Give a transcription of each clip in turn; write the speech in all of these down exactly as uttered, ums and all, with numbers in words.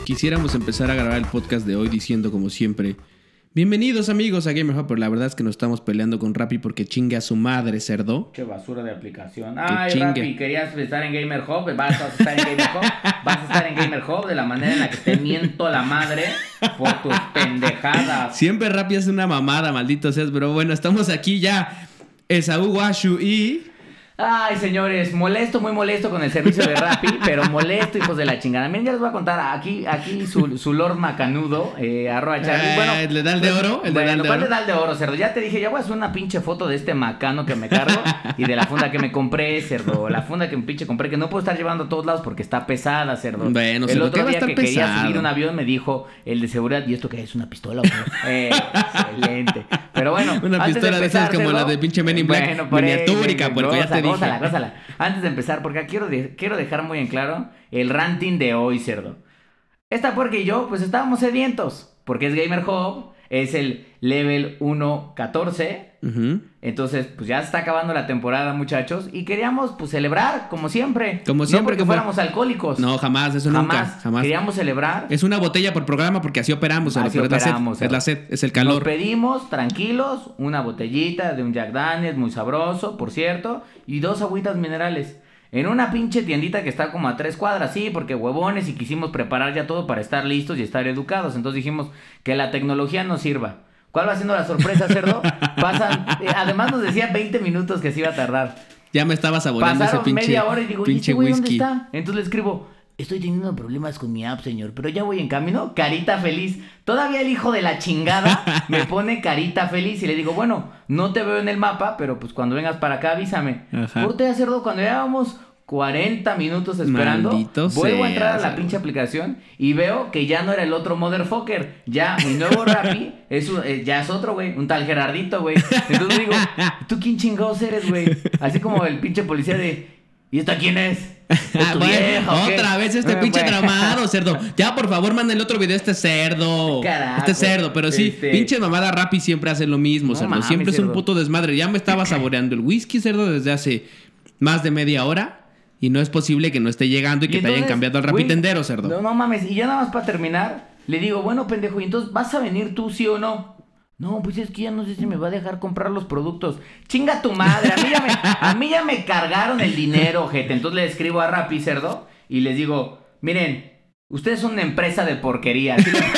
Quisiéramos empezar a grabar el podcast de hoy diciendo como siempre: bienvenidos amigos a Gamer Hub, pero la verdad es que nos estamos peleando con Rappi porque chingue a su madre, cerdo. Qué basura de aplicación. Ay, Rappi, querías estar en Gamer Hub, vas a estar en Gamer Hub, vas a estar en Gamer Hub de la manera en la que te miento la madre por tus pendejadas. Siempre Rappi es una mamada, maldito seas, pero bueno, estamos aquí ya. Esaú Guashu y... Ay, señores, molesto, muy molesto con el servicio de Rappi, pero molesto, hijos de la chingada. Miren, ya les voy a contar aquí, aquí su, su Lord Macanudo, eh, arroba Charlie. Bueno, ¿el de Dal de Oro? ¿El bueno, ¿cuál de Dal de Oro, cerdo? Ya te dije, ya voy a hacer una pinche foto de este macano que me cargo y de la funda que me compré, cerdo. La funda que me pinche compré, que no puedo estar llevando a todos lados porque está pesada, cerdo. Bueno, el cerdo, otro día que pesado? quería subir un avión me dijo el de seguridad, ¿y esto qué es? ¿Una pistola o qué? Eh, excelente. Pero bueno, una pistola de, empezar, de esas como cerdo, la de pinche Men in Black, bueno, miniatúrica, porque ya te dije. Gózala, gózala. Antes de empezar, porque quiero, de, quiero dejar muy en claro el ranting de hoy, cerdo. Esta porque y yo, pues estábamos sedientos, porque es Gamer Hub, es el level uno catorce, uh-huh. Entonces, pues ya se está acabando la temporada, muchachos, y queríamos, pues, celebrar, como siempre. Como siempre. No porque como... fuéramos alcohólicos. No, jamás, eso jamás, nunca, jamás. Queríamos celebrar. Es una botella por programa porque así operamos, así pero operamos, es la sed, es la sed, es el calor. Nos pedimos, tranquilos, una botellita de un Jack Daniels, muy sabroso, por cierto, y dos agüitas minerales. En una pinche tiendita que está como a tres cuadras, sí, porque huevones y quisimos preparar ya todo para estar listos y estar educados. Entonces dijimos que la tecnología nos sirva. ¿Cuál va siendo la sorpresa, cerdo? Pasan, eh, además nos decía veinte minutos que se iba a tardar. Ya me estaba saboreando ese pinche media hora y digo, ¿y este güey dónde está? Entonces le escribo, estoy teniendo problemas con mi app, señor, pero ya voy en camino. Carita feliz. Todavía el hijo de la chingada me pone carita feliz y le digo, bueno, no te veo en el mapa, pero pues cuando vengas para acá avísame. Corte a cerdo, cuando llevábamos cuarenta minutos esperando, maldito vuelvo sea, a entrar a la cerdo. pinche aplicación y veo que ya no era el otro motherfucker. Ya mi nuevo Rappi es un, eh, ya es otro, güey, un tal Gerardito, güey. Entonces digo, ¿tú quién chingados eres, güey? Así como el pinche policía de, ¿y esta quién es? Ah, bueno, vieja, otra vez este pinche bueno. Tramado, cerdo. Ya, por favor, manda el otro video este cerdo. Carajo, este cerdo, pero sí, este... pinche mamada Rappi siempre hace lo mismo, no, cerdo. Mami, siempre cerdo. Es un puto desmadre. Ya me estaba saboreando el whisky, cerdo, desde hace más de media hora. Y no es posible que no esté llegando y, y que entonces, te hayan cambiado al rapitendero, cerdo. No, no mames. Y ya nada más para terminar, le digo, bueno, pendejo, ¿y entonces vas a venir tú, sí o no? No, pues es que ya no sé si me va a dejar comprar los productos. Chinga tu madre, a mí ya me, a mí ya me cargaron el dinero, gente. Entonces le escribo a Rappi, cerdo, y les digo, miren, ustedes son una empresa de porquería. Así les,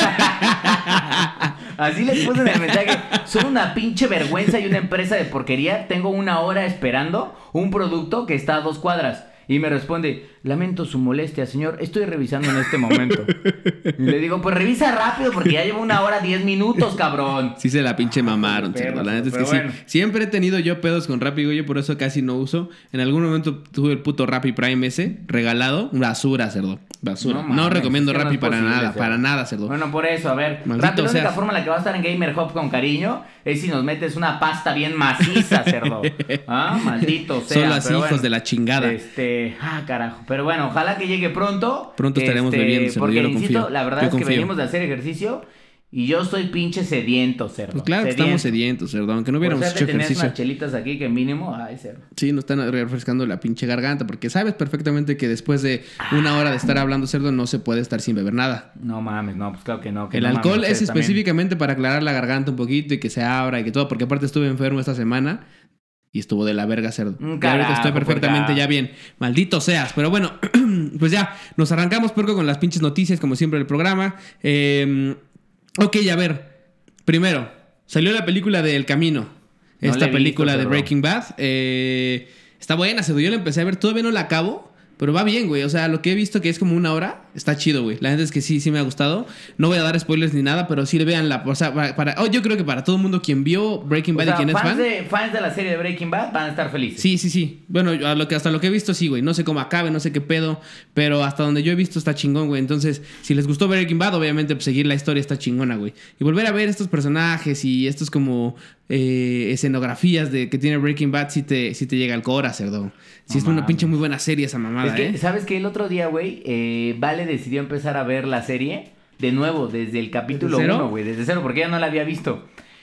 así les puse en el mensaje. Son una pinche vergüenza y una empresa de porquería. Tengo una hora esperando un producto que está a dos cuadras. Y me responde, lamento su molestia, señor, estoy revisando en este momento. Y le digo, pues revisa rápido porque ya llevo una hora diez minutos, cabrón. Sí se la pinche mamaron, cerdo. La neta es que bueno. sí. Siempre he tenido yo pedos con Rappi, güey, yo por eso casi no uso. En algún momento tuve el puto Rappi Prime ese, regalado. Basura, cerdo. Basura. No, mames, no recomiendo es que Rappi no para posible, nada, cerdo. para nada, cerdo. Bueno, por eso, a ver. Maldito Rappi, la única forma en la que va a estar en Gamer Hub con cariño es si nos metes una pasta bien maciza, cerdo. Ah, maldito sea. Solo así, pero hijos bueno, de la chingada. Este... Ah, carajo. Pero bueno, ojalá que llegue pronto. Pronto estaremos este, bebiendo, cerdo. Porque, yo lo insisto, confío. la verdad yo es confío. que venimos de hacer ejercicio y yo estoy pinche sediento, cerdo. Pues claro que sediento. estamos sedientos, cerdo. Aunque no hubiéramos Por hecho tenías ejercicio. unas chelitas aquí que mínimo, ay, cerdo. Sí, nos están refrescando la pinche garganta. Porque sabes perfectamente que después de una hora de estar hablando, cerdo, no se puede estar sin beber nada. No mames, no, pues claro que no. Que El no alcohol mames, es específicamente también para aclarar la garganta un poquito y que se abra y que todo. Porque aparte estuve enfermo esta semana. Y estuvo de la verga, cerdo. Carajo, ya ahorita estoy perfectamente ya bien. Maldito seas. Pero bueno, pues ya, nos arrancamos, porco, con las pinches noticias, como siempre, del programa. Eh, ok, a ver. Primero, salió la película de El Camino. No esta película visto, de Breaking Bad. Eh, está buena, cerdo. Yo la empecé a ver, todavía no la acabo. Pero va bien, güey. O sea, lo que he visto que es como una hora, está chido, güey. La gente es que sí, sí me ha gustado. No voy a dar spoilers ni nada, pero sí le vean la... O sea, para... para oh, yo creo que para todo el mundo quien vio Breaking Bad o sea, y quien es fan... De, fans de la serie de Breaking Bad van a estar felices. Sí, sí, sí. Bueno, a lo que, hasta lo que he visto, sí, güey. No sé cómo acabe, no sé qué pedo. Pero hasta donde yo he visto está chingón, güey. Entonces, si les gustó Breaking Bad, obviamente pues, seguir la historia está chingona, güey. Y volver a ver estos personajes y estos como... Eh, escenografías de que tiene Breaking Bad sí te, sí te llega al cora, cerdo. Sí, no es mames. Una pinche muy buena serie esa mamada, es que, ¿eh? ¿sabes qué? El otro día, güey, eh, Vale decidió empezar a ver la serie de nuevo, desde el capítulo uno, güey, desde cero, porque ella no la había visto.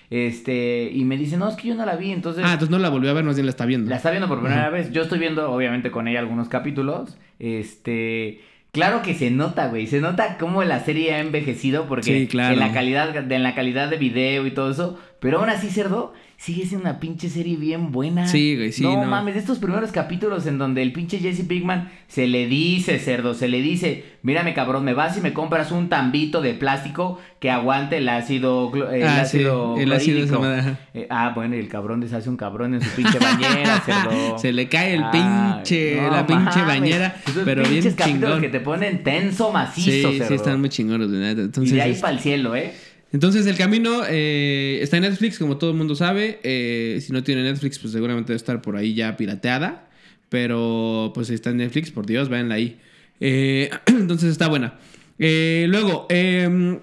Este, y me dice, no, es que yo no la vi, entonces... Ah, entonces no la volvió a ver, más bien la está viendo. La está viendo por primera uh-huh. vez. Yo estoy viendo, obviamente, con ella algunos capítulos. Este... Claro que se nota, güey. Se nota cómo la serie ha envejecido porque Sí, claro. en la calidad, de, en la calidad de video y todo eso. Pero aún así, cerdo, sigue siendo una pinche serie bien buena. Sí, güey, sí, No, no. mames, de estos primeros capítulos en donde el pinche Jesse Pinkman se le dice, cerdo, se le dice, mírame cabrón, me vas y me compras un tambito de plástico que aguante el ácido, glo- el Ah, ácido sí, el ácido clorhídrico. esa madre, ajá. Eh, ah, bueno, y el cabrón deshace un cabrón en su pinche bañera, cerdo. Se le cae el Ay, pinche, no la pinche mames. bañera, Esos pero bien pinches capítulos chingón. que te ponen tenso, macizo, Sí, cerdo. sí, están muy chingones, de neta. Entonces, y de ahí este, para el cielo, ¿eh? entonces el camino eh, está en Netflix, como todo el mundo sabe. Eh, si no tiene Netflix, pues seguramente debe estar por ahí ya pirateada. Pero pues si está en Netflix, por Dios, véanla ahí. Eh, entonces está buena. Eh, luego, eh,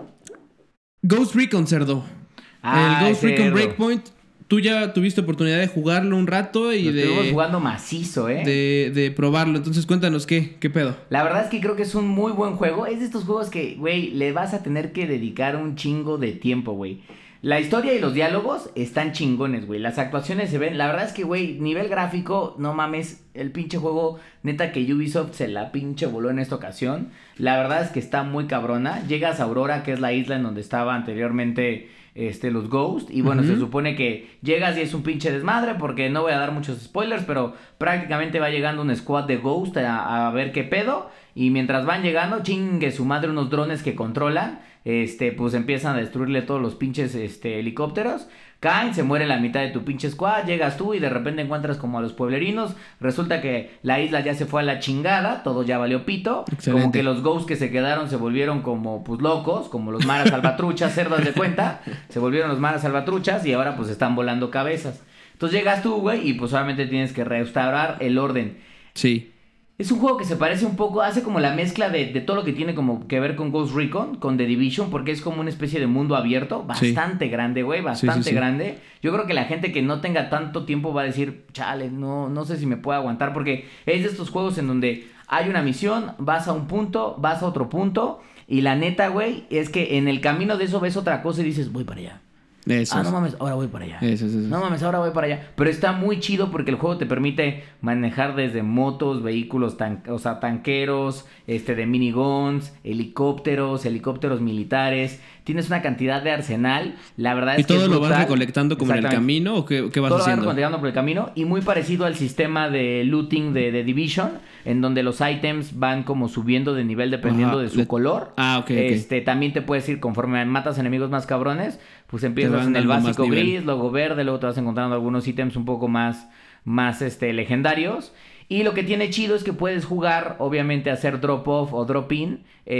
Ghost Recon, cerdo. Ah, el Ghost Recon cerdo. Breakpoint. Tú ya tuviste oportunidad de jugarlo un rato y Lo estuvimos de, jugando macizo, ¿eh? de, de probarlo. Entonces cuéntanos qué, qué pedo. La verdad es que creo que es un muy buen juego. Es de estos juegos que, güey, le vas a tener que dedicar un chingo de tiempo, güey. La historia y los diálogos están chingones, güey. Las actuaciones se ven. La verdad es que, güey, nivel gráfico, no mames. El pinche juego, neta que Ubisoft se la pinche voló en esta ocasión. La verdad es que está muy cabrona. Llegas a Aurora, que es la isla en donde estaba anteriormente este, los Ghost. Y bueno, Ujú. se supone que llegas y es un pinche desmadre. Porque no voy a dar muchos spoilers, pero prácticamente va llegando un squad de Ghost a, a ver qué pedo. Y mientras van llegando, chingue su madre unos drones que controlan. Este, pues empiezan a destruirle todos los pinches este, helicópteros. Caen, se muere la mitad de tu pinche squad. Llegas tú y de repente encuentras como a los pueblerinos. Resulta que la isla ya se fue a la chingada. Todo ya valió pito. Excelente. Como que los ghosts que se quedaron se volvieron como pues locos. Como los maras salvatruchas, cerdas de cuenta. Se volvieron los maras salvatruchas y ahora pues están volando cabezas. Entonces llegas tú, güey, y pues obviamente tienes que restaurar el orden. Sí. Es un juego que se parece un poco, hace como la mezcla de, de todo lo que tiene como que ver con Ghost Recon, con The Division, porque es como una especie de mundo abierto, bastante Sí. grande, güey, bastante Sí, sí, sí. grande. Yo creo que la gente que no tenga tanto tiempo va a decir, chale, no, no sé si me puedo aguantar, porque es de estos juegos en donde hay una misión, vas a un punto, vas a otro punto, y la neta, güey, es que en el camino de eso ves otra cosa y dices, voy para allá. Eso Ah, es. no mames, ahora voy para allá. Eso es, eso es. No mames, ahora voy para allá. Pero está muy chido porque el juego te permite manejar desde motos, vehículos, tan, o sea, tanqueros, este, de miniguns, helicópteros, helicópteros militares. Tienes una cantidad de arsenal. La verdad ¿Y es que todo es lo vas brutal. recolectando como en el Exactamente. camino o qué, qué vas Todo lo vas haciendo? recolectando por el camino y muy parecido al sistema de looting de, de Division, en donde los ítems van como subiendo de nivel dependiendo Ajá. de su Le- color. Ah, ok, ok. Este, también te puedes ir conforme matas enemigos más cabrones, pues empiezas van en el dando más básico nivel. gris, luego verde, luego te vas encontrando algunos ítems un poco más, más este, legendarios. Y lo que tiene chido es que puedes jugar, obviamente, hacer drop off o drop in,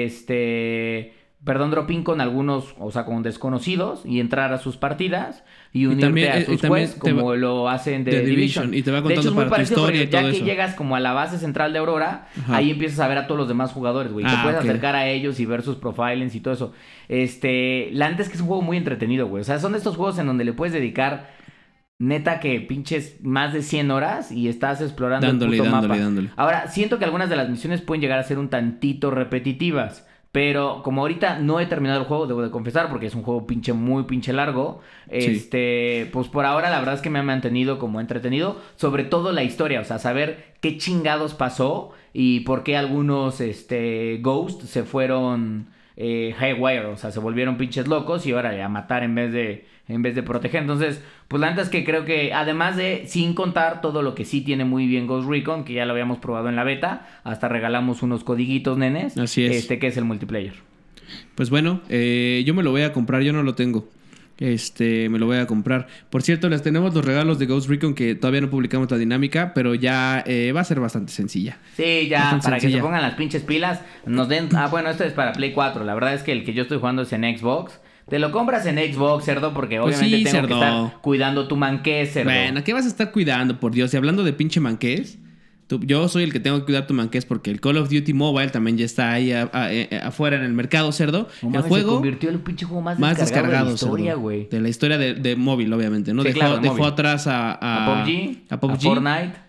este, perdón, drop in con algunos, o sea, con desconocidos y entrar a sus partidas y unirte también, a eh, sus y también quests te va- como lo hacen de, de Division. Division, y te va De hecho, contando es muy para tu parecido historia porque y todo ya que eso. llegas como a la base central de Aurora, Ajá. ahí empiezas a ver a todos los demás jugadores, güey. Te Ah, puedes ok. acercar a ellos y ver sus profilings y todo eso. Este, la neta es que es un juego muy entretenido, güey. O sea, son de estos juegos en donde le puedes dedicar neta que pinches más de cien horas y estás explorando Dándole, el puto dándole, mapa. dándole. Ahora, siento que algunas de las misiones pueden llegar a ser un tantito repetitivas. Pero como ahorita no he terminado el juego, debo de confesar, porque es un juego pinche muy pinche largo. Sí. Este, pues por ahora la verdad es que me ha mantenido como entretenido. Sobre todo la historia, o sea, saber qué chingados pasó y por qué algunos este, Ghosts se fueron eh, haywire, o sea, se volvieron pinches locos y ahora a matar en vez de en vez de proteger. Entonces, pues la neta es que creo que además de, sin contar todo lo que sí tiene muy bien Ghost Recon, que ya lo habíamos probado en la beta, hasta regalamos unos codiguitos, nenes. Así es. Este, que es el multiplayer. Pues bueno, eh, yo me lo voy a comprar, yo no lo tengo. Este, me lo voy a comprar. Por cierto, les tenemos los regalos de Ghost Recon que todavía no publicamos la dinámica, pero ya eh, va a ser bastante sencilla. Sí, ya, Bastante para que sencilla. se pongan las pinches pilas, nos den... Ah, bueno, esto es para Play cuatro. La verdad es que el que yo estoy jugando es en Xbox. Te lo compras en Xbox, cerdo, porque Pues obviamente sí, tengo cerdo. que estar cuidando tu manqué, cerdo. Bueno, ¿qué vas a estar cuidando, por Dios? Y hablando de pinche manqués, tú- yo soy el que tengo que cuidar tu manqués porque el Call of Duty Mobile también ya está ahí a- a- a- afuera en el mercado, cerdo. No el mames, juego se convirtió en el pinche juego más, más descargado, descargado, de la historia, cerdo. güey. De la historia de, de móvil, obviamente, ¿no? Sí, dejó claro, de dejó móvil. atrás a, a, A P U B G, a P U B G, a Fortnite.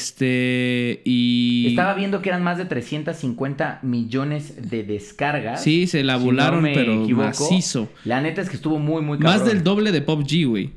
Este, y... Estaba viendo que eran más de trescientos cincuenta millones de descargas. Sí, se la si volaron, no me pero equivoco. macizo. La neta es que estuvo muy, muy cabrón. Más del doble de P U B G, güey.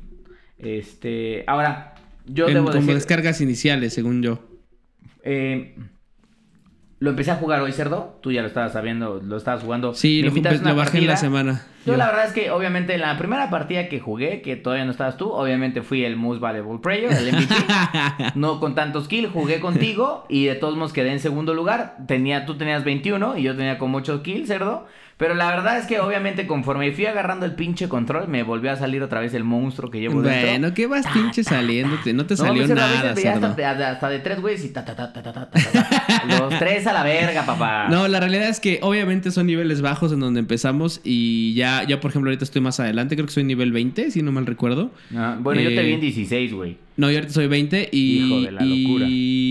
Este, ahora, yo En- debo como decir... descargas iniciales, según yo. Eh, Lo empecé a jugar hoy, cerdo. Tú ya lo estabas sabiendo, lo estabas jugando. Sí, Me lo, invitas a una lo bajé en la partida. semana. Yo, Yo. la verdad es que, obviamente, en la primera partida que jugué, que todavía no estabas tú, obviamente fui el most valuable player, el M V P. No con tantos kills, jugué contigo y de todos modos quedé en segundo lugar. Tenía, tú tenías veintiuno y yo tenía como ocho kills, cerdo. Pero la verdad es que, obviamente, conforme fui agarrando el pinche control, me volvió a salir otra vez el monstruo que llevo dentro. Bueno, ¿qué vas pinche saliéndote? No te No, salió cerdo, a nada, veces veía cerdo. hasta, de- hasta de tres güeyes y ta, ta, ta, ta, ta, ta, ta, ta. Los tres a la verga, papá. No, la realidad es que obviamente son niveles bajos en donde empezamos y ya, ya por ejemplo, ahorita estoy más adelante, creo que soy nivel veinte, si no mal recuerdo. Ah, bueno, yo te Eh, vi en dieciséis, güey. No, yo ahorita soy veinte y... Hijo de la locura.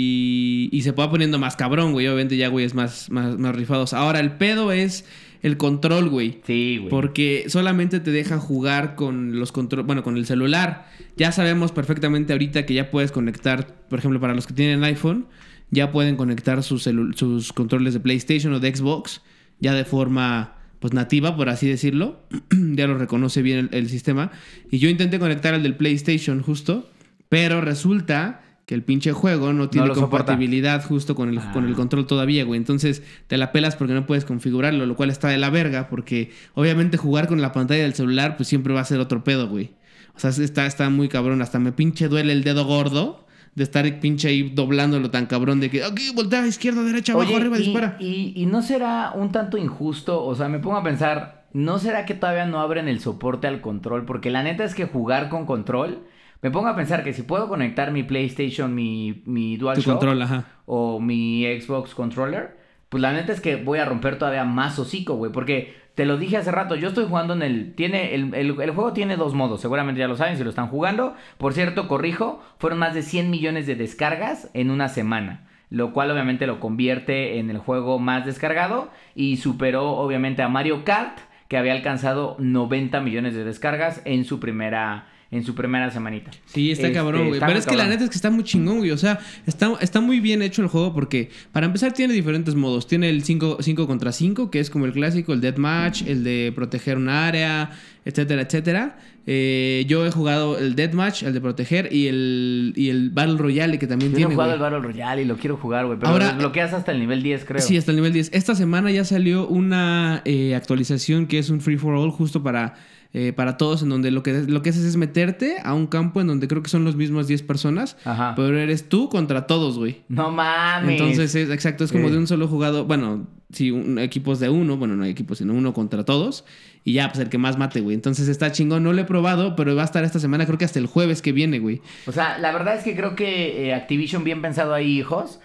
Y, y se va poniendo más cabrón, güey. Obviamente ya, güey, es más, más, más rifados. Ahora, el pedo es el control, güey. Sí, güey. Porque solamente te deja jugar con los control, bueno, con el celular. Ya sabemos perfectamente ahorita que ya puedes conectar, por ejemplo, para los que tienen iPhone, ya pueden conectar sus, celu- sus controles de PlayStation o de Xbox ya de forma, pues, nativa, por así decirlo. Ya lo reconoce bien el, el sistema. Y yo intenté conectar al del PlayStation justo, pero resulta que el pinche juego no tiene lo soporta. compatibilidad justo con el, Ah. con el control todavía, güey. Entonces te la pelas porque no puedes configurarlo, lo cual está de la verga, porque obviamente jugar con la pantalla del celular pues siempre va a ser otro pedo, güey. O sea, está, está muy cabrón. Hasta me pinche duele el dedo gordo de estar pinche ahí doblándolo tan cabrón de que aquí voltea, izquierda, derecha, abajo, Oye, arriba, y, dispara. Y, y no será un tanto injusto, o sea, me pongo a pensar, ¿no será que todavía no abren el soporte al control? Porque la neta es que jugar con control, me pongo a pensar que si puedo conectar mi PlayStation, mi, mi Tu DualShock control, ajá. o mi Xbox Controller, pues la neta es que voy a romper todavía más hocico, güey, porque te lo dije hace rato, yo estoy jugando en el... Tiene el, el, el juego tiene dos modos, seguramente ya lo saben si lo están jugando. Por cierto, corrijo, fueron más de cien millones de descargas en una semana, lo cual obviamente lo convierte en el juego más descargado y superó obviamente a Mario Kart, que había alcanzado noventa millones de descargas en su primera... en su primera semanita. Sí, está Este, cabrón, güey. está Pero muy es que la cabrón. neta es que está muy chingón, güey. O sea, está, está muy bien hecho el juego porque, para empezar, tiene diferentes modos. Tiene el cinco contra cinco, que es como el clásico, el deathmatch, el de proteger un área, etcétera, etcétera. Eh, yo he jugado el deathmatch, el de proteger, y el, y el Battle Royale, que también Yo no tiene, he jugado güey. el Battle Royale y lo quiero jugar, güey. Pero Ahora- lo desbloqueas hasta el nivel diez, creo. Sí, hasta el nivel diez. Esta semana ya salió una eh, actualización que es un free for all justo para, eh, para todos, en donde lo que, lo que haces es meterte a un campo en donde creo que son los mismos diez personas, Ajá. pero eres tú contra todos, güey. No mames. Entonces, es, exacto, es como Sí. de un solo jugador. Bueno, sí, un, equipos de uno. Bueno, no hay equipos, sino uno contra todos. Y ya, pues el que más mate, güey. Entonces está chingón. No lo he probado, pero va a estar esta semana, creo que hasta el jueves que viene, güey. O sea, la verdad es que creo que eh, Activision bien pensado ahí, hijos.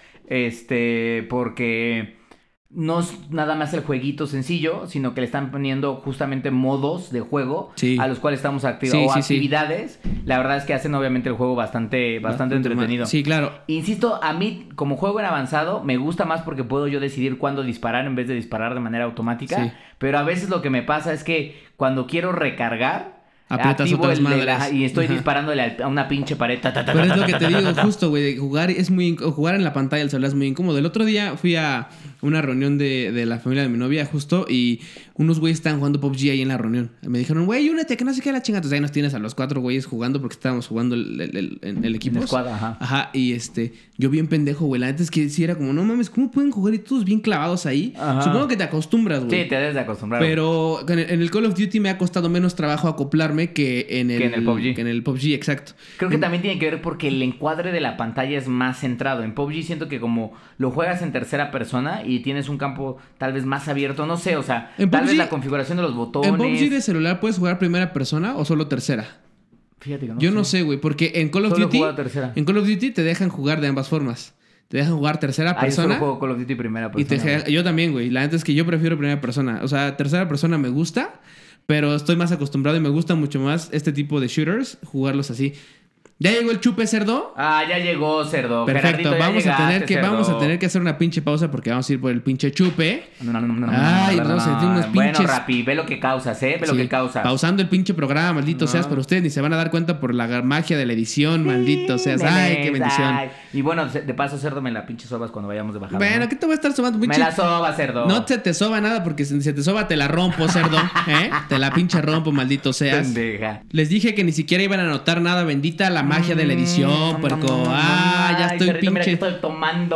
Este, porque no es nada más el jueguito sencillo, sino que le están poniendo justamente modos de juego Sí. a los cuales estamos activos Sí, o sí, sí. actividades. La verdad es que hacen obviamente el juego bastante, bastante entretenido. Sí, claro. Insisto, a mí como juego en avanzado me gusta más porque puedo yo decidir cuándo disparar en vez de disparar de manera automática. Sí. Pero a veces lo que me pasa es que cuando quiero recargar, Aprietas activo otras el de madres. la- y estoy Ajá. disparándole al- a una pinche pared. ta, ta, ta, Pero ta, es lo ta, que ta, te ta, digo, ta, ta. justo, güey. de Jugar es muy... inc- Jugar en la pantalla del celular es muy incómodo. El otro día fui a una reunión de, de la familia de mi novia, justo, y unos güeyes estaban jugando P U B G ahí en la reunión. Me dijeron, güey, únete, que no sé qué la chinga. Entonces ahí nos tienes a los cuatro güeyes jugando porque estábamos jugando el, el, el, el- el equipo. En escuadra, ajá. Ajá, y este... Yo bien pendejo, güey. La neta es que sí era como, no mames, ¿cómo pueden jugar y todos bien clavados ahí? Ajá. Supongo que te acostumbras, güey. Sí, te debes de acostumbrar. Pero en el, en el Call of Duty me ha costado menos trabajo acoplarme que en el, Que en el P U B G. que en el P U B G, exacto. Creo que también tiene que ver porque el encuadre de la pantalla es más centrado. En P U B G siento que como lo juegas en tercera persona y tienes un campo tal vez más abierto, no sé, o sea, En tal P U B G vez la configuración de los botones. ¿En P U B G de celular puedes jugar primera persona o solo tercera? Fíjate que no Yo sé. no sé, güey, porque en Call of Solo he Duty jugado tercera. en Call of Duty te dejan jugar de ambas formas. Te dejan jugar tercera Ah, yo solo persona juego Call of Duty primera y te persona. deja- yo también, güey. La neta es que yo prefiero primera persona. O sea, tercera persona me gusta, pero estoy más acostumbrado y me gusta mucho más este tipo de shooters, jugarlos así. ¿Ya llegó el chupe, cerdo? Ah, ya llegó, cerdo. Perfecto, Gerardito, ya vamos a tener llegaste, que cerdo. vamos a tener que hacer una pinche pausa porque vamos a ir por el pinche chupe. No, no, no, no, no, Ay, no, no, vamos a no, sentir unos no. Bueno, pinches- Rappi, ve lo que causas, ¿eh? Ve lo Sí, que causas. pausando el pinche programa, maldito No. seas, pero ustedes ni se van a dar cuenta por la magia de la edición, maldito seas. Ay, qué Nenes, bendición. ay. Y bueno, de paso, cerdo, me la pinche sobas cuando vayamos de bajada. Bueno, ¿no? ¿qué te voy a estar sobando, Me pinche? la soba, cerdo. No se te soba nada porque si se te soba te la rompo, cerdo, ¿eh? Te la pinche rompo, maldito seas. Pendeja. Les dije que ni siquiera iban a notar nada, bendita la magia de la edición, Mm, puerco. mm, Ah, ya ay, estoy cerdito, mira que pinche. estoy tomando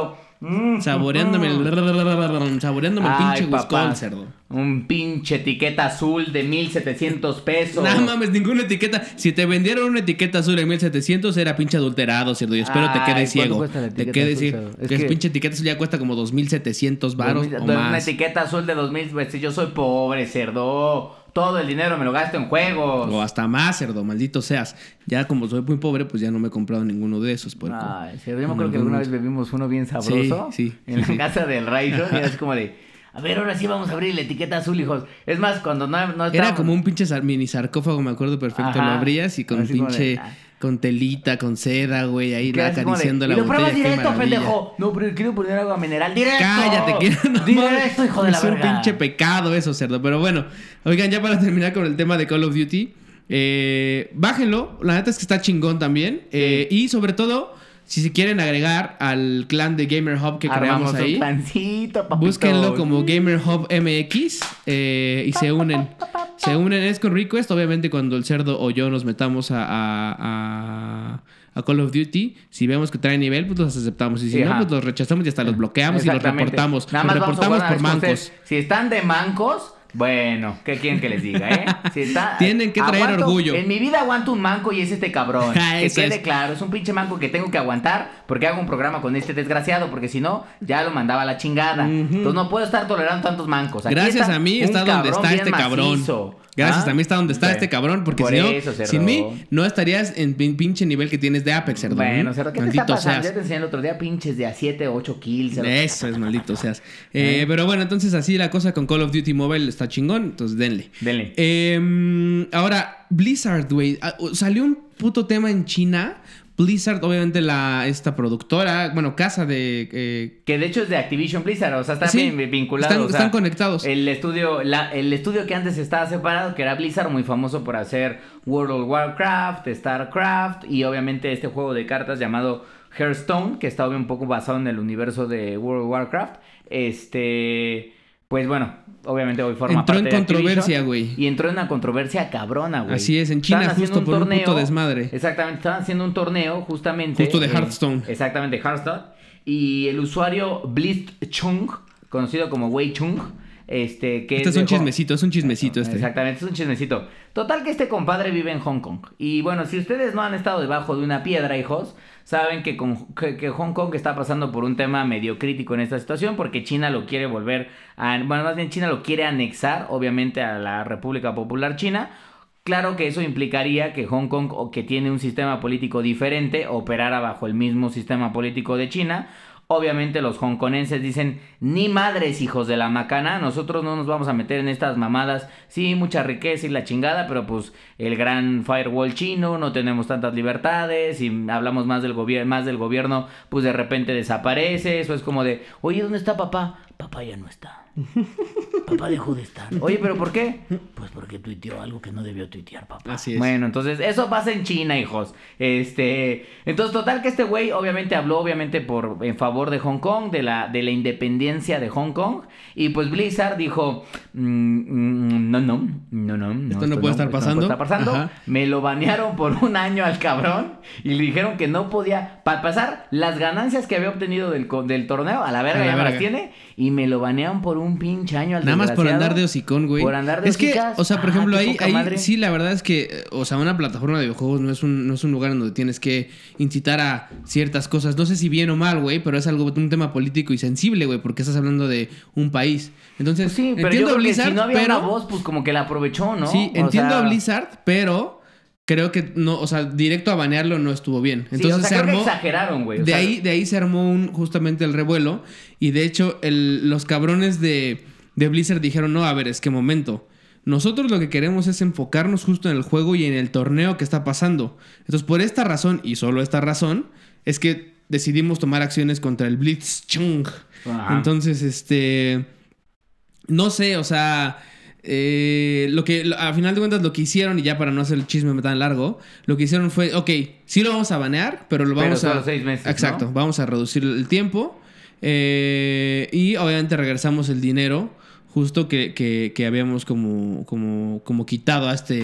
Mm, Saboreándome el... Saboreándome el Ay, pinche papá. Whisky, cerdo. Un pinche etiqueta azul de mil setecientos pesos. No mames, ninguna etiqueta. Si te vendieron una etiqueta azul en mil setecientos, era pinche adulterado, cerdo. Y espero te Ay, quedes ¿cuánto ciego. cuesta la Te etiqueta quedes azul, ciego. cerdo? Es Que que- es pinche etiqueta azul ya cuesta como dos mil setecientos varos o Una más. etiqueta azul de dos mil, pues, yo soy pobre, cerdo. Todo el dinero me lo gasto en juegos. O hasta más, cerdo, maldito seas. Ya como soy muy pobre, pues ya no me he comprado ninguno de esos, puerco. Ay, cerdo, yo me acuerdo que alguna vez bebimos uno bien sabroso. Sí, sí, En la sí. casa del Raizo. Y era así como de, a ver, ahora sí vamos a abrir la etiqueta azul, hijos. Es más, cuando no, no Era estábamos- como un pinche sar- mini sarcófago, me acuerdo perfecto. Ajá. Lo abrías y con Así como pinche... de, ah. Con telita, con seda, güey. Ahí que era así como de, acariciando y la lo botella. pruebas qué directo, maravilla. pendejo. No, pero quiero poner agua mineral. ¡Directo! Cállate, que no Directo, mames. hijo de la Es un verga. pinche pecado eso, cerdo. Pero bueno, oigan, ya para terminar con el tema de Call of Duty, eh, bájenlo. La neta es que está chingón también. Eh, y sobre todo, si se quieren agregar al clan de Gamer Hub que Armamos creamos ahí, un plancito, papito. búsquenlo como Gamer Hub M X eh, y se unen. Se unen, es con request. Obviamente, cuando el cerdo o yo nos metamos a, a, a, a Call of Duty, si vemos que trae nivel, pues los aceptamos. Y si Sí, no, ajá. pues los rechazamos y hasta los bloqueamos y los Exactamente. reportamos. Nada Los más vamos a reportamos jugar por una vez con mancos. ustedes. Si están de mancos, bueno, ¿qué quieren que les diga, eh? Si está, Tienen que traer aguanto- orgullo. En mi vida aguanto un manco y es este cabrón. Ah, Que eso quede es. claro, es un pinche manco que tengo que aguantar porque hago un programa con este desgraciado, porque si no, ya lo mandaba a la chingada. Ujú. Entonces no puedo estar tolerando tantos mancos. Aquí Gracias está a mí un está donde cabrón está bien este cabrón. macizo. Gracias ¿Ah? a mí está donde está Bueno, este cabrón, porque por si no, eso, cerdo. sin mí, no estarías en pin- pinche nivel que tienes de Apex, cerdo. Bueno, ¿eh? cerdo, ¿qué te Maldito está pasando? seas. Ya te enseñé el otro día pinches de a siete, ocho kills. cerdo. Eso es, maldito seas. Eh, pero bueno, entonces así la cosa con Call of Duty Mobile está chingón, entonces denle. Denle. Eh, ahora, Blizzard, güey. Ah, Salió un puto tema en China. Blizzard, obviamente, la esta productora, bueno, casa de... eh, Que de hecho es de Activision Blizzard, o sea, están Sí, bien vinculados. están- o sea, están conectados. El estudio, la- el estudio que antes estaba separado, que era Blizzard, muy famoso por hacer World of Warcraft, StarCraft y obviamente este juego de cartas llamado Hearthstone, que está un poco basado en el universo de World of Warcraft. Este, pues bueno, obviamente hoy forma Entró parte en de controversia, Activision, güey. Y entró en una controversia cabrona, güey. Así es, en China, Estaban haciendo justo por un puto desmadre. Exactamente, estaban haciendo un torneo justamente. Justo de eh, Hearthstone. Exactamente, Hearthstone. Y el usuario Blitzchung, conocido como Wei Chung, este, que Este es un dejó- chismecito, es un chismecito este. Exactamente, es un chismecito. Total que este compadre vive en Hong Kong. Y bueno, si ustedes no han estado debajo de una piedra, hijos, saben que, con, que, que Hong Kong está pasando por un tema medio crítico en esta situación porque China lo quiere volver a... Bueno, más bien China lo quiere anexar, obviamente, a la República Popular China. Claro que eso implicaría que Hong Kong, o que tiene un sistema político diferente, operara bajo el mismo sistema político de China. Obviamente los hongkonenses dicen, ni madres, hijos de la macana, nosotros no nos vamos a meter en estas mamadas. Sí, mucha riqueza y la chingada, pero pues el gran firewall chino, no tenemos tantas libertades, y hablamos más del gobierno, más del gobierno, pues de repente desaparece. Eso es como de, oye, ¿dónde está papá? Papá ya no está. Papá dejó de estar. Oye, ¿pero por qué? Pues porque tuiteó algo que no debió tuitear, papá. Así es. Bueno, entonces eso pasa en China, hijos. Este, entonces total que este güey obviamente habló obviamente por en favor de Hong Kong, de la de la independencia de Hong Kong, y pues Blizzard dijo, mm, mm, no, no, no, no, no, Esto no puede estar esto pasando. puede estar pasando. Ajá. Me lo banearon por un año al cabrón y le dijeron que no podía para pasar las ganancias que había obtenido del, co- del torneo, a la verga A la ya me las verga. tiene, y me lo banearon por un pinche año al Nada más por desgraciado. andar de hocicón, güey. Por andar de Es que, hocicas. o sea, por Ah, ejemplo, qué ahí, poca ahí madre. sí, la verdad es que, eh, o sea, una plataforma de videojuegos no es un, no es un lugar en donde tienes que incitar a ciertas cosas. No sé si bien o mal, güey, pero es algo, un tema político y sensible, güey, porque estás hablando de un país. Entonces, Pues sí, pero entiendo yo a creo que Blizzard, si no había pero... una voz, pues como que la aprovechó, ¿no? Sí, O entiendo sea, a Blizzard, pero creo que no, o sea, directo a banearlo no estuvo bien. Sí, Entonces o sea, se creo que armó... exageraron, güey. o De sea, ahí, de ahí se armó un, justamente el revuelo. Y de hecho, el- los cabrones de, de Blizzard dijeron: no, a ver, es que momento. Nosotros lo que queremos es enfocarnos justo en el juego y en el torneo que está pasando. Entonces, por esta razón, y solo esta razón, es que decidimos tomar acciones contra el Blitzchung. Ajá. Entonces, este... No sé, o sea... eh, lo que lo- a final de cuentas lo que hicieron, y ya para no hacer el chisme tan largo, lo que hicieron fue, ok, sí lo vamos a banear, pero lo Pero vamos solo a... seis meses, Exacto, ¿no? vamos a reducir el tiempo, eh, y obviamente regresamos el dinero justo que, que, que habíamos como, como, como quitado a este,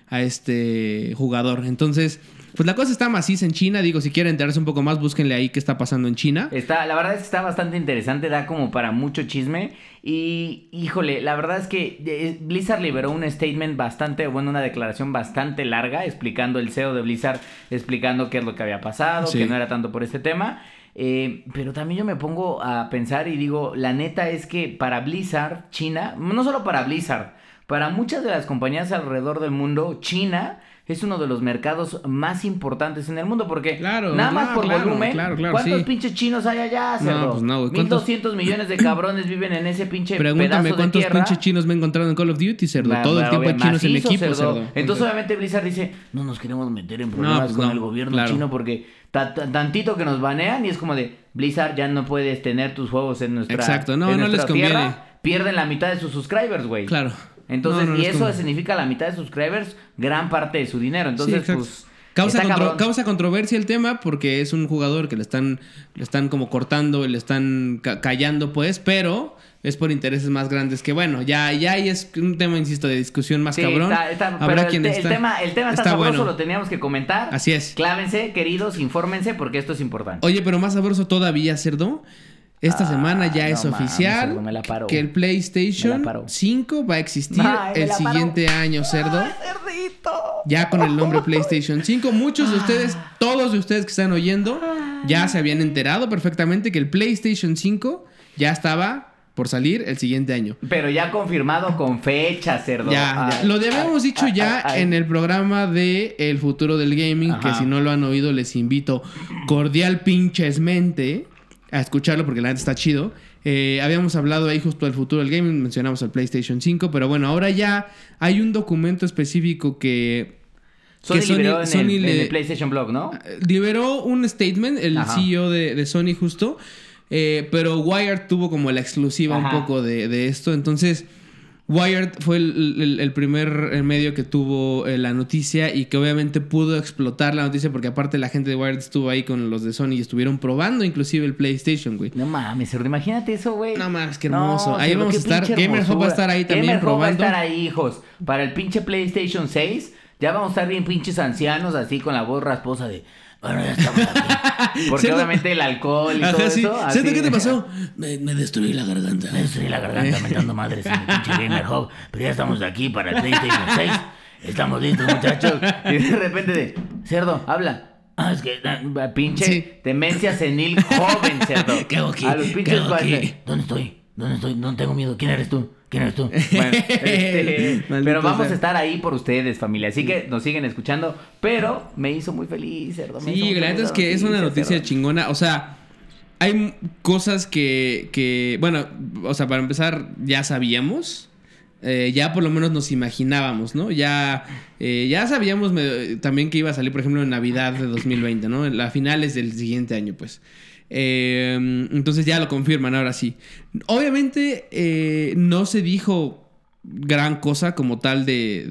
a este jugador. Entonces, pues la cosa está maciza en China. Digo, si quieren enterarse un poco más, búsquenle ahí qué está pasando en China. Está, la verdad es que está bastante interesante, da como para mucho chisme. Y, híjole, la verdad es que Blizzard liberó un statement bastante, bueno, una declaración bastante larga, explicando el C E O de Blizzard, explicando qué es lo que había pasado, sí. que no era tanto por este tema. Eh, pero también yo me pongo a pensar y digo, la neta es que para Blizzard, China, no solo para Blizzard, para muchas de las compañías alrededor del mundo, China es uno de los mercados más importantes en el mundo, porque claro, nada más claro, por claro, volumen, claro, claro, ¿cuántos sí. pinches chinos hay allá, cerdo? No, pues no, güey. mil doscientos millones de cabrones viven en ese pinche Pregúntame pedazo de tierra. cuántos pinches chinos me he encontrado en Call of Duty, cerdo. Bah, Todo bah, el tiempo hay chinos macizo, en equipo, cerdo. cerdo. Entonces, obviamente, Blizzard dice, no nos queremos meter en problemas no, pues con no, el gobierno claro. chino porque ta, ta, tantito que nos banean y es como de, Blizzard, ya no puedes tener tus juegos en nuestra, Exacto, no, en no nuestra les conviene. tierra. Pierden la mitad de sus subscribers, güey. Claro. Entonces, no, no y eso conviene. significa la mitad de subscribers, gran parte de su dinero. Entonces, sí, pues... Causa, contro- causa controversia el tema porque es un jugador que le están, le están como cortando y le están ca- callando, pues, pero es por intereses más grandes que, bueno, ya, ya ahí es un tema, insisto, de discusión más sí, cabrón. Está, está, Habrá pero quien el, está, el tema, el tema está, está sabroso, bueno. Lo teníamos que comentar. Así es. Clávense, queridos, infórmense porque esto es importante. Oye, pero más sabroso todavía, cerdo. Esta ah, semana ya no es mames, oficial cerdo, me la paro. que el PlayStation cinco va a existir Ay, el siguiente año, cerdo. Ay, cerdito. Ya con el nombre PlayStation cinco. Muchos de ustedes, todos de ustedes que están oyendo, ya se habían enterado perfectamente que el PlayStation cinco ya estaba por salir el siguiente año. Pero ya confirmado con fecha, cerdo. Ya, ay, ya. Lo habíamos dicho ay, ya ay, ay. en el programa de El Futuro del Gaming, Ajá. que si no lo han oído les invito cordial pinchesmente a escucharlo porque la neta está chido. Eh, habíamos hablado ahí justo del futuro del gaming, mencionamos el PlayStation cinco, pero bueno, ahora ya hay un documento específico que... Sony, que Sony liberó en, Sony el, le, en el PlayStation Blog, ¿no? Liberó un statement, el Ajá. C E O de, de Sony justo, eh, pero Wired tuvo como la exclusiva Ajá. un poco de, de esto, entonces... Wired fue el, el, el primer medio que tuvo eh, la noticia y que obviamente pudo explotar la noticia porque aparte la gente de Wired estuvo ahí con los de Sony y estuvieron probando inclusive el PlayStation, güey. No mames, cerdo, imagínate eso, güey. No mames, qué hermoso. No, ahí cerdo, vamos a estar. pinche Gamer Hub va a estar ahí también Gamer Hub probando. va a estar ahí, hijos. Para el pinche PlayStation seis, ya vamos a estar bien pinches ancianos así con la voz rasposa de... Bueno, ya estamos aquí. Porque ¿Cierto? obviamente el alcohol y Ajá, todo sí. eso... así- ¿Siento qué te pasó? Me, me destruí la garganta. Me destruí la garganta mentando madres en el pinche Gamer Hub. Pero ya estamos aquí para el PlayStation seis. Estamos listos, muchachos. Y de repente de... Cerdo, habla. Ah, es que... ah, pinche Sí. demencia senil joven, cerdo. ¿Qué hago aquí? A los ¿Qué pinches hago cuates. aquí? ¿Dónde estoy? ¿Dónde estoy? No tengo miedo. ¿Quién eres tú? ¿Quién eres tú? Bueno, este, Maldito pero vamos sea. a estar ahí por ustedes, familia. Así que nos siguen escuchando. Pero me hizo muy feliz, cerdo. me hizo Sí, muy la neta feliz es que es una noticia cerdo. chingona. O sea, hay m- cosas que, que... Bueno, o sea, para empezar, ya sabíamos. Eh, ya por lo menos nos imaginábamos, ¿no? Ya, eh, ya sabíamos me- también que iba a salir, por ejemplo, en Navidad de dos mil veinte, ¿no? A finales del siguiente año, pues. Eh, entonces ya lo confirman, ahora sí. Obviamente eh, no se dijo gran cosa como tal de,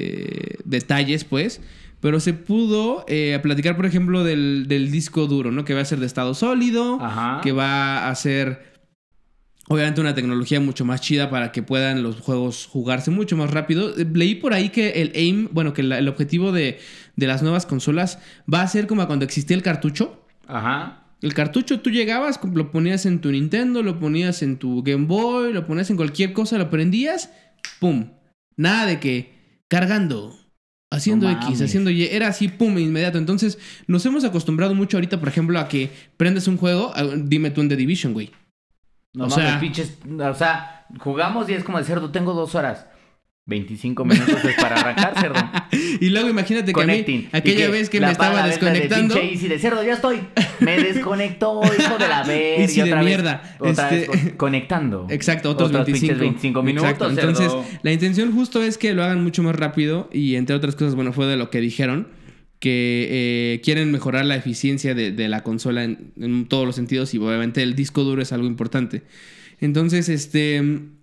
de detalles, pues. Pero se pudo eh, platicar, por ejemplo, del, del disco duro, ¿no? Que va a ser de estado sólido. Ajá. Que va a ser... Obviamente una tecnología mucho más chida para que puedan los juegos jugarse mucho más rápido. Leí por ahí que el aim, bueno, que la, el objetivo de, de las nuevas consolas va a ser como cuando existía el cartucho. Ajá. El cartucho tú llegabas, lo ponías en tu Nintendo, lo ponías en tu Game Boy, lo ponías en cualquier cosa, lo prendías, ¡pum! Nada de que cargando, haciendo No X, mames. haciendo Y, era así, ¡pum! Inmediato. Entonces nos hemos acostumbrado mucho ahorita, por ejemplo, a que prendes un juego, a- dime tú en The Division, güey. No O mames, sea- pinches. O sea, jugamos y es como el cerdo. Tengo dos horas. veinticinco minutos es para arrancar, cerdo. Y luego imagínate que a mí, Connecting. aquella Y vez que la me estaba paga venta de desconectando. pinche Easy de cerdo, ya estoy. Me desconectó, hijo de la verga. Easy y otra de vez, mierda. Otra Este- vez con- conectando. Exacto, otros, pinches veinticinco. veinticinco minutos, Exacto. cerdo. Entonces, la intención justo es que lo hagan mucho más rápido y entre otras cosas, bueno, fue de lo que dijeron, que eh, quieren mejorar la eficiencia de, de la consola en, en todos los sentidos y obviamente el disco duro es algo importante. Entonces, este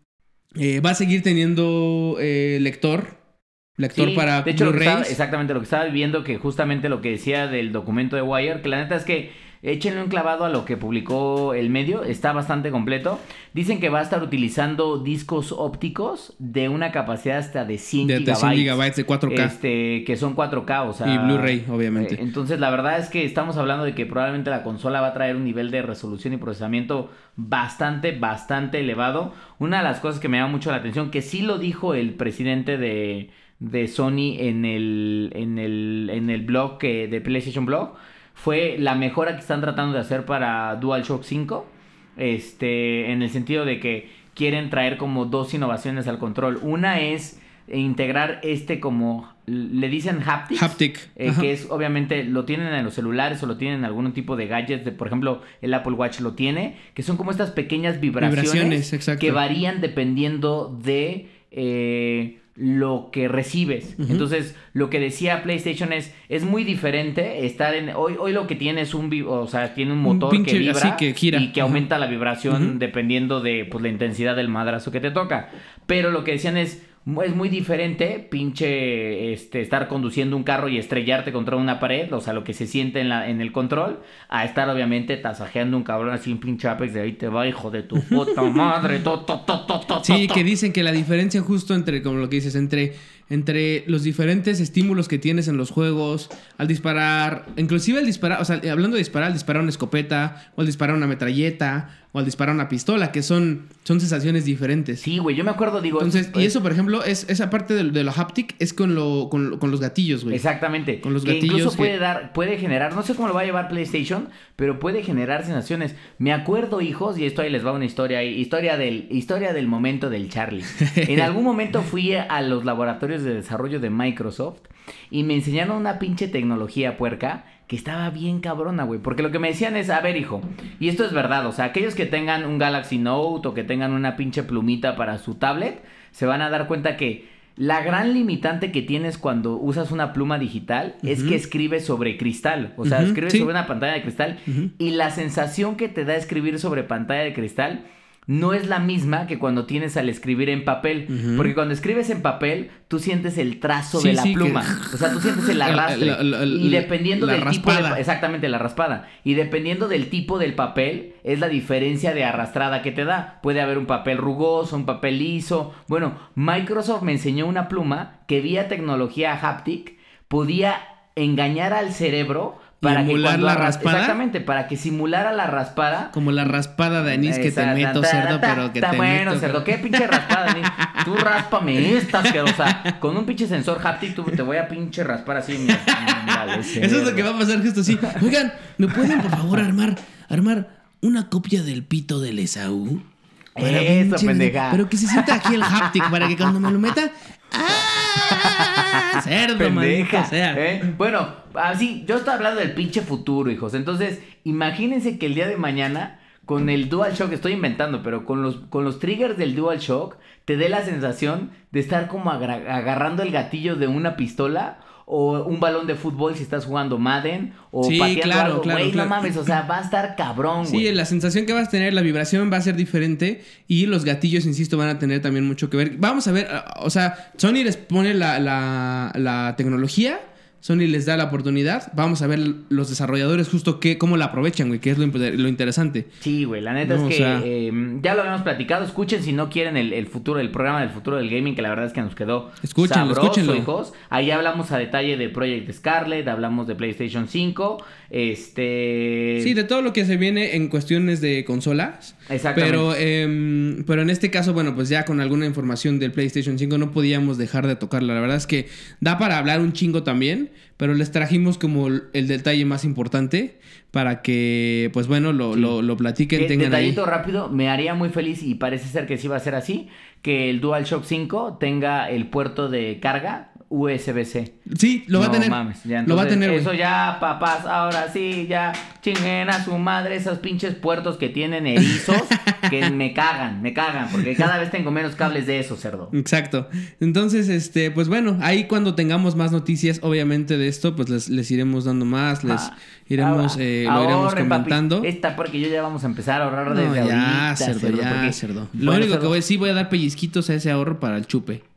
eh, va a seguir teniendo eh, lector, lector Sí, para de hecho, lo que estaba- Blu-rays. exactamente lo que estaba viendo, que justamente lo que decía del documento de Wire, que la neta es que échenle un clavado a lo que publicó el medio, está bastante completo. Dicen que va a estar utilizando discos ópticos de una capacidad hasta de cien de, gigabytes. De cien gigabytes de cuatro K. Este, que son cuatro K, o sea... Y Blu-ray, obviamente. Eh, entonces, la verdad es que estamos hablando de que probablemente la consola va a traer un nivel de resolución y procesamiento bastante, bastante elevado. Una de las cosas que me llama mucho la atención, que sí lo dijo el presidente de, de Sony en el, en el, en el blog que, de PlayStation Blog, fue la mejora que están tratando de hacer para DualShock cinco, este, en el sentido de que quieren traer como dos innovaciones al control. Una es integrar este como, le dicen haptics, Haptic, eh, que es obviamente, lo tienen en los celulares o lo tienen en algún tipo de gadgets, de, por ejemplo, el Apple Watch lo tiene, que son como estas pequeñas vibraciones, Vibraciones, exacto. que varían dependiendo de... Eh, lo que recibes. Uh-huh. Entonces, lo que decía PlayStation es, es muy diferente estar en... Hoy, hoy lo que tiene es un... O sea, tiene un motor un que vibra así que gira. Y que uh-huh. aumenta la vibración uh-huh. dependiendo de pues, la intensidad del madrazo que te toca. Pero lo que decían es... Es muy diferente, pinche, este, estar conduciendo un carro y estrellarte contra una pared, o sea, lo que se siente en, la, en el control, a estar obviamente tasajeando un cabrón así, un pinche Apex, de ahí te va, hijo de tu puta madre, to, to, to, to, to, Sí, to. Que dicen que la diferencia justo entre, como lo que dices, entre, entre los diferentes estímulos que tienes en los juegos, al disparar, inclusive al disparar, o sea, hablando de disparar, al disparar una escopeta, o al disparar una metralleta, o al disparar una pistola, que son, son sensaciones diferentes. Sí, güey, yo me acuerdo, digo... Entonces, pues, y eso, por ejemplo, es esa parte de, de lo haptic es con, lo, con, con los gatillos, güey. Exactamente. Con los que gatillos incluso que... puede dar, puede generar, no sé cómo lo va a llevar PlayStation, pero puede generar sensaciones. Me acuerdo, hijos, y esto ahí les va una historia, historia del, historia del momento del Charlie. En algún momento fui a los laboratorios de desarrollo de Microsoft y me enseñaron una pinche tecnología puerca que estaba bien cabrona, güey. Porque lo que me decían es, a ver, hijo, y esto es verdad, o sea, aquellos que tengan un Galaxy Note o que tengan una pinche plumita para su tablet, se van a dar cuenta que la gran limitante que tienes cuando usas una pluma digital uh-huh. es que escribes sobre cristal. O sea, uh-huh, escribes sí. sobre una pantalla de cristal uh-huh. y la sensación que te da escribir sobre pantalla de cristal no es la misma que cuando tienes al escribir en papel. Uh-huh. Porque cuando escribes en papel, tú sientes el trazo sí, de la sí, pluma. Que... O sea, tú sientes el arrastre. La, la, la, y dependiendo del raspada. tipo de... Exactamente, la raspada. Y dependiendo del tipo del papel, es la diferencia de arrastrada que te da. Puede haber un papel rugoso, un papel liso. Bueno, Microsoft me enseñó una pluma que vía tecnología haptic podía engañar al cerebro para emular que la raspada. Exactamente, para que simulara la raspada. Como la raspada de anís que te meto, cerdo, pero que te meto. Bueno, cerdo, ¿qué pinche raspada de anís? Tú ráspame esta, o sea, con un pinche sensor haptic te voy a pinche raspar así. Mira, mira, eso es lo que va a pasar justo así. Oigan, ¿me pueden por favor armar, armar una copia del pito del Esaú? Para Eso, pinche, pendeja. Pero que se sienta aquí el haptic para que cuando me lo meta... ¡Ah! Cerdo, pendeja. Sea. ¿Eh? Bueno, así, yo estoy hablando del pinche futuro, hijos. Entonces, imagínense que el día de mañana, con el DualShock, estoy inventando, pero con los, con los triggers del DualShock, te dé la sensación de estar como agar- agarrando el gatillo de una pistola o un balón de fútbol si estás jugando Madden o sí, pateando claro, algo, claro, güey, claro. no mames, o sea, va a estar cabrón, güey. Sí, la sensación que vas a tener, la vibración va a ser diferente y los gatillos, insisto, van a tener también mucho que ver. Vamos a ver, o sea, Sony les pone la, la, la tecnología, Sony les da la oportunidad. Vamos a ver los desarrolladores justo qué, cómo la aprovechan, güey, que es lo, lo interesante. Sí, güey, la neta no, es que o sea... eh, ya lo habíamos platicado. Escuchen si no quieren el, el futuro, el programa del futuro del gaming, que la verdad es que nos quedó escúchenlo, sabroso, escúchenlo. hijos. Ahí hablamos a detalle de Project Scarlet, hablamos de PlayStation cinco, este... Sí, de todo lo que se viene en cuestiones de consolas. Exactamente. Pero, eh, pero en este caso, bueno, pues ya con alguna información del PlayStation cinco no podíamos dejar de tocarla. La verdad es que da para hablar un chingo también, pero les trajimos como el detalle más importante para que, pues bueno, lo, sí. lo, lo platiquen, que, tengan detallito ahí. rápido, me haría muy feliz y parece ser que sí va a ser así, que el DualShock cinco tenga el puerto de carga U S B C. Sí, lo va no, a tener. Mames, ya, entonces, lo va a tener. Eso wey. ya, papás, ahora sí, ya chinguen a su madre esos pinches puertos que tienen erizos que me cagan, me cagan, porque cada vez tengo menos cables de eso, cerdo. Exacto. Entonces, este, pues bueno, ahí cuando tengamos más noticias, obviamente de esto, pues les, les iremos dando más, les ah, iremos, ahora, eh, lo iremos comentando. Papi, esta porque yo ya vamos a empezar a ahorrar desde no, ya, ahorita, cerdo, cerdo, ya, porque, cerdo. Bueno, lo único cerdo. que voy sí voy a dar pellizquitos a ese ahorro para el chupe.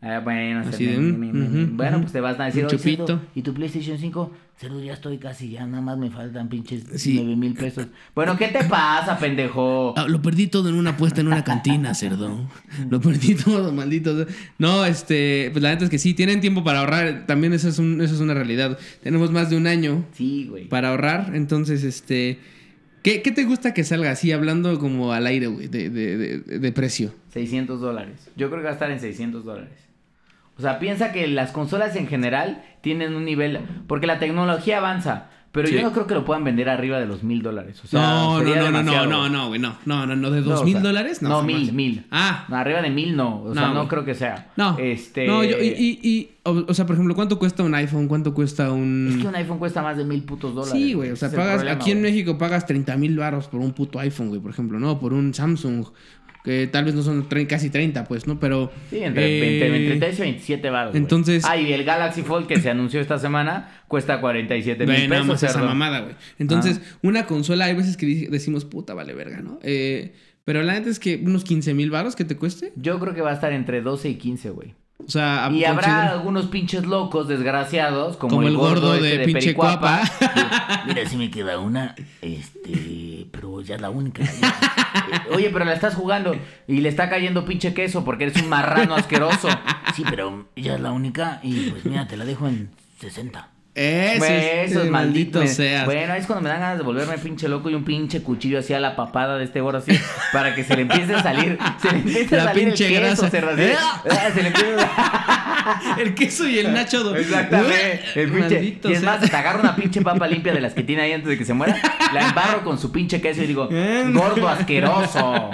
Ah, bueno, Así se de, me- mm, me- me- ujú, bueno, ujú. pues te vas a decir, Un oye, chupito. Cerdo, ¿y tu PlayStation cinco? Cerdo, ya estoy casi, ya nada más me faltan pinches Sí. nueve mil pesos. Bueno, ¿qué te pasa, pendejo? Ah, lo perdí todo en una apuesta en una cantina, cerdo. Lo perdí todo, maldito. No, este, pues la neta es que sí, tienen tiempo para ahorrar. También eso es, un, eso es una realidad. Tenemos más de un año Sí, güey. para ahorrar. Entonces, este, ¿qué, qué te gusta que salga así, hablando como al aire, güey, de, de, de, de precio? seiscientos dólares. Yo creo que va a estar en seiscientos dólares. O sea, piensa que las consolas en general tienen un nivel... Porque la tecnología avanza. Pero Sí. yo no creo que lo puedan vender arriba de los mil dólares. O sea, No, no, sería no, no, no, demasiado. no, no, güey, no, no, no, no, de No, dos o mil sea, dólares, no. No, jamás. mil, mil. Ah, No, arriba de mil no. O sea, No, no, güey. creo que sea. no. Este... No, yo, y, y, y o, o sea, por ejemplo, ¿cuánto cuesta un iPhone? ¿Cuánto cuesta un...? Es que un iPhone cuesta más de mil putos dólares. Sí, güey, o sea, Ese es el pagas, problema, aquí en güey. México pagas treinta mil baros por un puto iPhone, güey, por ejemplo, ¿no? Por un Samsung, que tal vez no son tre- casi treinta, pues, ¿no? Pero... Sí, entre, eh, veinte, entre treinta y veintisiete baros. güey. entonces- Ah, y el Galaxy Fold que se anunció esta semana cuesta cuarenta y siete Ve mil nada pesos. más esa cerdo. mamada, güey. Entonces, una consola, hay veces que di- decimos, puta, vale verga, ¿no? Eh, pero la neta es que unos quince mil baros que te cueste. Yo creo que va a estar entre doce y quince, güey. O sea, a- Y habrá considera- algunos pinches locos, desgraciados, como, Como el gordo ese de pinche Pericuapa. Cuapa. Mira, si me queda una, este, pero ya es la única. ya. Eh, Oye, pero la estás jugando y le está cayendo pinche queso porque eres un marrano asqueroso. Sí, pero ya es la única y pues mira, te la dejo en sesenta. Eso, Eso es maldito maldito seas. Bueno, ahí es cuando me dan ganas de volverme pinche loco y un pinche cuchillo así a la papada de este gordo así para que se le empiece a salir, se le empiece La a salir pinche el queso, grasa. cerdo, así. Ah, se le empieza a... El queso y el nacho. do- Exactamente. El pinche. Maldito Y es sea. más, te agarro una pinche papa limpia de las que tiene ahí antes de que se muera, la embarro con su pinche queso y digo, Eh. gordo asqueroso.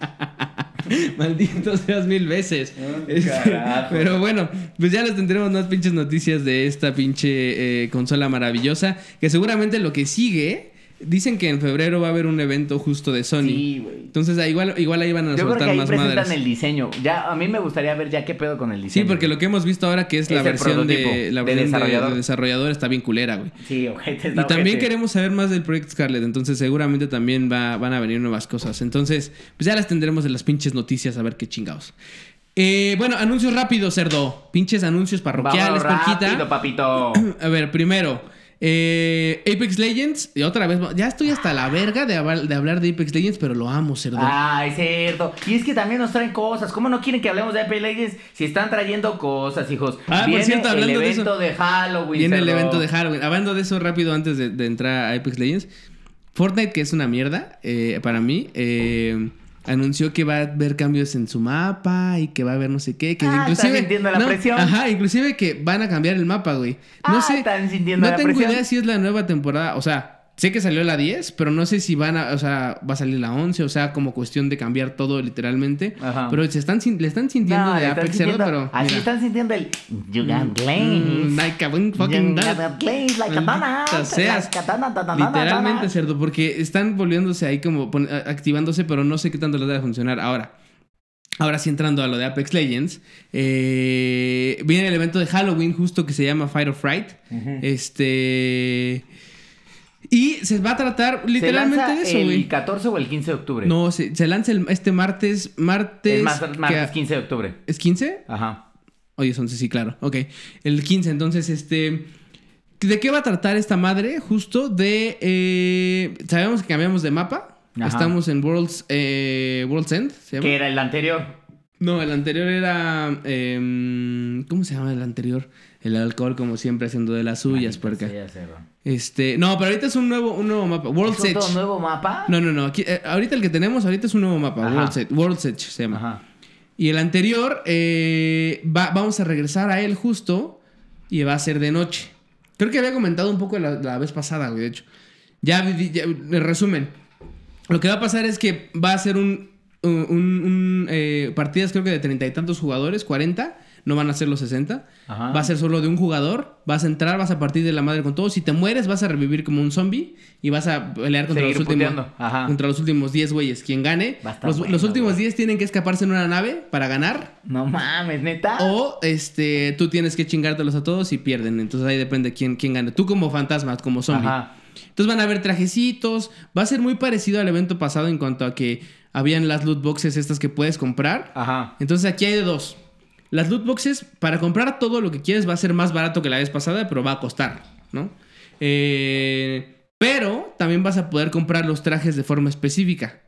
Maldito seas mil veces. Ah, Este, carajo. pero bueno, pues ya les tendremos más pinches noticias de esta pinche eh, consola maravillosa. Que seguramente lo que sigue, dicen que en febrero va a haber un evento justo de Sony. Sí, güey. Entonces ah, igual, igual ahí van a Yo creo que soltar ahí más presentan madres. el diseño. Ya, a mí me gustaría ver ya qué pedo con el Sí, diseño. porque lo que hemos visto ahora que es, Es la el versión de prototipo la de versión de desarrollador. de desarrollador está bien culera, güey. Sí, ojete, Y está también ojete. queremos saber más del Project Scarlet, entonces seguramente también va, van a venir nuevas cosas. Entonces, pues ya las tendremos en las pinches noticias a ver qué chingados. Eh, bueno, anuncios rápidos, cerdo. Pinches anuncios parroquiales, Vámonos Porquita. rápido, papito. A ver, primero, eh, Apex Legends. Y otra vez, ya estoy hasta la verga de, hablar- de hablar de Apex Legends, pero lo amo, cerdo. Ay, cierto. Y es que también nos traen cosas. ¿Cómo no quieren que hablemos de Apex Legends si están trayendo cosas, hijos? Ah, por Viene cierto, el hablando de evento eso. de, Halloween. Viene el cerdo. evento de Halloween. Hablando de eso rápido antes de, de entrar a Apex Legends. Fortnite, que es una mierda eh, para mí, eh, anunció que va a haber cambios en su mapa y que va a haber no sé qué. Que Ah, inclusive, ¿están sintiendo la no, presión? Ajá, inclusive que van a cambiar el mapa, güey. No Ah, sé. están sintiendo no la tengo presión. idea si es la nueva temporada. O sea, sé que salió la diez, pero no sé si van a, o sea, va a salir la once, o sea, como cuestión de cambiar todo literalmente. Ajá. Pero se están, sin- le están sintiendo No, de le están Apex Cerdo, sintiendo- pero. Así mira. están sintiendo el. You got glaze. Mm, like a fucking You dog. got glaze like a Maldita donut, seas. like a donut, donut, donut, Literalmente, donut. cerdo, porque están volviéndose ahí como pon- a- activándose, pero no sé qué tanto les va a funcionar. Ahora, ahora sí entrando a lo de Apex Legends, eh, viene el evento de Halloween justo que se llama Fight or Fright. Ujú. Este. Y se va a tratar literalmente ¿Se de lanza eso, güey. el catorce o el quince de octubre? No, se, se lanza el- este martes. Martes. Es más, martes que- quince de octubre. ¿Es quince? Ajá. Oye, es once, sí, claro. Ok. El quince, entonces, este. ¿De qué va a tratar esta madre? Justo de. eh, sabemos que cambiamos de mapa. Ajá. Estamos en World's, eh, World's End. ¿Se llama? Que era el anterior. No, el anterior era. em, ¿Cómo se llama el anterior? El alcohol, como siempre, haciendo de las suyas, puerca. Sí, ya sé, bro. Este. No, pero ahorita es un nuevo, un nuevo mapa. World's ¿Es Edge. otro nuevo mapa? No, no, no. Aquí, eh, ahorita el que tenemos, ahorita es un nuevo mapa. Ajá. World's Edge, World's Edge se llama. Ajá. Y el anterior, eh, va- vamos a regresar a él justo y va a ser de noche. Creo que había comentado un poco la, la vez pasada, güey, de hecho. Ya, vi- ya, en resumen, lo que va a pasar es que va a ser un, un, un, eh, partidas creo que de treinta y tantos jugadores, cuarenta, no van a ser los sesenta. Ajá. Va a ser solo de un jugador, vas a entrar, vas a partir de la madre con todos. Si te mueres, vas a revivir como un zombie y vas a pelear contra, Seguir los últimos, puteando. Ajá. contra los últimos diez güeyes. Quien gane, Va a estar los, bueno, los últimos güey. diez tienen que escaparse en una nave para ganar. No mames, neta. O este, tú tienes que chingártelos a todos y pierden. Entonces ahí depende quién, quién gane. Tú como fantasma, como zombie. Ajá. Entonces van a haber trajecitos. Va a ser muy parecido al evento pasado en cuanto a que habían las loot boxes estas que puedes comprar. Ajá. Entonces aquí hay de dos. las loot boxes, para comprar todo lo que quieres, va a ser más barato que la vez pasada, pero va a costar, ¿no? Eh, pero también vas a poder comprar los trajes de forma específica.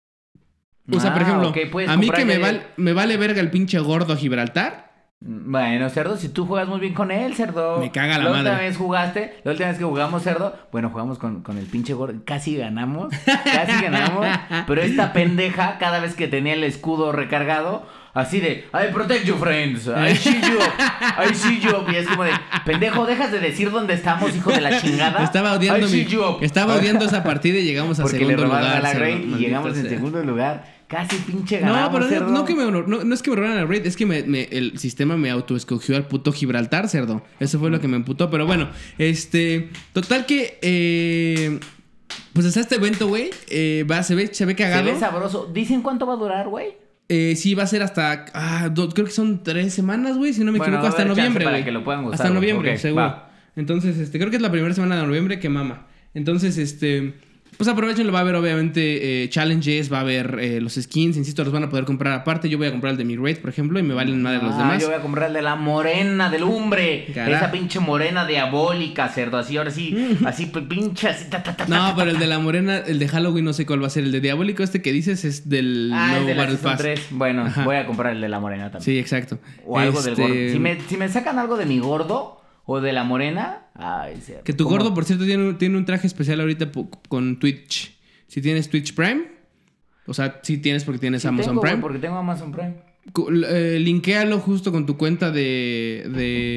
O sea, por Ah, ejemplo, ok, puedes a mí que comprar me, el- val- me vale verga el pinche gordo Gibraltar. Bueno, Cerdo, si tú juegas muy bien con él, Cerdo. Me caga la La última madre. vez jugaste, la última vez que jugamos, Cerdo, bueno, jugamos con, con el pinche gordo, casi ganamos, casi ganamos, pero esta pendeja, cada vez que tenía el escudo recargado, así de, I protect you, friends, I see you, I see you, y es como de, pendejo, dejas de decir dónde estamos, hijo de la chingada. Estaba odiando I see mi, you. estaba odiando esa partida y llegamos a Porque segundo le robaron lugar. a la cerdo, raid y maldito llegamos en sea. segundo lugar. Casi pinche ganamos, No, pero Cerdo. no, no que me, no, no es que me robaran la raid, es que me, me- el sistema me autoescogió al puto Gibraltar, cerdo. Eso fue lo que me emputó. Pero bueno, este. Total que. Eh, pues hasta este evento, güey. Eh, va, se ve, se ve Se cagado. ve sabroso. ¿Dicen cuánto va a durar, güey? Eh, sí, va a ser hasta. Ah, do- creo que son tres semanas, güey. Si no me Bueno, equivoco, va a hasta haber chance noviembre, para güey. que lo puedan gustar, Hasta güey. noviembre, Ok, seguro. va. Entonces, este, creo que es la primera semana de noviembre que mama. Entonces, este. Pues aprovechenlo, va a haber obviamente eh, challenges, va a haber eh, los skins, insisto, los van a poder comprar aparte. Yo voy a comprar el de mi raid, por ejemplo, y me valen más de los Ah, demás. yo voy a comprar el de la morena, del lumbre. Carajo. Esa pinche morena diabólica, Cerdo. Así, ahora sí, así p- pinche, así, ta, ta, ta, No, ta, pero ta, el de ta. la morena, el de Halloween no sé cuál va a ser. El de diabólico este que dices es del Ah, es nuevo de la Battle Season Pass. tres. Bueno, Ajá. voy a comprar el de la morena también. Sí, exacto. O algo del Este, gordo. Si me, si me sacan algo de mi gordo o de la morena, ay, Cerdo. Que tu ¿cómo? gordo, por cierto, tiene, un- tiene un traje especial ahorita po- con Twitch. Si tienes Twitch Prime, o sea, sí tienes porque tienes Sí Amazon tengo, güey, Prime. porque tengo Amazon Prime. Cu- eh, linkéalo justo con tu cuenta de,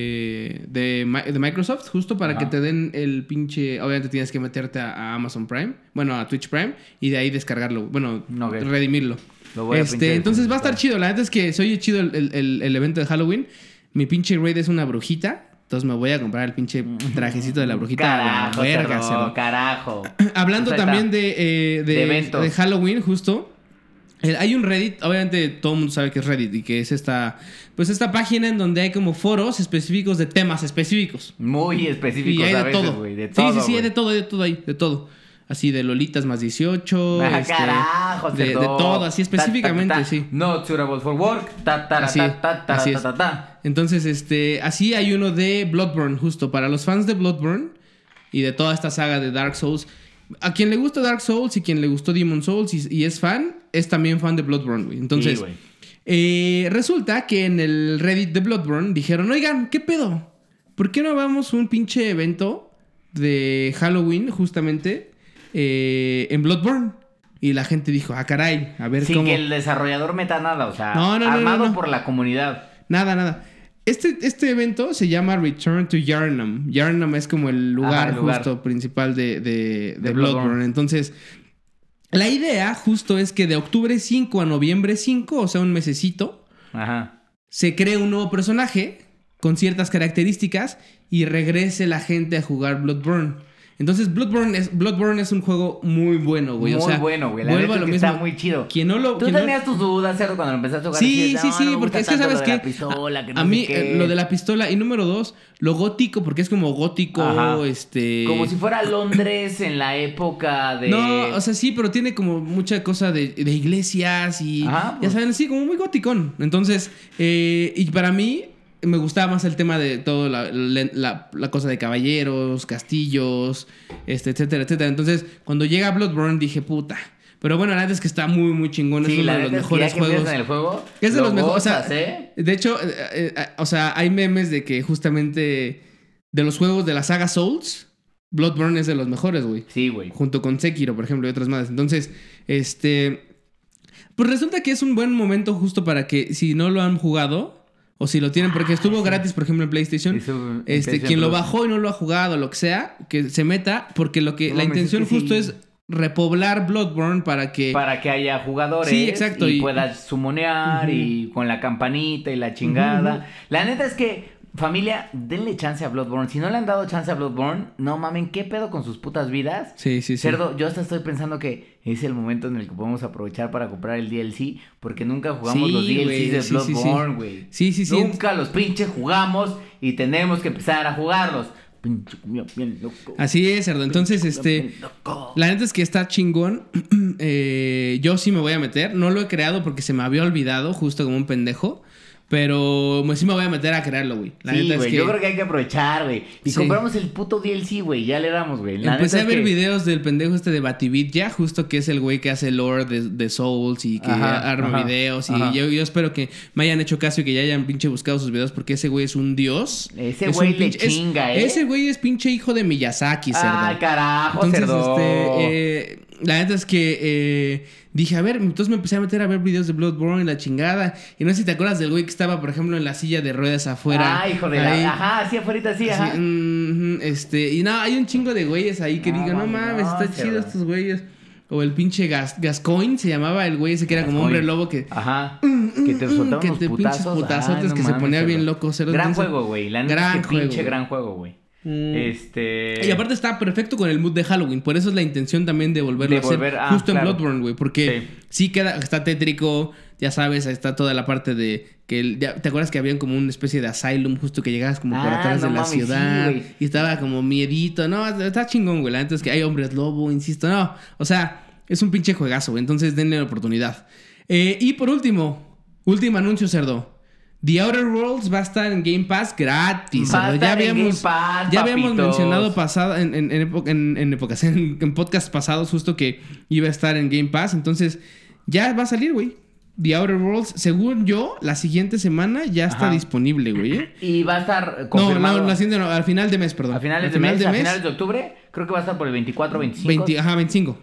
de, de, Mi- de Microsoft, justo para Ajá. que te den el pinche. Obviamente tienes que meterte a, a Amazon Prime, bueno, a Twitch Prime, y de ahí descargarlo, bueno, Ok. redimirlo. Lo voy a Este, pinche entonces va a estar desconectar. chido. La neta es que se oye chido el, el- el- el evento de Halloween. Mi pinche raid es una brujita. Entonces me voy a comprar el pinche trajecito de la brujita. a la Carajo, verga, Cerdo, cerdo. carajo. Hablando Pues ahí también está. de, eh, de, De eventos. de Halloween, justo. eh, hay un Reddit, obviamente todo el mundo sabe que es Reddit y que es esta, pues esta página en donde hay como foros específicos de temas específicos. Muy Y específicos hay a de veces, todo. güey. De sí, todo, sí, sí, hay güey. de todo, hay de todo ahí, de todo. Así de Lolitas más dieciocho. Ah, este, carajo, de, de Cerdo. todo, así específicamente, Ta, ta, ta, ta. sí. Not suitable for work. Ta, ta, Así, ta, ta, ta, así ta, es. ta, ta. Entonces, este, así hay uno de Bloodborne, justo para los fans de Bloodborne y de toda esta saga de Dark Souls. A quien le gusta Dark Souls y quien le gustó Demon Souls y, y es fan, es también fan de Bloodborne, güey. Entonces, Sí, güey. eh, resulta que en el Reddit de Bloodborne dijeron, oigan, ¿qué pedo? ¿Por qué no vamos a un pinche evento de Halloween, justamente, eh, en Bloodborne? Y la gente dijo, ah, caray, a ver Sin cómo... que el desarrollador meta nada, o sea, No, no, no, armado no, no. por la comunidad. Nada, nada. Este, este evento se llama Return to Yharnam. Yharnam es como el lugar, Ajá, el lugar. justo principal de, de, de De Bloodborne. Bloodborne. Entonces, la idea justo es que de octubre cinco a noviembre cinco, o sea, un mesecito, Ajá. se cree un nuevo personaje con ciertas características y regrese la gente a jugar Bloodborne. Entonces, Bloodborne es, Bloodborne es un juego muy bueno, güey. Muy o sea, bueno, güey. La vuelvo neta a lo es que mismo. está muy chido. Quien no lo, Tú quien no- tenías tus dudas, Cerdo, cuando lo empezaste a jugar. Sí, decías, sí, "No, sí, no me porque gusta es que tanto sabes lo que de la pistola, que no a sé mí qué". eh, lo de la pistola y número dos, lo gótico porque es como gótico, Ajá. este Como si fuera Londres en la época de... no, o sea, sí, pero tiene como mucha cosa de, de iglesias y Ajá, ya pues. saben, sí, como muy goticón. Entonces, eh, y para mí me gustaba más el tema de todo la, la, la- la cosa de caballeros, castillos, este, etcétera, etcétera. Entonces, cuando llega Bloodborne dije, puta. Pero bueno, la verdad es que está muy, muy chingón. Sí, es uno la de los neta es que mejores ya que empiezas juegos. en el juego, Es de lo los mejores. O sea, gozas, ¿eh? de hecho, eh, eh, eh, o sea, hay memes de que justamente de los juegos de la saga Souls, Bloodborne es de los mejores, güey. Sí, güey. Junto con Sekiro, por ejemplo, y otras más. Entonces, este. Pues resulta que es un buen momento justo para que, si no lo han jugado, o si lo tienen, porque estuvo gratis, por ejemplo, en PlayStation. Eso, en Este, PlayStation quien lo Plus. bajó y no lo ha jugado, lo que sea, que se meta, porque lo que No la mames, intención es que justo sí. es repoblar Bloodborne para que. Para que haya jugadores Sí, exacto, y, y- puedas sumonear Ujú. y con la campanita y la chingada. Ujú, ujú. La neta es que, familia, denle chance a Bloodborne. Si no le han dado chance a Bloodborne, no mamen, ¿qué pedo con sus putas vidas? Sí, sí, sí. Cerdo, yo hasta estoy pensando que es el momento en el que podemos aprovechar para comprar el D L C, porque nunca jugamos Sí, los D L Cs güey, de sí, sí, sí. Bloodborne, güey. Sí, sí, sí. Nunca los pinches jugamos y tenemos que empezar a jugarlos. Pinche cumbia bien loco. Así es, cerdo. Entonces, Pinche cumbia este. bien loco. La neta es que está chingón. Eh, yo sí me voy a meter. No lo he creado porque se me había olvidado, justo como un pendejo. Pero pues, sí me voy a meter a crearlo, güey. La sí, neta güey, es que... yo creo que hay que aprovechar, güey. Y Sí. compramos el puto D L C, güey, ya le damos, güey. La Empecé a neta es ver que- videos del pendejo este de Batibitya, justo que es el güey que hace lore de, de Souls y que Ajá, arma ajá, videos. Y ajá. yo, yo espero que me hayan hecho caso y que ya hayan pinche buscado sus videos porque ese güey es un dios. Ese Es güey un le pinche- es- chinga, ¿eh? Ese güey es pinche hijo de Miyazaki, cerdo. Ay, carajo, Entonces, cerdo. este, eh, la neta es que eh, dije, a ver, entonces me empecé a meter a ver videos de Bloodborne y la chingada. Y no sé si te acuerdas del güey que estaba, por ejemplo, en la silla de ruedas afuera. Ah, hijo de ahí. la... Ajá, sí, afuera, sí, ajá. Sí, mm, este, y no, hay un chingo de güeyes ahí que No, digan, no mami, mames, no, está chido cerdo. estos güeyes. O el pinche Gas, Gascoigne se llamaba el güey ese que era como Gascoigne. hombre lobo que... Ajá. Que te soltaban que unos te pinches putazos. putazotes Ay, no que se mames, ponía cerdo. bien loco, cerdo. Gran Entonces, juego, güey. La neta gran es que juego, pinche güey. gran juego, güey. Mm. Este... Y aparte está perfecto con el mood de Halloween. Por eso es la intención también de volverlo De a hacer volver- ah, justo claro. en Bloodborne, güey. Porque sí. queda, está tétrico. Ya sabes, está toda la parte de que el- ya, ¿te acuerdas que habían como una especie de asylum justo que llegabas como por Ah, atrás no de la mames, sí, ciudad? güey. Y estaba como miedito. No, está chingón, güey. La neta es que hay hombres lobo, insisto. No, o sea, es un pinche juegazo, güey. Entonces denle la oportunidad. Eh, y por último, último anuncio, cerdo. The Outer Worlds va a estar en Game Pass gratis. Va a cerdo. Ya estar en habíamos, Game Pass, ya habíamos papitos. mencionado pasado, en, en, en, epo- en- en épocas, en, en podcast pasados, justo que iba a estar en Game Pass. Entonces, ya va a salir, güey. The Outer Worlds, según yo, la siguiente semana ya está Ajá. disponible, güey. ¿eh? Y va a estar No, confirmado... no, la siguiente no, al final de mes, perdón. A finales Al de final mes, a finales de octubre, creo que va a estar por el veinticuatro, veinticinco. veinte, ajá, veinticinco.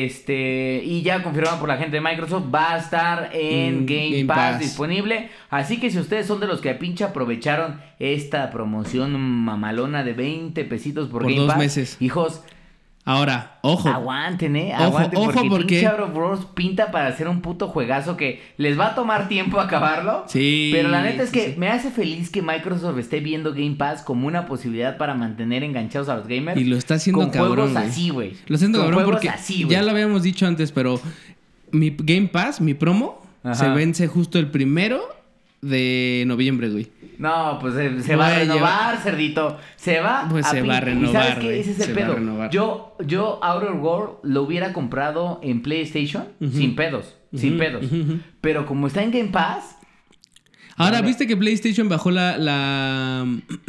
Este, y ya confirmado por la gente de Microsoft, va a estar en Mm, Game, Game Pass, Pass. disponible. Así que si ustedes son de los que pinche aprovecharon esta promoción mamalona de veinte pesitos por, Por Game dos Pass, meses. hijos, Ahora, ojo. aguanten, eh, Ojo, aguanten ojo, porque, porque- pinche Outer Worlds pinta para hacer un puto juegazo que les va a tomar tiempo acabarlo. Sí. Pero la neta es sí, que sí. me hace feliz que Microsoft esté viendo Game Pass como una posibilidad para mantener enganchados a los gamers. Y lo está haciendo con cabrón, juegos güey. así, güey. Lo siento, Con cabrón, juegos porque así, güey. ya lo habíamos dicho antes, pero mi Game Pass, mi promo, Ajá. se vence justo el primero de noviembre, güey. No, pues se, se va a Güey, renovar, cerdito. Se va Pues se pin- va a ¿Y renovar, sabes qué? güey. Ese es el Se va a pedo. renovar. Yo, yo Outer World lo hubiera comprado en PlayStation Ujú. sin pedos. Sin Ujú, pedos. ujú, ujú. Pero como está en Game Pass... Ahora, Vale. ¿viste que PlayStation bajó la, la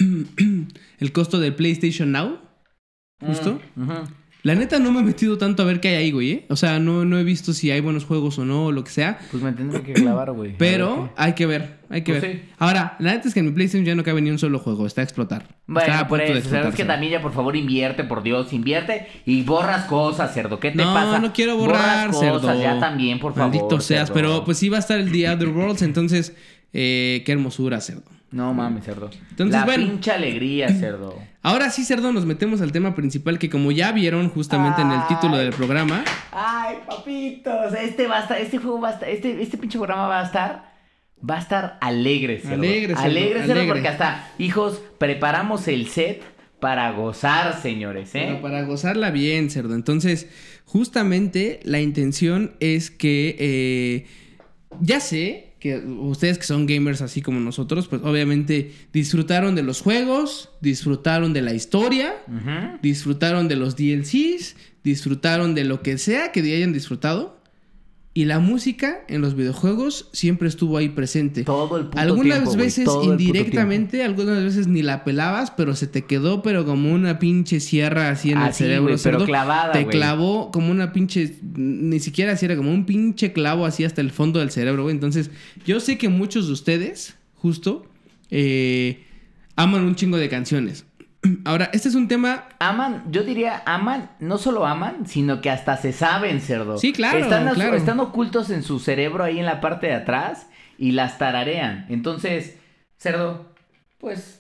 el costo del PlayStation Now? Justo. Mm, ujú. La neta no me he metido tanto a ver qué hay ahí, güey, ¿eh? O sea, no, no he visto si hay buenos juegos o no, o lo que sea. Pues me tendré que clavar, güey. A Pero ver qué. hay que ver, hay que Pues ver. sí. Ahora, la neta es que en mi PlayStation ya no cabe ni un solo juego, está a explotar. Está Bueno, a por punto de eso, ¿sabes que explotarse. también ya por favor invierte, por Dios, invierte y borras cosas, cerdo? ¿Qué te No, pasa? no quiero borrar, Borras cerdo. cosas, ya también, por favor. Maldito seas, cerdo. pero pues sí va a estar el The Other Worlds, entonces, eh, qué hermosura, cerdo. No mames, cerdo. Entonces, La bueno. pinche alegría, cerdo. Ahora sí, cerdo, nos metemos al tema principal que como ya vieron justamente en el Ay. título del programa, Ay, papitos, este va a estar, este juego va a estar, este, este pinche programa va a estar, va a estar alegre, cerdo. Alegre, cerdo, Alegre, cerdo, alegre. porque hasta, hijos, preparamos el set para gozar, señores, ¿eh? pero para gozarla bien, cerdo. Entonces, justamente la intención es que eh, ya sé que ustedes que son gamers así como nosotros, pues obviamente disfrutaron de los juegos, disfrutaron de la historia, Ujú. disfrutaron de los D L Cs, disfrutaron de lo que sea que hayan disfrutado. Y la música en los videojuegos siempre estuvo ahí presente. Todo el puto Algunas tiempo, güey, veces todo el puto indirectamente, algunas veces ni la pelabas, pero se te quedó, pero como una pinche sierra así en el Así, cerebro. güey, pero cerdo. clavada, Te güey. clavó como una pinche, ni siquiera así era, como un pinche clavo así hasta el fondo del cerebro, güey. Entonces, yo sé que muchos de ustedes, justo, eh, aman un chingo de canciones. Ahora, este es un tema... Aman, yo diría, aman, no solo aman, sino que hasta se saben, cerdo. Sí, claro, Están, as- claro. están ocultos en su cerebro ahí en la parte de atrás y las tararean. Entonces, cerdo, pues...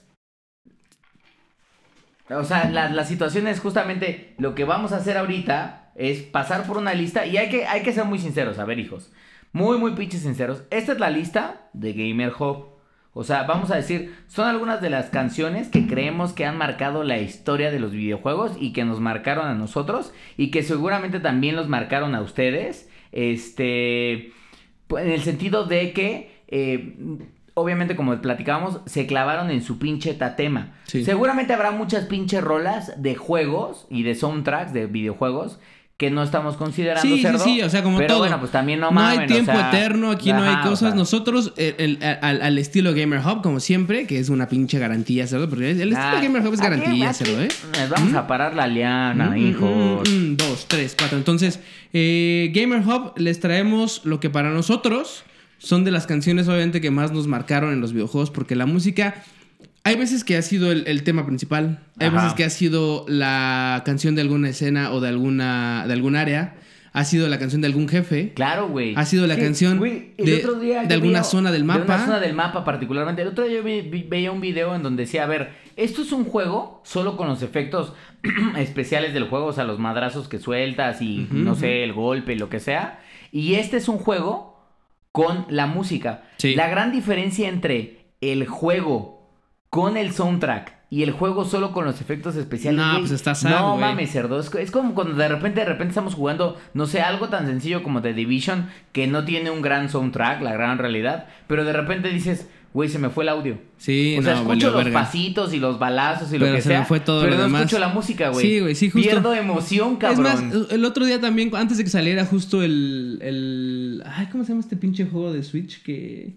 O sea, la, la situación es justamente lo que vamos a hacer ahorita es pasar por una lista y hay que, hay que ser muy sinceros, a ver, hijos. Muy, muy pinches sinceros. Esta es la lista de Gamer Hub. O sea, vamos a decir, son algunas de las canciones que creemos que han marcado la historia de los videojuegos y que nos marcaron a nosotros y que seguramente también los marcaron a ustedes. Este, en el sentido de que, eh, obviamente como platicábamos, se clavaron en su pinche tatema. Sí. Seguramente habrá muchas pinches rolas de juegos y de soundtracks de videojuegos que no estamos considerando, sí, cerdo. Sí, sí, o sea, como pero todo. bueno, pues también no No mamen, hay tiempo o sea, eterno, aquí ajá, no hay cosas. o sea, Nosotros, el, el, al, al estilo Gamer Hub, como siempre, que es una pinche garantía, cerdo, porque el estilo ah, Gamer Hub es aquí- garantía, aquí cerdo, ¿eh? Les vamos ¿Mm? a parar la liana, Mm, hijos. mm, mm, dos, tres, cuatro. Entonces, eh, Gamer Hub les traemos lo que para nosotros son de las canciones, obviamente, que más nos marcaron en los videojuegos, porque la música... Hay veces que ha sido el, el tema principal, hay Ajá. veces que ha sido la canción de alguna escena o de alguna de algún área, ha sido la canción de algún jefe, Claro, güey. ha sido la Sí, canción güey, el de, otro día de yo alguna veía- zona del mapa. De una zona del mapa particularmente. El otro día yo vi- vi- veía un video en donde decía, a ver, esto es un juego solo con los efectos especiales del juego, o sea, los madrazos que sueltas y Ujú, no ujú. sé, el golpe, lo que sea. Y este es un juego con la música. Sí. La gran diferencia entre el juego con el soundtrack y el juego solo con los efectos especiales. No, güey, pues está sad, No güey. mames, cerdo. Es, es como cuando de repente, de repente estamos jugando, no sé, algo tan sencillo como The Division, que no tiene un gran soundtrack, la gran realidad, pero de repente dices, güey, se me fue el audio. Sí, O sea, no, escucho valió los verga. pasitos y los balazos y Pero lo que se me sea, fue todo pero lo no demás. escucho la música, güey. Sí, güey, sí, justo. Pierdo emoción, Es cabrón. más, el otro día también, antes de que saliera justo el, el... Ay, ¿cómo se llama este pinche juego de Switch? Que...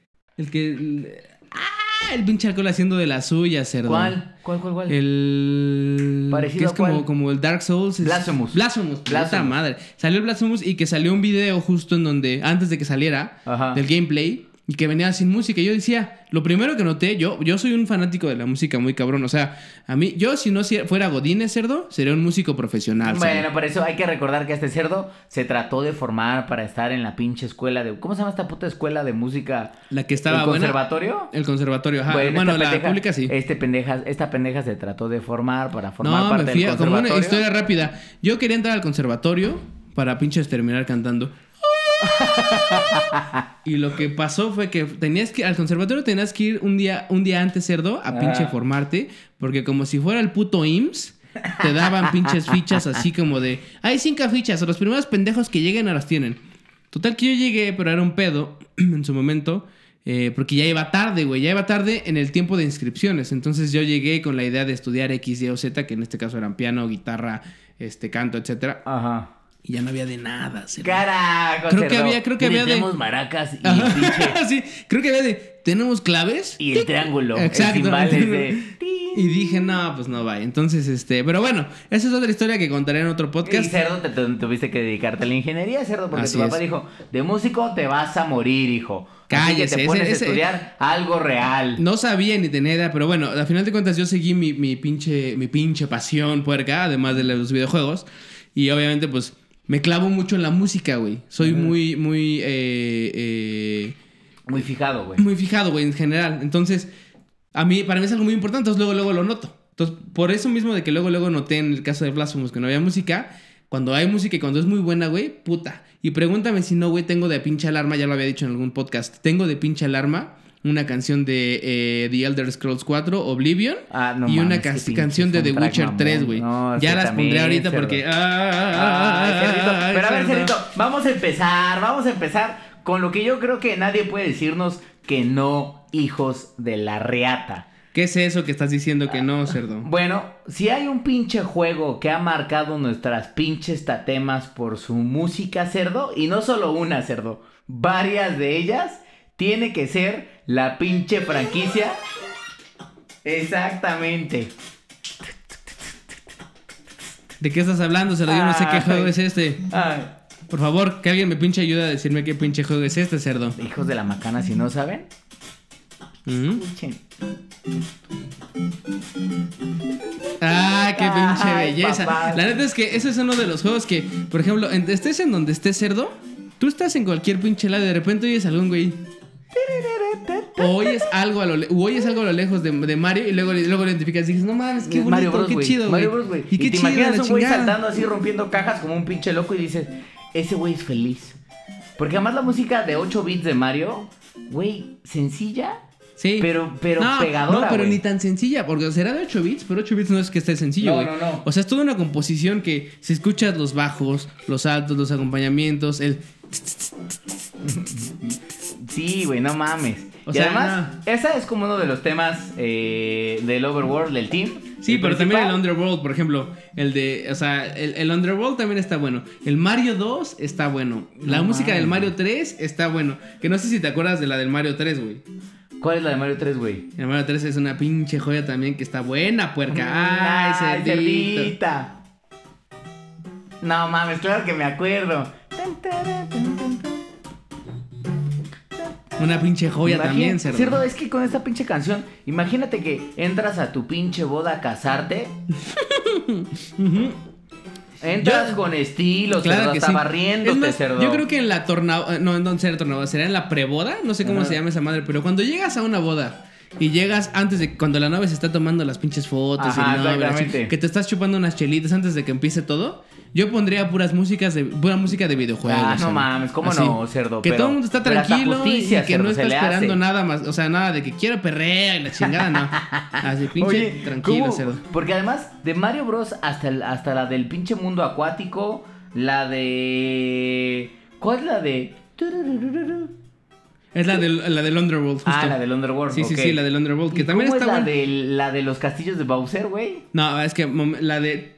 El que... el- ah, el pinche alcohol haciendo de la suya, cerdo. ¿Cuál? ¿Cuál, cuál, cuál? El... Parecido que es a cuál. como, como el Dark Souls. Es... Blasphemous. Blasphemous. Puta Blasphemous. madre. Salió el Blasphemous y que salió un video justo en donde... Antes de que saliera. Ajá. Del gameplay. Y que venía sin música. Y yo decía... Lo primero que noté... Yo, yo soy un fanático de la música muy cabrón. O sea... A mí... Yo si no si- fuera Godínez, cerdo... Sería un músico profesional. Bueno, cerdo. por eso hay que recordar que este cerdo se trató de formar para estar en la pinche escuela de... ¿Cómo se llama esta puta escuela de música? La que estaba ¿El buena. conservatorio? El conservatorio, ajá. Bueno, esta la pendeja- pública sí. Este pendeja, esta pendeja se trató de formar para formar No, parte me fui del a- como conservatorio. una historia rápida. Yo quería entrar al conservatorio para pinches terminar cantando. Y lo que pasó fue que tenías que al conservatorio tenías que ir un día un día antes, cerdo, a pinche Ah. formarte, porque como si fuera el puto I M S S te daban pinches fichas así como de, hay cinco fichas, los primeros pendejos que lleguen a las tienen. Total que yo llegué, pero era un pedo en su momento. Eh, porque ya iba tarde, güey. Ya iba tarde en el tiempo de inscripciones. Entonces yo llegué con la idea de estudiar X, Y o Z, que en este caso eran piano, guitarra, este, canto, etcétera. Ajá. Y ya no había de nada, cerdo. Carajo, Creo que cerdo. había- creo que Mire, había de- tenemos maracas y Ajá. pinche... Sí, creo que había de, ¿tenemos claves? Y el triángulo. Exacto. El timbal es de... Y dije, no, pues no va. Entonces, este... Pero bueno, esa es otra historia que contaré en otro Y podcast. cerdo, te, te- tuviste que dedicarte a la ingeniería, cerdo, porque Así tu papá es. dijo, de músico te vas a morir, hijo. Así que Cállese, te pones ese- a ese- estudiar algo real. No sabía ni tenía idea, pero bueno, al final de cuentas yo seguí mi, mi pinche mi pinche pasión puerca, además de los videojuegos. Y obviamente, pues, me clavo mucho en la música, güey. Soy Ujú. muy, muy, eh, eh, Muy fijado, güey. muy fijado, güey, en general. Entonces, a mí, para mí es algo muy importante, entonces luego, luego lo noto. Entonces, por eso mismo de que luego, luego noté en el caso de Blasphemous que no había música, cuando hay música y cuando es muy buena, güey, puta. Y pregúntame si no, güey, tengo de pinche alarma, ya lo había dicho en algún podcast, tengo de pinche alarma una canción de eh, The Elder Scrolls cuatro, Oblivion, Ah, no y una mames, ca- qué pinche canción de The soundtrack, Witcher mamón. tres, güey. No, es ya que las también, pondré ahorita cerdo. porque... Ay, cerdito. Ay, Pero a ver, cerdo. Cerdito, vamos a empezar, vamos a empezar con lo que yo creo que nadie puede decirnos que no, hijos de la reata. ¿Qué es eso que estás diciendo que no, cerdo? Bueno, si hay un pinche juego que ha marcado nuestras pinches tatemas por su música, cerdo, y no solo una, cerdo, varias de ellas, tiene que ser la pinche franquicia. Exactamente. ¿De qué estás hablando, cerdo? Yo no sé qué Ay. juego es este. Ay, Por favor, que alguien me pinche ayude a decirme qué pinche juego es este, cerdo. hijos de la macana, si no saben, ¿Mm? escuchen. Ah, qué pinche Ay, belleza. papá. La neta es que ese es uno de los juegos que, por ejemplo, en- estés en donde estés, cerdo, tú estás en cualquier pinche lado y de repente oyes algún güey. O oyes algo a lo, le- o oyes algo a lo lejos de, de Mario y luego, luego lo identificas y dices, no mames, qué Es bonito, Mario Bros, qué güey. chido, güey. Mario Bros, güey. Y qué te chido, imaginas la un güey chingada. saltando así, rompiendo cajas como un pinche loco y dices, ese güey es feliz. Porque además la música de ocho bits de Mario, güey, sencilla, Sí. pero, pero no, pegadora, No, pero güey. ni tan sencilla, porque será de ocho bits, pero ocho bits no es que esté sencillo, No, güey. no, no. O sea, es toda una composición que si escuchas los bajos, los altos, los acompañamientos, el... Sí, güey, no mames. O y sea, además, no. esa es como uno de los temas eh, del Overworld, del team. Sí, el pero principal. también el Underworld, por ejemplo, el de, o sea, el, el Underworld también está bueno. El Mario dos está bueno. La No música mames. del Mario tres está bueno. Que no sé si te acuerdas de la del Mario tres, güey. ¿Cuál es la de Mario tres, güey? El Mario tres es una pinche joya también que está buena, puerca. Ay, Ay, cerdito. cerdita. No mames, claro que me acuerdo. Una pinche joya Imagina- también, cerdo. Cerdo, es que con esta pinche canción, imagínate que entras a tu pinche boda a casarte. Entras Yo- con estilo, Claro cerdo, que hasta sí. barriéndote, Es más, cerdo. yo creo que en la tornado, no, no será tornado, será en la preboda, no sé cómo Ajá. se llama esa madre, pero cuando llegas a una boda y llegas antes de cuando la novia se está tomando las pinches fotos, Ajá, y el novio, la exactamente. chi- que te estás chupando unas chelitas antes de que empiece todo, yo pondría puras músicas de pura música de videojuegos. Ah, no cerdo. mames, ¿cómo Así. no, cerdo? Que Pero- todo el mundo está pero hasta tranquilo justicia, y que cerdo, no se está le esperando hace. nada más, o sea, nada de que quiero perrea y la chingada, no. Así pinche Oye, tranquilo, ¿cómo? cerdo. Porque además de Mario Bros hasta, el- hasta la del pinche mundo acuático, la de... ¿Cuál es la de...? Es la del, la del Underworld, justo. Ah, la del Underworld, Sí, sí, ok. sí, la del Underworld, que ¿Y también cómo está es la buena. de, la de los castillos de Bowser, güey? No, es que mom- la de...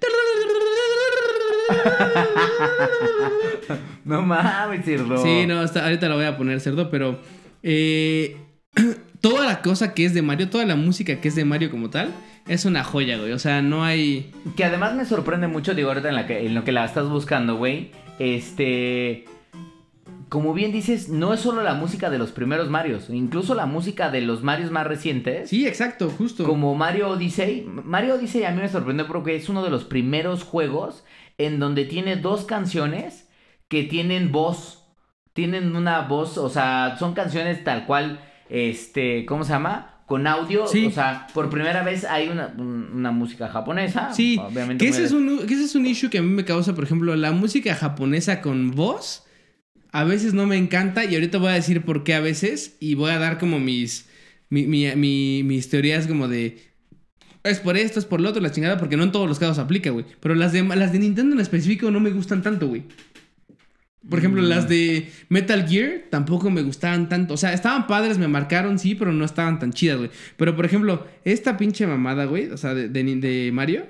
No mames, cerdo. Sí, no, hasta ahorita la voy a poner, cerdo, pero... eh, toda la cosa que es de Mario, toda la música que es de Mario como tal, es una joya, güey. O sea, no hay... Que además me sorprende mucho, digo, ahorita en, la que, en lo que la estás buscando, güey. Este... Como bien dices, no es solo la música de los primeros Marios, incluso la música de los Marios más recientes. Sí, exacto, justo. Como Mario Odyssey. Mario Odyssey a mí me sorprendió porque es uno de los primeros juegos en donde tiene dos canciones que tienen voz. Tienen una voz, o sea, son canciones tal cual, este, ¿cómo se llama? Con audio, Sí. o sea, por primera vez hay una, un- una música japonesa. Sí, obviamente. que muy ese, es de- un, que ese es un issue que a mí me causa, por ejemplo, la música japonesa con voz. A veces no me encanta y ahorita voy a decir por qué a veces y voy a dar como mis, mi, mi, mi- mis teorías como de... Es por esto, es por lo otro, la chingada, porque no en todos los casos aplica, güey. Pero las de, las de Nintendo en específico no me gustan tanto, güey. Por ejemplo, Mm. las de Metal Gear tampoco me gustaban tanto. O sea, estaban padres, me marcaron, sí, pero no estaban tan chidas, güey. Pero, por ejemplo, esta pinche mamada, güey, o sea, de, de, de Mario...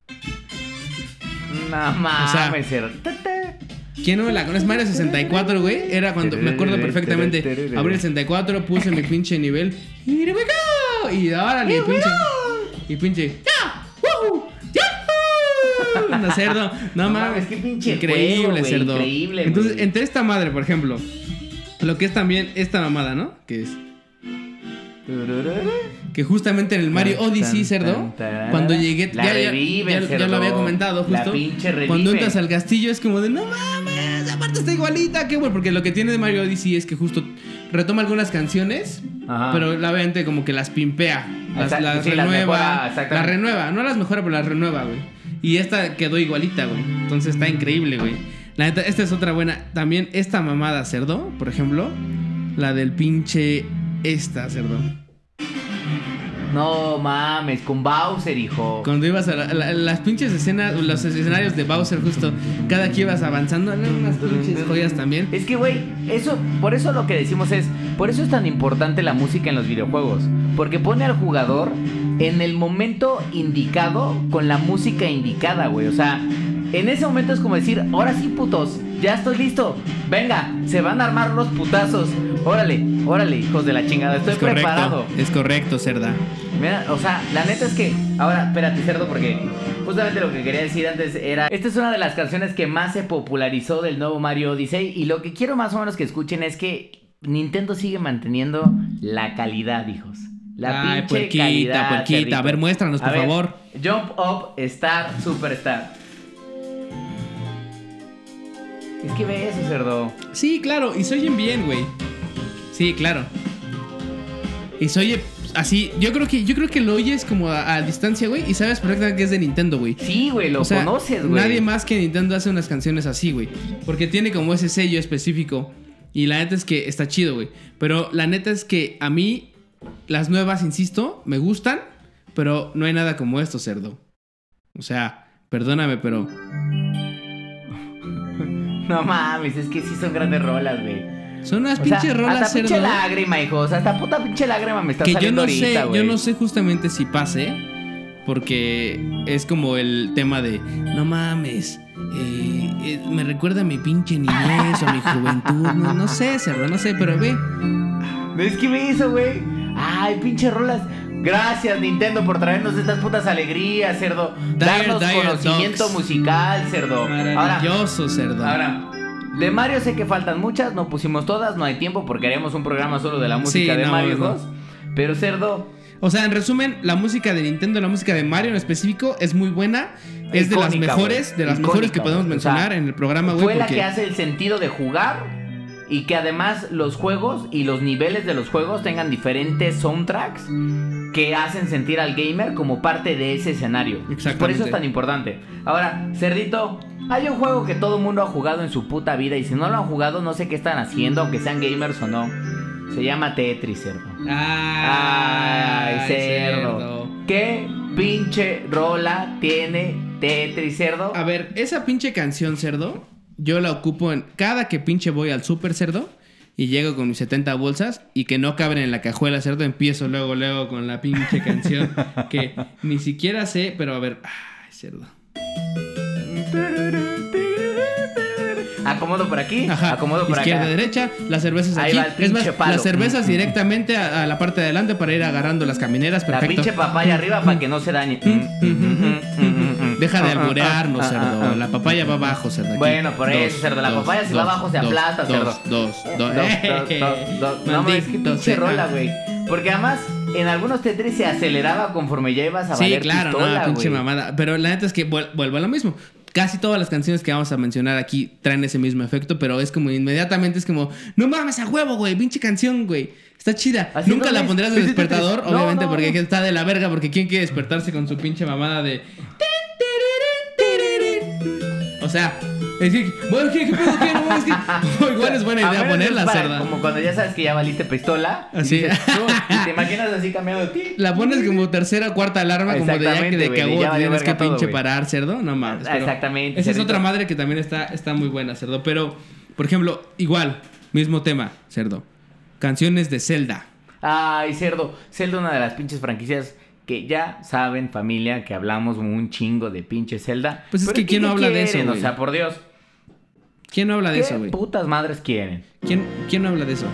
No mames, O sea, cerdo. ¿Quién no me la conoce? Mario sesenta y cuatro, güey. Era cuando, me acuerdo perfectamente. Abrí el sesenta y cuatro, puse mi pinche nivel. Here we go. Y órale, y pinche. Y pinche. ¡Ya! ¡Woo! ¡Yahoo! No, cerdo. No, No mames. mames, qué pinche Increíble, juego, güey, cerdo. increíble, Entonces, güey. entre esta madre, por ejemplo. Lo que es también esta mamada, ¿no? Que es. Que justamente en el Mario Tan, Odyssey, tan, cerdo, tan, tan. cuando llegué, La ya, ya- reviven, ya- ya cerdo. lo había comentado La justo. pinche reviven. Cuando entras al castillo es como de no mames, aparte está igualita, qué bueno, porque lo que tiene de Mario Odyssey es que justo retoma algunas canciones, Ajá. pero la obviamente como que las pimpea, las, Exacto, las sí, las renueva, mejora, las exactamente. renueva, no las mejora, pero las renueva, güey. Y esta quedó igualita, güey. Entonces está increíble, güey. La neta, esta es otra buena. También esta mamada, cerdo, por ejemplo, la del pinche esta, cerdo. No mames, con Bowser, hijo. Cuando ibas a la- la- las pinches escenas, los escenarios de Bowser justo, cada que ibas avanzando, eran unas pinches joyas también. Es que, güey, eso, por eso lo que decimos es, por eso es tan importante la música en los videojuegos, porque pone al jugador en el momento indicado con la música indicada, güey. O sea, en ese momento es como decir, ahora sí, putos, ya estoy listo. Venga, se van a armar los putazos. Órale, órale, hijos de la chingada, estoy Es correcto, preparado. es correcto, cerda. Mira, o sea, la neta es que... Ahora, espérate, cerdo, porque justamente lo que quería decir antes era... Esta es una de las canciones que más se popularizó del nuevo Mario Odyssey. Y lo que quiero más o menos que escuchen es que Nintendo sigue manteniendo la calidad, hijos. La Ay, pinche puerquita, calidad, puerquita. cerdito. A ver, muéstranos, por A ver, favor. Jump Up, Star, Superstar. Es que ve eso, cerdo. Sí, claro, y se oyen bien, güey. Sí, claro. Y se oye así, yo creo que yo creo que lo oyes como a, a distancia, güey, y sabes perfectamente que es de Nintendo, güey. Sí, güey, lo O sea, conoces, güey. nadie más que Nintendo hace unas canciones así, güey. Porque tiene como ese sello específico. Y la neta es que está chido, güey. Pero la neta es que a mí, las nuevas, insisto, me gustan. Pero no hay nada como esto, cerdo. O sea, perdóname, pero... No mames, es que sí son grandes rolas, güey. Son unas O pinches sea, rolas, hasta pinche cerdo. lágrima, hijo. O sea, hasta puta pinche lágrima me está Que yo saliendo no sé, ahorita, güey. yo no sé justamente si pase, porque es como el tema de, no mames, eh, eh, me recuerda a mi pinche niñez o a mi juventud, no, no sé, cerdo, no sé, pero ve. ¿Ves qué me hizo, güey? Ay, pinche rolas. Gracias, Nintendo, por traernos estas putas alegrías, cerdo. Dire, Darnos Dire conocimiento Dogs. musical, cerdo. Maravilloso, cerdo. Ahora, de Mario sé que faltan muchas, no pusimos todas, no hay tiempo porque haremos un programa solo de la música Sí, de no, Mario, no. hijos. Pero, cerdo, O sea, en resumen, la música de Nintendo, la música de Mario en específico es muy buena. Es de las icónica, mejores, güey. de las Icónica, mejores que podemos güey. O sea, mencionar en el programa, güey. fue la porque- que hace el sentido de jugar y que además los juegos y los niveles de los juegos tengan diferentes soundtracks que hacen sentir al gamer como parte de ese escenario. Exactamente. Por eso es tan importante. Ahora, Cerdito, hay un juego que todo el mundo ha jugado en su puta vida y si no lo han jugado no sé qué están haciendo, aunque sean gamers o no. Se llama Tetris, cerdo. Ay, Ay, cerdo. ¿Qué pinche rola tiene Tetris, cerdo? A ver, esa pinche canción, cerdo, yo la ocupo en cada que pinche voy al super, cerdo, y llego con mis setenta bolsas y que no caben en la cajuela, cerdo, empiezo luego, luego con la pinche canción que ni siquiera sé, pero a ver, ay, cerdo. Acomodo por aquí, Ajá, acomodo por izquierda, acá. derecha, las cervezas Ahí aquí. va el Es pinche más, palo. las cervezas Mm, mm. directamente a, a la parte de adelante para ir agarrando las camineras, La perfecto. pinche papaya arriba para que no se dañe. Deja de alburearnos, Ah, ah, cerdo. ah, ah. La papaya va abajo, cerdo. aquí. Bueno, por Dos, eso, cerdo. La dos, papaya si va dos, abajo se dos, aplasta, dos, cerdo. Dos, dos, Dos, dos, dos, dos. No, mames, qué Maldito pinche sea. rola, güey. Porque además, en algunos Tetris se aceleraba conforme ya ibas a Sí, valer claro, pistola, no, pinche güey. mamada. Pero la neta es que vuel- vuelvo a lo mismo. Casi todas las canciones que vamos a mencionar aquí traen ese mismo efecto, pero es como inmediatamente es como, no mames a huevo, güey, pinche canción, güey. Está chida. Así Nunca no la es. pondrás de Sí, sí, sí, despertador, sí. No, obviamente, no, porque no. está de la verga, porque ¿quién quiere despertarse con su pinche mamada de... O sea, es que, bueno, ¿qué, qué pedo? ¿Qué? No, es que... O igual es buena A idea menos ponerla, es para- cerda. Como cuando ya sabes que ya valiste pistola. y Así. dices, "No", y te imaginas así cambiando de ti. La pones como tercera o cuarta alarma, como de ya que Exactamente, de güey, que de a ya huevo valió tienes que verga todo, pinche güey. parar, cerdo. No mames. pero Exactamente, Esa es cerdito. otra madre que también está, está muy buena, cerdo. Pero, por ejemplo, igual, mismo tema, cerdo. Canciones de Zelda. Ay, cerdo. Zelda, una de las pinches franquicias que ya saben, familia, que hablamos un chingo de pinche Zelda. Pues es Pero que ¿quién no ¿qué habla de eso, quieren? güey? O sea, por Dios. ¿Quién no habla de ¿Qué eso, güey? putas madres quieren? ¿Quién, ¿Quién no habla de eso?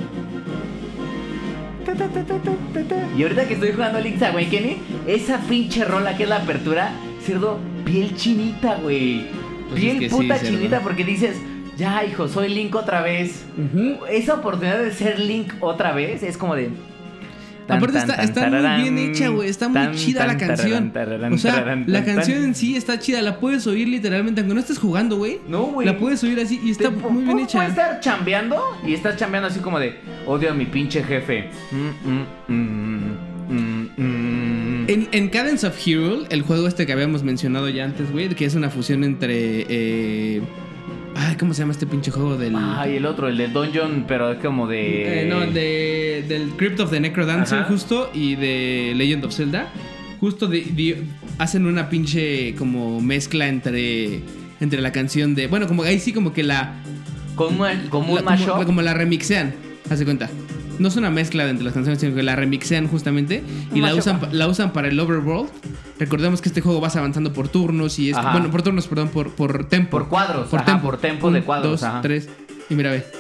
Y ahorita que estoy jugando Link's Awakening, esa pinche rola que es la apertura, cerdo, piel chinita, güey. Pues piel es que sí, puta cerdo. chinita porque dices, ya, hijo, soy Link otra vez. Esa oportunidad de ser Link otra vez es como de... tan, Aparte tan, está, tan, está muy tararán, bien hecha, güey. Está muy tan, chida la tan, canción. tararán, tararán, O sea, tararán, la tan, canción tan. en sí está chida. La puedes oír literalmente, aunque no estés jugando, güey. No, güey. La puedes oír así y está Te- muy bien pu- hecha. Puedes estar chambeando y estás chambeando así como de odio a mi pinche jefe. Mm, mm, mm, mm, mm. En, en Cadence of Hyrule, el juego este que habíamos mencionado ya antes, güey, que es una fusión entre... Eh... Ay, ¿cómo se llama este pinche juego del...? Ay, el otro, el de Dungeon, pero es como de... Eh, no, de, del Crypt of the Necrodancer, Ajá. justo, y de Legend of Zelda. Justo de, de- hacen una pinche como mezcla entre, entre la canción de... Bueno, como ahí sí como que la... Como un, como un la- mashup. como, como la remixean, haz de cuenta. No es una mezcla de entre las canciones, sino que la remixean justamente y Un la mashup. usan, pa- la usan para el overworld. Recordemos que este juego vas avanzando por turnos y es... Ajá. Bueno, por turnos, perdón, por, por tempo. Por cuadros, Por ajá, tempo. por tempo de Un, cuadros, dos, ajá. tres. Y mira, ve.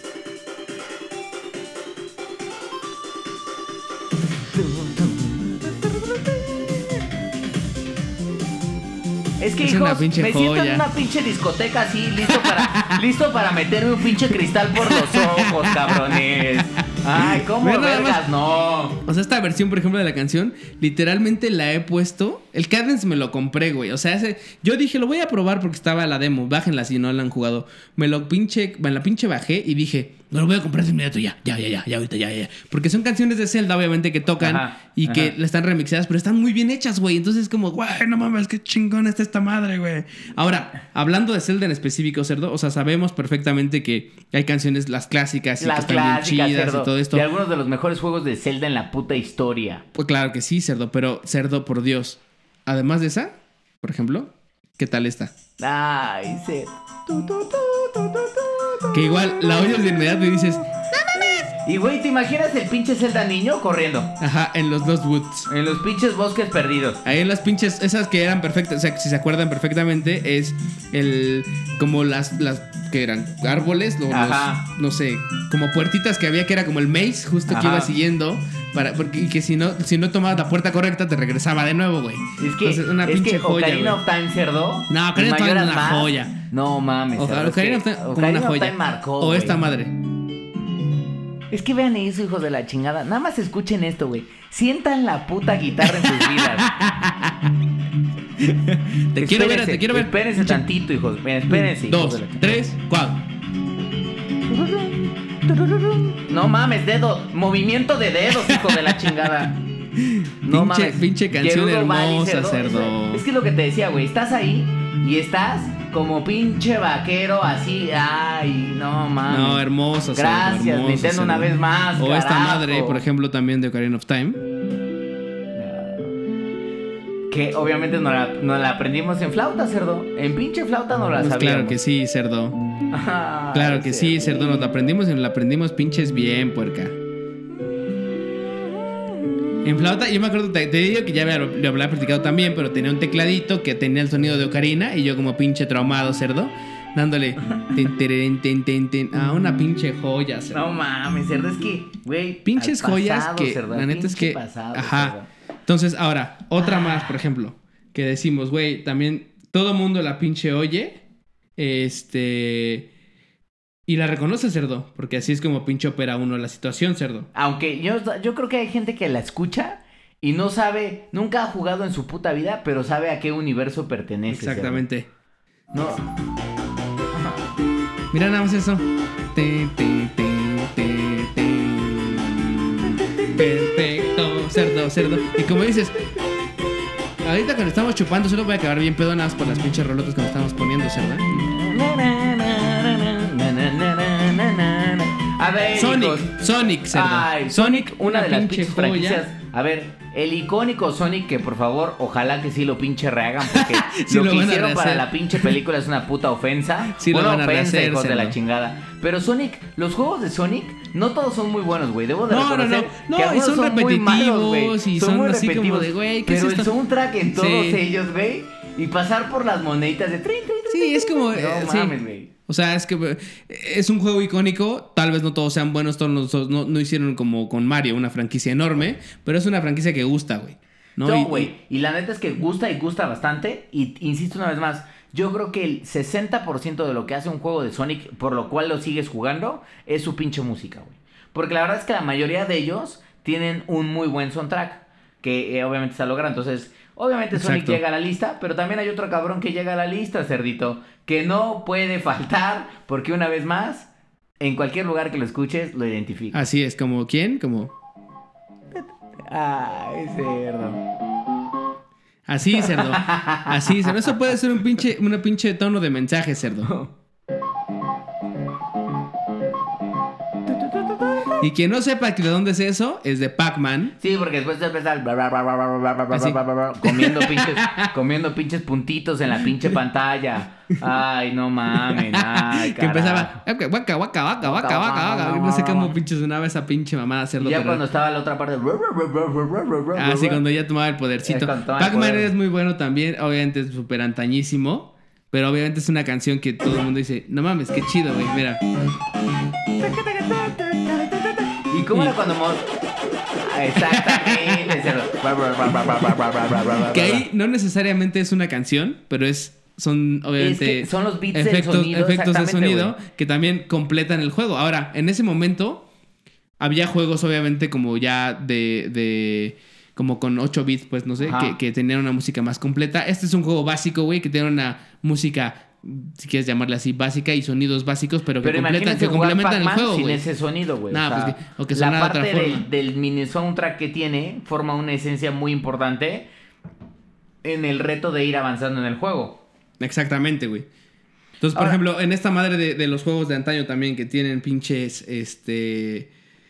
Es que, Es hijos, una pinche me siento joya. en una pinche discoteca así, listo para, listo para meterme un pinche cristal por los ojos, cabrones. Ay, ¿cómo Ve nada vergas? más. No. O sea, esta versión, por ejemplo, de la canción, literalmente la he puesto. El Cadence me lo compré, güey. O sea, ese, yo dije, lo voy a probar porque estaba la demo. Bájenla si no la han jugado. Me lo pinche, me la pinche bajé y dije, no lo voy a comprar de inmediato ya. Ya, ya, ya, ya, ahorita, ya, ya. Porque son canciones de Zelda, obviamente, que tocan Ajá, y ajá. que están remixadas, pero están muy bien hechas, güey. Entonces es como, güey, no mames, qué chingón está esta madre, güey. Ahora, hablando de Zelda en específico, cerdo, o sea, sabemos perfectamente que hay canciones, las clásicas y Las que están clásicas, bien chidas cerdo. y todo esto. De algunos de los mejores juegos de Zelda en la puta historia. Pues claro que sí, cerdo, pero cerdo, por Dios. Además de esa, por ejemplo, ¿qué tal esta? Ay, cerdo. Tu, tu, tu, tu, tu, tu, tu. Que igual la oyes de inmediato y dices... Y güey, ¿te imaginas el pinche Zelda niño corriendo? Ajá, en los Lost Woods. En los pinches bosques perdidos. Ahí en las pinches, esas que eran perfectas, o sea, si se acuerdan perfectamente, es el... Como las, las que eran árboles, o los, no sé, como puertitas que había que era como el maze, justo Ajá. que iba siguiendo, para, porque, y que si no, si no tomabas la puerta correcta, te regresaba de nuevo, güey. Es que, Entonces, una es pinche que joya, Ocarina of Time, cerdo. No, Ocarina of Time es una más, joya. No mames, o, cerdo. Ocarina of Time como una joya. Marcó, o esta madre. Es que vean eso, hijos de la chingada. Nada más escuchen esto, güey. Sientan la puta guitarra en sus vidas. te espérense, quiero ver, te quiero ver. Espérense tantito, hijos. Espérense. Dos, hijos de la tres, cuatro. No mames, dedo. Movimiento de dedos, hijo de la chingada. No pinche, mames. Pinche canción Gerudo hermosa, cerdo. cerdo. Es que es lo que te decía, güey. Estás ahí y estás como pinche vaquero así. Ay, no mames. No, hermoso. Gracias, cerdo, hermoso, Nintendo, cerdo. una vez más. O carajo. esta madre, por ejemplo, también de Ocarina of Time. Que obviamente no la, no la aprendimos en flauta, cerdo. En pinche flauta no la pues sabíamos. Claro que sí, cerdo. Ah, claro que sí, cerdo. Nos la aprendimos y nos la aprendimos pinches bien, puerca. En flauta, yo me acuerdo, te, te digo que ya me lo, lo había platicado también, pero tenía un tecladito que tenía el sonido de ocarina y yo como pinche traumado, cerdo, dándole ten, ten, ten, ten, ten, a una pinche joya, cerdo. No mames, cerdo, es que, güey, pinches pasado, joyas que, cerdo, la neta es que, pasado, ajá. Cerdo. Entonces, ahora, otra más, por ejemplo, que decimos, güey, también todo mundo la pinche oye, este... Y la reconoce, cerdo, porque así es como pinche opera uno la situación, cerdo. Aunque yo, yo creo que hay gente que la escucha y no sabe, nunca ha jugado en su puta vida, pero sabe a qué universo pertenece. Exactamente. Cerdo. No. Mira nada más eso. Te, te, te, te, te. Perfecto, cerdo, cerdo. Y como dices, ahorita cuando estamos chupando, solo voy a acabar bien pedonas por las pinches rolotas que nos estamos poniendo, cerdo. A ver, Sonic, hijos. Sonic, cerdo. Ay, Sonic, una, una de las pinches franquicias. A ver, el icónico Sonic, que por favor, ojalá que sí lo pinche rehagan, porque sí lo, lo que hicieron para la pinche película es una puta ofensa. Sí una lo van a ofensa, rehacer, hijos cerdo. de la chingada. Pero Sonic, los juegos de Sonic, no todos son muy buenos, güey. Debo de no, reconocer no, no, que no, y son, son repetitivos, muy malos, güey. Y son, son muy así repetitivos. como de, güey, ¿qué pero es esto? el soundtrack en todos sí. ellos, güey, y pasar por las moneditas de trin, trin, trin. Sí, es como... No eh, mames, sí. güey. O sea, es que es un juego icónico. Tal vez no todos sean buenos, todos no, no, no hicieron como con Mario una franquicia enorme, pero es una franquicia que gusta, güey. No, güey. Y, y la neta es que gusta y gusta bastante. Y insisto una vez más, yo creo que el sesenta por ciento de lo que hace un juego de Sonic, por lo cual lo sigues jugando, es su pinche música, güey. Porque la verdad es que la mayoría de ellos tienen un muy buen soundtrack, que eh, obviamente se logra. Entonces, obviamente Sonic Exacto. llega a la lista, pero también hay otro cabrón que llega a la lista, cerdito, que no puede faltar, porque una vez más, en cualquier lugar que lo escuches, lo identifica. Así es, ¿como quién? Como... Ay, cerdo. Así, cerdo. Así, cerdo. Eso puede ser un pinche, una pinche tono de mensaje, cerdo. Y quien no sepa de dónde es eso, es de Pac-Man. Sí, porque después te empieza comiendo pinches, comiendo pinches puntitos en la pinche pantalla. Ay, no mames, ay, que empezaba Waka, waka, waka, waka, waka, waka. No sé cómo pinche sonaba esa pinche mamada, cerdo. Y ya pero... cuando estaba la otra parte. Ah, sí, cuando ya tomaba el podercito. Pac-Man es muy bueno también. Obviamente es súper antañísimo. Pero obviamente es una canción que todo el mundo dice, no mames, qué chido, güey, mira. ¿Y cómo era cuando mor... Exactamente. Que ahí no necesariamente es una canción, pero es son obviamente es que son los beats efectos, del sonido, efectos de sonido güey. Que también completan el juego. Ahora, en ese momento había juegos obviamente como ya de... de como con ocho bits, pues no sé, que, que tenían una música más completa. Este es un juego básico, güey, que tiene una música, si quieres llamarla así, básica y sonidos básicos, pero que, pero completan, que complementan el juego, güey. Sin ese sonido, güey. Nah, o sea, pues que, o que la suena parte de otra forma. Del, del mini soundtrack que tiene forma una esencia muy importante en el reto de ir avanzando en el juego. Exactamente, güey. Entonces, por Ahora, ejemplo, en esta madre de, de los juegos de antaño también que tienen pinches, este...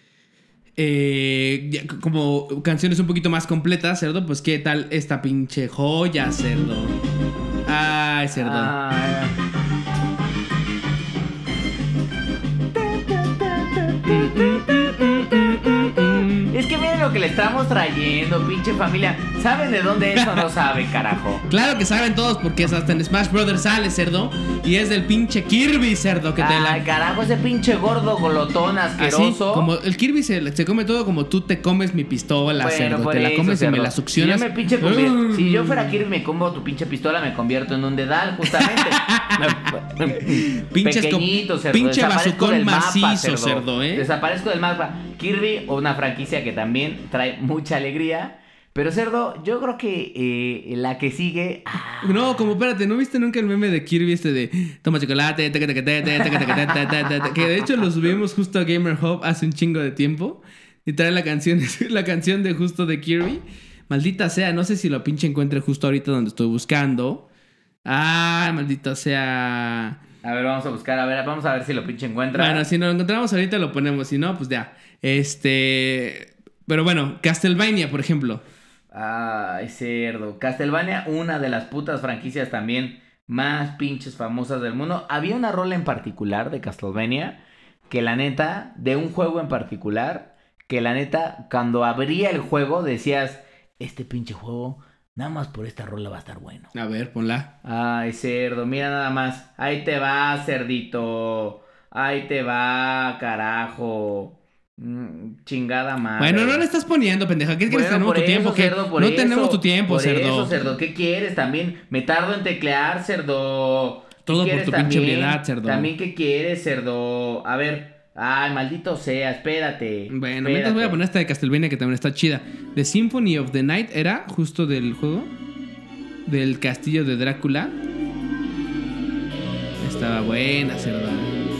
Eh, como canciones un poquito más completas, cerdo, pues qué tal esta pinche joya, cerdo. Ay, cerdo. Ah, Es que miren lo que le estamos trayendo, pinche familia. ¿Saben de dónde es o no saben, carajo? Claro que saben todos porque es hasta en Smash Brothers sale, cerdo. Y es del pinche Kirby, cerdo, que te Ay, la... carajo, ese pinche gordo golotón asqueroso. Así, como el Kirby se, se come todo como tú te comes mi pistola, Bueno, cerdo. por Te la eso, comes cerdo. y me la succionas. Si yo me pinche convier- Si yo fuera Kirby me como tu pinche pistola, me convierto en un dedal, justamente. Pinches Pequeñito, co- cerdo. pinche Desaparezco bazucón del mapa, macizo, cerdo, ¿eh? Desaparezco del mapa. Kirby, una franquicia que también trae mucha alegría. Pero, cerdo, yo creo que eh, la que sigue... ah, No, como espérate, ¿no viste nunca el meme de Kirby este de toma chocolate, teca, teca, teca, teca, teca, teca, teca, teca, teca, que de hecho lo subimos justo a Gamer Hub hace un chingo de tiempo y trae la canción, la canción de justo de Kirby. Maldita sea, no sé si lo pinche encuentre justo ahorita donde estoy buscando. Ah, maldita sea. A ver, vamos a buscar, a ver, vamos a ver si lo pinche encuentra. Bueno, si nos lo encontramos ahorita lo ponemos, si no, pues ya. Este, pero bueno, Castlevania, por ejemplo. Ay, cerdo. Castlevania, una de las putas franquicias también más pinches famosas del mundo. Había una rola en particular de Castlevania que la neta, de un juego en particular, que la neta, cuando abría el juego decías, este pinche juego, nada más por esta rola va a estar bueno. A ver, ponla. Ay, cerdo, mira nada más. Ahí te va, cerdito. Ahí te va, carajo. Mm, chingada madre. Bueno, no le estás poniendo, pendeja. ¿Qué quieres? Bueno, Tenemos por tu tiempo. eso, ¿Qué? cerdo, por No eso, tenemos tu tiempo, por cerdo. eso, cerdo. ¿Qué quieres? También me tardo en teclear, cerdo. ¿Qué Todo por quieres tu pinche también? ebriedad, cerdo. También, ¿qué quieres, cerdo? A ver. Ay, maldito sea, espérate. Bueno, espérate. mientras voy a poner esta de Castlevania que también está chida. The Symphony of the Night era justo del juego del castillo de Drácula. Estaba buena, cerda.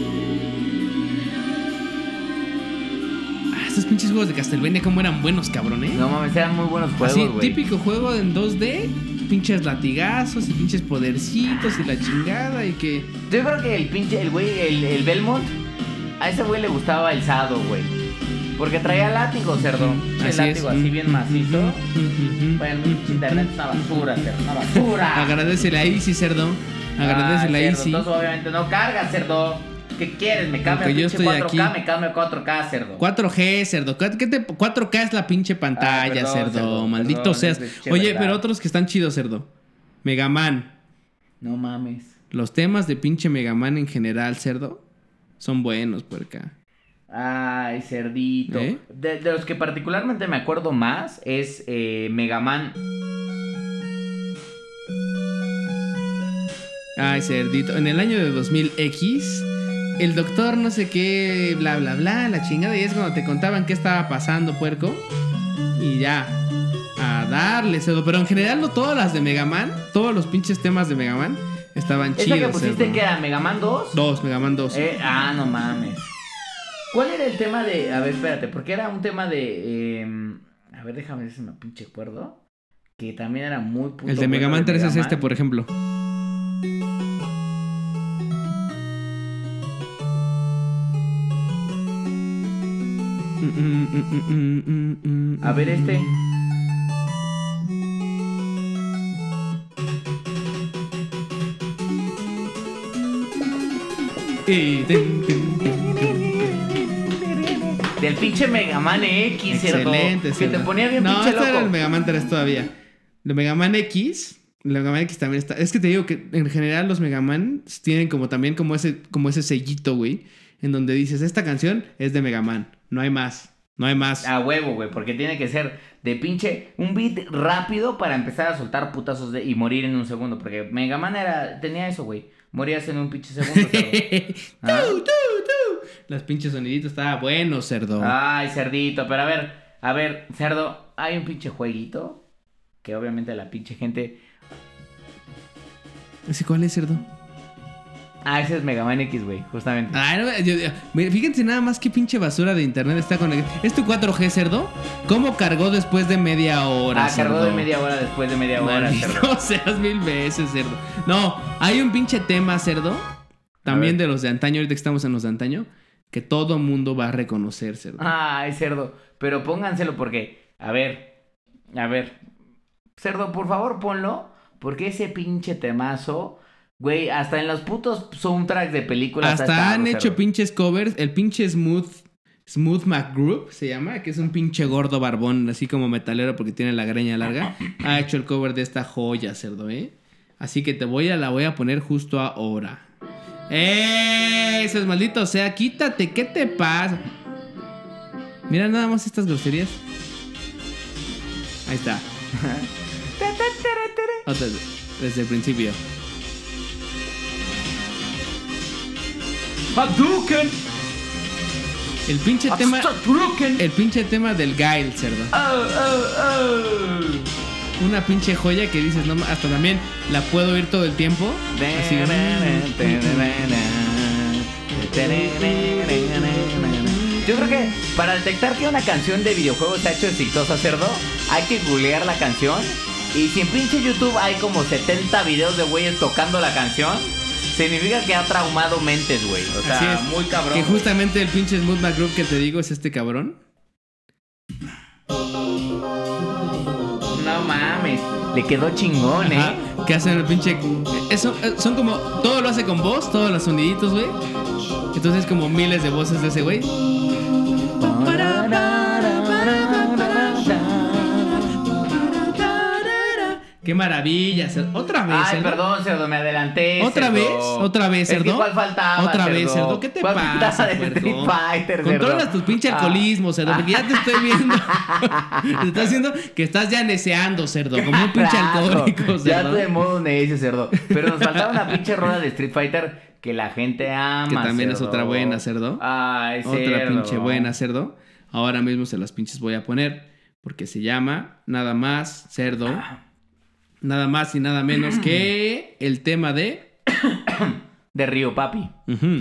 Ah, estos pinches juegos de Castlevania como eran buenos, cabrón, ¿eh? No mames, eran muy buenos juegos, Así, güey. típico juego en dos D, pinches latigazos y pinches podercitos y la chingada y que... Yo creo que el pinche, el güey, el, el Belmont, a ese güey le gustaba el Sado, güey. Porque traía látigo, cerdo. El Así látigo es. así bien macizo. Bueno, pinche internet es una basura, cerdo, una basura. Agradecele a Easy, cerdo. Agradecele a Ay, cerdo, Easy. entonces obviamente no carga, cerdo. ¿Qué quieres? Me cambia Porque yo pinche estoy cuatro K, aquí. me cambia cuatro K, cerdo. cuatro G, cerdo. ¿Qué te... cuatro K es la pinche pantalla, Ah, perdón, cerdo. cerdo, Maldito perdón, seas. es de Oye, verdad. pero otros que están chidos, cerdo. Mega Man. No mames. Los temas de pinche Mega Man en general, cerdo, son buenos, puerca. Ay, cerdito. ¿Eh? De, de los que particularmente me acuerdo más es eh, Mega Man. Ay, cerdito. En el año de dos mil X, el doctor no sé qué, bla, bla, bla, la chingada. Y es cuando te contaban qué estaba pasando, puerco. Y ya. A darle, cerdo. Pero en general, no todas las de Mega Man, todos los pinches temas de Mega Man estaban ¿Esa chidos. que pusiste cerdo. que era Mega Man dos? Dos, Mega Man dos. Eh, ah, no mames. ¿Cuál era el tema de...? A ver, espérate, porque era un tema de... eh, a ver, déjame ver si me pinche acuerdo. Que también era muy puto El de Mega bueno Man tres es Mega este, Man. por ejemplo. A ver este. Y- Del pinche Mega Man X, cerdo. Excelente, Que cerdo. te ponía bien no, pinche este era el loco. Mega Man tres todavía. El Mega Man X, el Mega Man X también está. Es que te digo que en general los Mega Man tienen como también como ese, como ese sellito, güey, en donde dices, esta canción es de Mega Man. No hay más. No hay más. A huevo, güey, porque tiene que ser de pinche un beat rápido para empezar a soltar putazos de, y morir en un segundo. Porque Mega Man era, tenía eso, güey. Morías en un pinche segundo, cerdo. ¿Ah? Tú, tú, tú. Los pinches soniditos estaban buenos, cerdo. Ay, cerdito, pero a ver, a ver, cerdo, hay un pinche jueguito que obviamente la pinche gente... ¿Ese cuál es, cerdo? Ah, ese es Mega Man X, güey, justamente. Ay, no, yo- yo- mira, fíjense nada más qué pinche basura de internet está conectada. ¿Es tu cuatro G, cerdo? ¿Cómo cargó después de media hora, Ah, cargó cerdo? de media hora después de media hora, Maldito cerdo. seas mil veces, cerdo. No, hay un pinche tema, cerdo. También ver. de los de antaño, ahorita que estamos en los de antaño, que todo mundo va a reconocer, cerdo. Ay, cerdo, pero pónganselo porque, a ver, a ver, cerdo, por favor ponlo, porque ese pinche temazo, güey, hasta en los putos soundtracks de películas. ha Hasta estado, han cerdo. hecho pinches covers. El pinche Smooth Smooth McGroup se llama, que es un pinche gordo barbón, así como metalero porque tiene la greña larga. Ha hecho el cover de esta joya, cerdo, ¿eh? Así que te voy a la voy a poner justo ahora. ¡Eh! Eso es maldito, o sea, quítate, ¿qué te pasa? Mira nada más estas groserías. Ahí está. Otra, desde el principio. Hadouken. El pinche tema. El pinche tema del Guile, cerdo. Oh, oh, oh. Una pinche joya que dices, no, hasta también la puedo oír todo el tiempo. Así. Yo creo que para detectar que una canción de videojuegos se ha hecho exitosa, cerdo, hay que googlear la canción. Y si en pinche YouTube hay como setenta videos de güeyes tocando la canción, significa que ha traumado mentes, güey. O sea, así es, muy cabrón. Que justamente el pinche Smooth McGroup que te digo es este cabrón. No mames, le quedó chingón, ¿eh? Ajá, que hacen el pinche... Eso, son como... Todo lo hace con voz, todos los soniditos, güey. Entonces como miles de voces de ese güey. ¡Qué maravilla! Otra vez, Ay, cerdo. perdón, cerdo, me adelanté. ¿Otra cerdo. vez? ¿Otra vez, cerdo? Es que ¿cuál faltaba, ¿Otra cerdo? vez, cerdo? ¿Qué te ¿Cuál pasa, de Street Fighter, cerdo? Controlas tu pinche alcoholismo, cerdo, porque ya te estoy viendo. Te estás haciendo que estás ya neceando, cerdo, como un pinche Claro, alcohólico, cerdo. Ya estoy de modo necio, cerdo. Pero nos faltaba una pinche rola de Street Fighter que la gente ama, Que también cerdo. es otra buena, cerdo. Ay, cerdo. Otra pinche buena, cerdo. Ahora mismo se las pinches voy a poner, porque se llama nada más, cerdo... Nada más y nada menos que el tema de... de Río Papi. Uh-huh.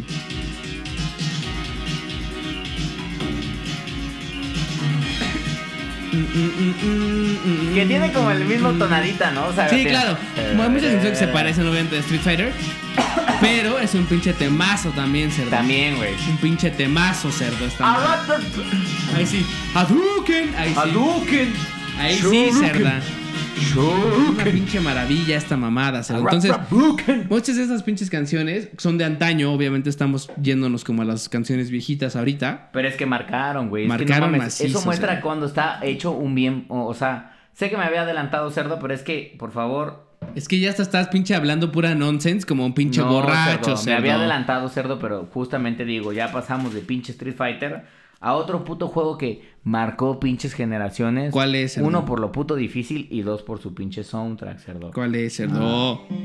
Que tiene como el mismo tonadita, ¿no? O sea, sí, tiene... claro. Bueno, hay muchas canciones que se parecen obviamente a Street Fighter. Pero es un pinche temazo también, cerdo. También, güey. Un pinche temazo, cerdo. Esta ahí sí. Hadouken. Ahí sí. Hadouken. Ahí sí, cerda. Una pinche maravilla esta mamada, cerdo. Entonces, muchas de estas pinches canciones son de antaño. Obviamente estamos yéndonos como a las canciones viejitas ahorita. Pero es que marcaron, güey. Marcaron es que no mames, macizo, eso muestra cerdo. cuando está hecho un bien. O, o sea, sé que me había adelantado, cerdo, pero es que, por favor. Es que ya hasta estás pinche hablando pura nonsense como un pinche no, borracho, cerdo. cerdo. Me había adelantado, cerdo, pero justamente digo, ya pasamos de pinche Street Fighter a otro puto juego que marcó pinches generaciones. ¿Cuál es, cerdo? Uno por lo puto difícil y dos por su pinche soundtrack, cerdo. ¿Cuál es, cerdo? Ah.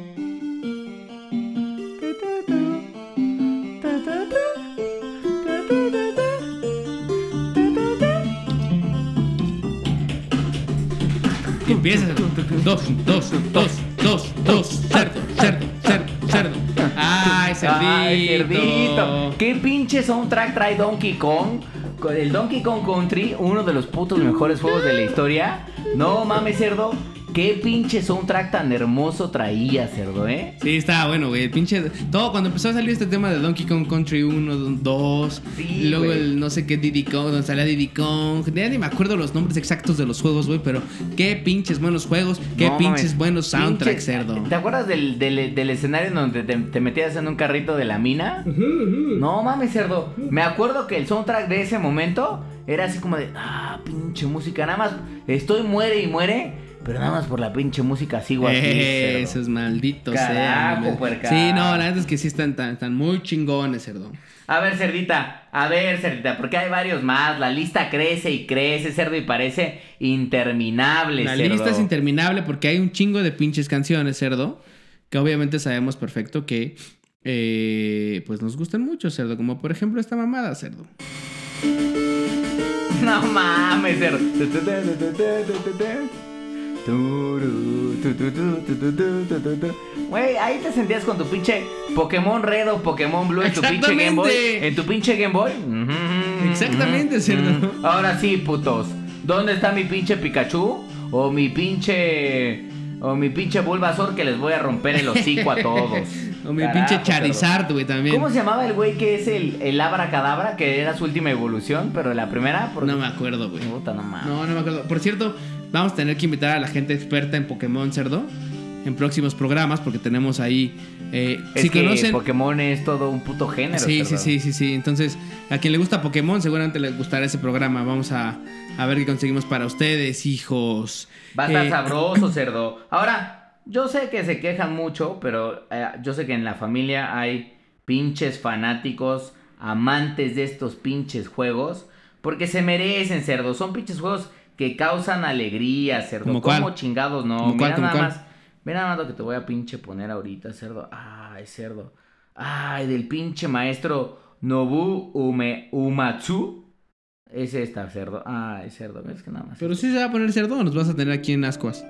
Empieza. Dos, dos, dos, dos, dos. Cerdo, cerdo, cerdo, cerdo. Ay, cerdito. Ay, cerdito. ¿Qué pinche soundtrack trae Donkey Kong? El Donkey Kong Country, uno de los putos mejores juegos de la historia. No mames, cerdo. Qué pinche soundtrack tan hermoso traía, cerdo, ¿eh? Sí, estaba bueno, güey. El pinche... Todo, cuando empezó a salir este tema de Donkey Kong Country uno, dos... Sí, y luego güey. el no sé qué Diddy Kong, donde salía Diddy Kong... Ya ni me acuerdo los nombres exactos de los juegos, güey. Pero qué pinches buenos juegos. Qué No, pinches mames. buenos soundtracks, Pinche- cerdo. ¿Te acuerdas del, del, del escenario en donde te, te metías en un carrito de la mina? No mames, cerdo. Me acuerdo que el soundtrack de ese momento era así como de... Ah, pinche música. Nada más estoy muere y muere... Pero nada más por la pinche música sigo aquí. Eh, cerdo. esos malditos Carajo, sean. puerca. Sí, no, la verdad es que sí están, tan, están muy chingones, cerdo. A ver, cerdita, a ver, cerdita, porque hay varios más. La lista crece y crece, cerdo, y parece interminable, La cerdo. lista es interminable porque hay un chingo de pinches canciones, cerdo. Que obviamente sabemos perfecto que eh, pues nos gustan mucho, cerdo. Como por ejemplo esta mamada, cerdo. No mames, cerdo. Güey, ahí te sentías con tu pinche Pokémon Red o Pokémon Blue en tu pinche Game Boy. En tu pinche Game Boy. Exactamente, cerdo. Ahora sí, putos. ¿Dónde está mi pinche Pikachu? O mi pinche... O mi pinche Bulbasaur, que les voy a romper el hocico a todos. O mi Carajo, pinche Charizard, güey, también. ¿Cómo se llamaba el güey que es el, el Abracadabra? Que era su última evolución, pero la primera... Por... No me acuerdo, güey. Puta, no mames. No, no me acuerdo. Por cierto, vamos a tener que invitar a la gente experta en Pokémon, cerdo. en próximos programas porque tenemos ahí... Eh, es si que conocen... Pokémon es todo un puto género. Sí, sí, sí, sí, sí. Entonces, a quien le gusta Pokémon, seguramente le gustará ese programa. Vamos a, a ver qué conseguimos para ustedes, hijos. Va a estar Eh, sabroso, cerdo. Ahora, yo sé que se quejan mucho, pero eh, yo sé que en la familia hay pinches fanáticos, amantes de estos pinches juegos, porque se merecen, cerdo. Son pinches juegos que causan alegría, cerdo. ¿Cómo ¿Cómo cuál? chingados no? ¿Cómo Mira cuál, cómo nada cuál? más. Mira nada más lo que te voy a pinche poner ahorita, cerdo. Ay, cerdo. Ay, del pinche maestro Nobu Ume, Umatsu. Es esta, cerdo. Ay, cerdo. Es que nada más. Pero sí se va a poner cerdo o nos vas a tener aquí en Ascuas.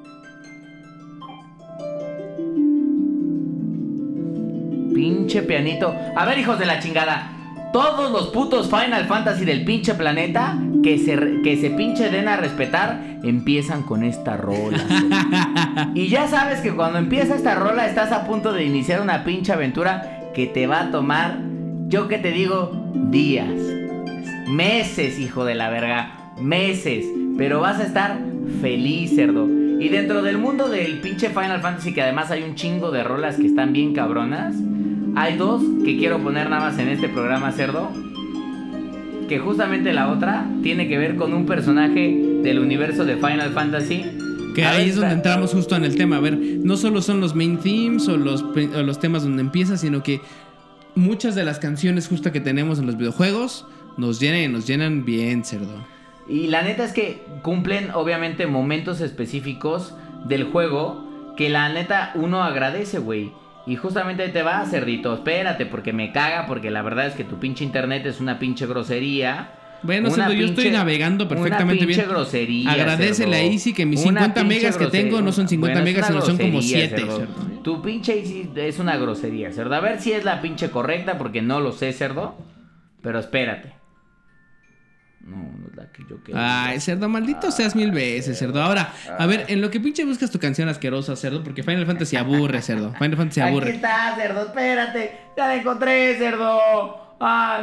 Pinche pianito. A ver, hijos de la chingada. Todos los putos Final Fantasy del pinche planeta que se, que se pinche den a respetar empiezan con esta rola. Y ya sabes que cuando empieza esta rola estás a punto de iniciar una pinche aventura que te va a tomar, yo que te digo, días, meses, hijo de la verga, meses. Pero vas a estar feliz, cerdo. Y dentro del mundo del pinche Final Fantasy, que además hay un chingo de rolas que están bien cabronas, hay dos que quiero poner nada más en este programa, cerdo. Que justamente la otra tiene que ver con un personaje del universo de Final Fantasy. Que A ahí ver, es donde está- entramos justo en el tema. A ver, no solo son los main themes o los, pri- o los temas donde empieza, sino que muchas de las canciones justo que tenemos en los videojuegos nos llenan y nos llenan bien, cerdo. Y la neta es que cumplen obviamente momentos específicos del juego que la neta uno agradece, güey. Y justamente ahí te va, cerdito, espérate, porque me caga, porque la verdad es que tu pinche internet es una pinche grosería. Bueno, Una cerdo, yo estoy pinche- navegando perfectamente una pinche bien. grosería, Agradecele cerdo. a Easy que mis Una cincuenta pinche megas que grosería. tengo no son cincuenta Bueno, es megas, una sino son como grosería, siete. cerdo. cerdo. Tu pinche Easy es una grosería, cerdo. A ver si es la pinche correcta, porque no lo sé, cerdo. Pero espérate. No, no es la que yo quiero. Ay, cerdo, maldito seas mil veces, cerdo. Ahora, a ver, en lo que pinche buscas tu canción asquerosa, cerdo, porque Final Fantasy aburre, cerdo. Final Fantasy Aquí aburre. está, cerdo, espérate. Ya la encontré, cerdo. Ay.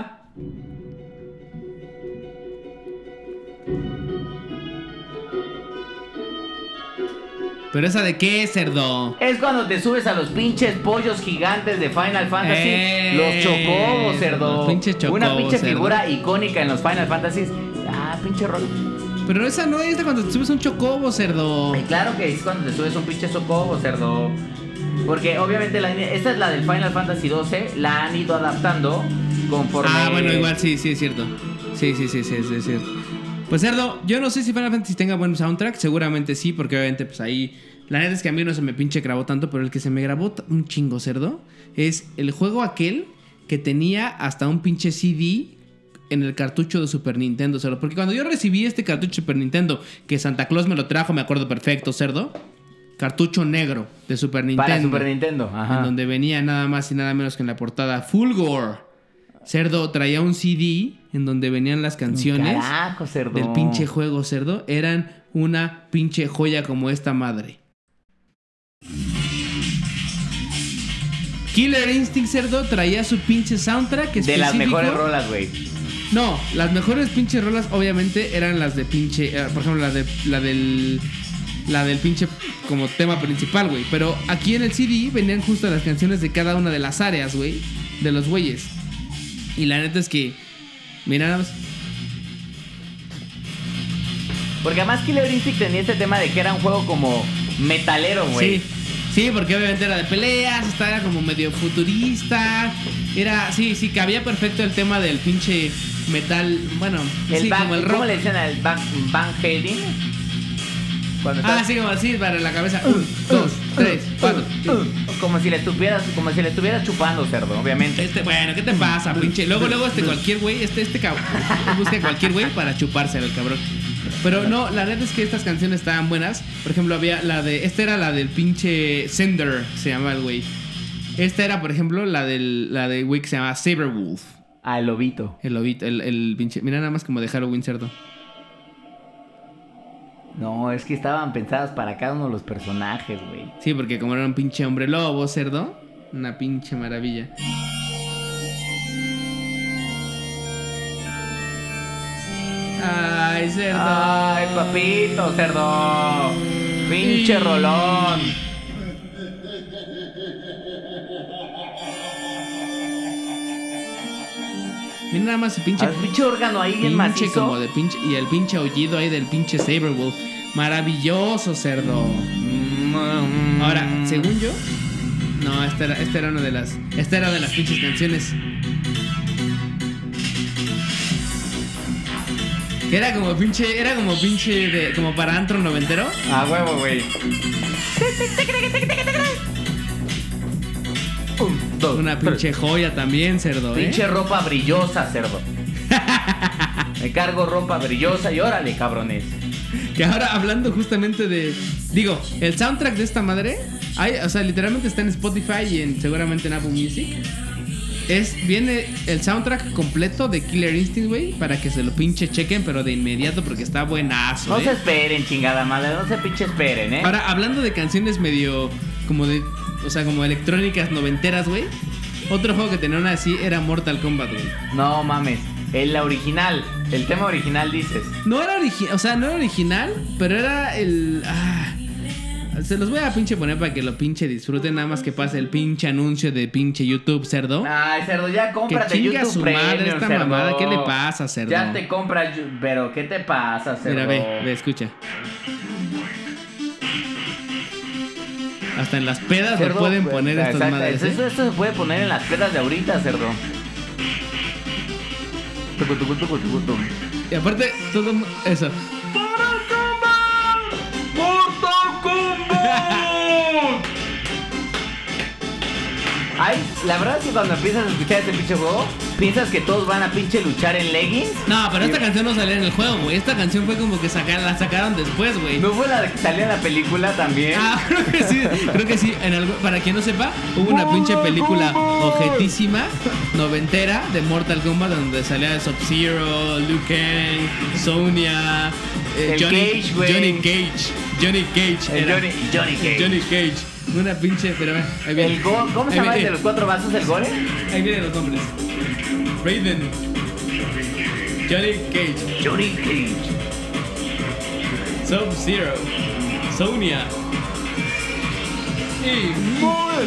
¿Pero esa de qué, cerdo? Es cuando te subes a los pinches pollos gigantes de Final Fantasy. Eh, los chocobos, cerdo. los pinches chocobos, Una pinche cerdo. figura icónica en los Final Fantasies. Ah, pinche rol. Pero esa no es de cuando te subes a un chocobo, cerdo. Y claro que es cuando te subes un pinche chocobo, cerdo. Porque obviamente la, esta es la del Final Fantasy doce. La han ido adaptando conforme. Ah, bueno, igual sí, sí, es cierto. Sí, sí, sí, sí, sí, es cierto. Pues, cerdo, yo no sé si Final Fantasy tenga buen soundtrack. Seguramente sí, porque obviamente, pues ahí. La neta es que a mí no se me pinche grabó tanto, pero el que se me grabó t- un chingo, cerdo, es el juego aquel que tenía hasta un pinche C D en el cartucho de Super Nintendo, cerdo. Porque cuando yo recibí este cartucho de Super Nintendo, que Santa Claus me lo trajo, me acuerdo perfecto, cerdo. Cartucho negro de Super Nintendo. Para Super Nintendo, ajá. En donde venía nada más y nada menos que en la portada Fulgor. Cerdo traía un C D en donde venían las canciones Carajo, cerdo. del pinche juego, cerdo. Eran una pinche joya como esta madre. Killer Instinct, cerdo, traía su pinche soundtrack De específico. las mejores rolas, güey. No, las mejores pinches rolas obviamente eran las de pinche, eh, por ejemplo, la de la del la del pinche como tema principal, güey, pero aquí en el C D venían justo las canciones de cada una de las áreas, güey, de los güeyes. Y la neta es que mira nada más. Porque además Killer Instinct tenía este tema de que era un juego como metalero, güey. Sí. Sí, porque obviamente era de peleas, estaba como medio futurista. Era, sí, sí, cabía perfecto el tema del pinche metal. Bueno, El sí, back- como el rock. ¿Cómo le decían al back, Van Halen? Cuando Ah, estás- sí, como así, para la cabeza. Un, dos, tres, cuatro. Como si le estuvieras, como si le estuvieras chupando, cerdo, obviamente. Este, bueno, ¿qué te pasa, pinche? Luego, luego, este cualquier güey, este, este cabrón, busca cualquier güey para chupárselo, el cabrón. Pero no, la neta es que estas canciones estaban buenas. Por ejemplo, había la de, esta era la del pinche Sender, se llama el güey. Esta era, por ejemplo, la del, la de güey que se llama Saberwolf. Ah, el lobito. El lobito, el, el pinche, mira nada más como de Halloween, cerdo. No, es que estaban pensadas para cada uno de los personajes, güey. Sí, porque como era un pinche hombre lobo, cerdo, una pinche maravilla. Ay, cerdo. Ay, papito, cerdo. Pinche rolón. Mira nada más el pinche... El pinche órgano ahí bien pinche macizo. como de pinche... Y el pinche aullido ahí del pinche Saberwolf. Maravilloso, cerdo. Ahora, según yo... No, esta era, esta era una de las... Esta era de las pinches canciones. Que era como pinche... Era como pinche de... Como para antro noventero. Ah, huevo, güey. Un, dos, Una pinche tres. joya también, cerdo, ¿eh? Pinche ropa brillosa, cerdo. Me cargo ropa brillosa y órale, cabrones. Que ahora hablando justamente de... Digo, el soundtrack de esta madre... Hay, o sea, literalmente está en Spotify y en, seguramente en Apple Music. Es, viene el soundtrack completo de Killer Instinct, güey, para que se lo pinche chequen, pero de inmediato porque está buenazo, No ¿eh? se esperen, chingada madre. No se pinche esperen, ¿eh? Ahora, hablando de canciones medio... Como de... O sea, como electrónicas noventeras, güey. Otro juego que tenía una así era Mortal Kombat, güey. No mames. El la original. El tema original, dices. No era original, o sea, no era original, pero era el... Ah, se los voy a pinche poner para que lo pinche disfruten. Nada más que pase el pinche anuncio de pinche YouTube, cerdo. Ay, cerdo, ya cómprate que chinga YouTube su Premium, madre esta cerdo. mamada. ¿Qué le pasa, cerdo? Ya te compras, yu- pero ¿qué te pasa, cerdo? Mira, ve, ve, escucha. Hasta en las pedas Cerdo, lo pueden pues, poner estas exacto, madres, eso, ¿eh? eso se puede poner en las pedas de ahorita, cerdo. Tucu, tucu, tucu, tucu, tucu. Y aparte, todo mu- eso. ¡Mortal Kombat! Ay, la verdad es que cuando empiezas a escuchar este pinche juego, piensas que todos van a pinche luchar en leggings. No, pero esta Y- canción no salió en el juego, güey. Esta canción fue como que sacar, la sacaron después, güey. ¿No fue la que salió en la película también? Ah, creo que sí, creo que sí. En algo, para quien no sepa, hubo una pinche película objetísima, noventera, de Mortal Kombat, donde salía Sub-Zero, Liu Kang, Sonya, eh, El Johnny Cage, güey. Johnny Cage, Johnny Cage, El era. Johnny, Johnny Cage. Johnny Cage. Una pinche, pero ahí viene. El go- ¿Cómo se Ahí llama el viene, de los cuatro vasos, el gore? Ahí vienen los nombres. Raiden, Johnny Cage, Johnny Cage. Sub-Zero, Sonya y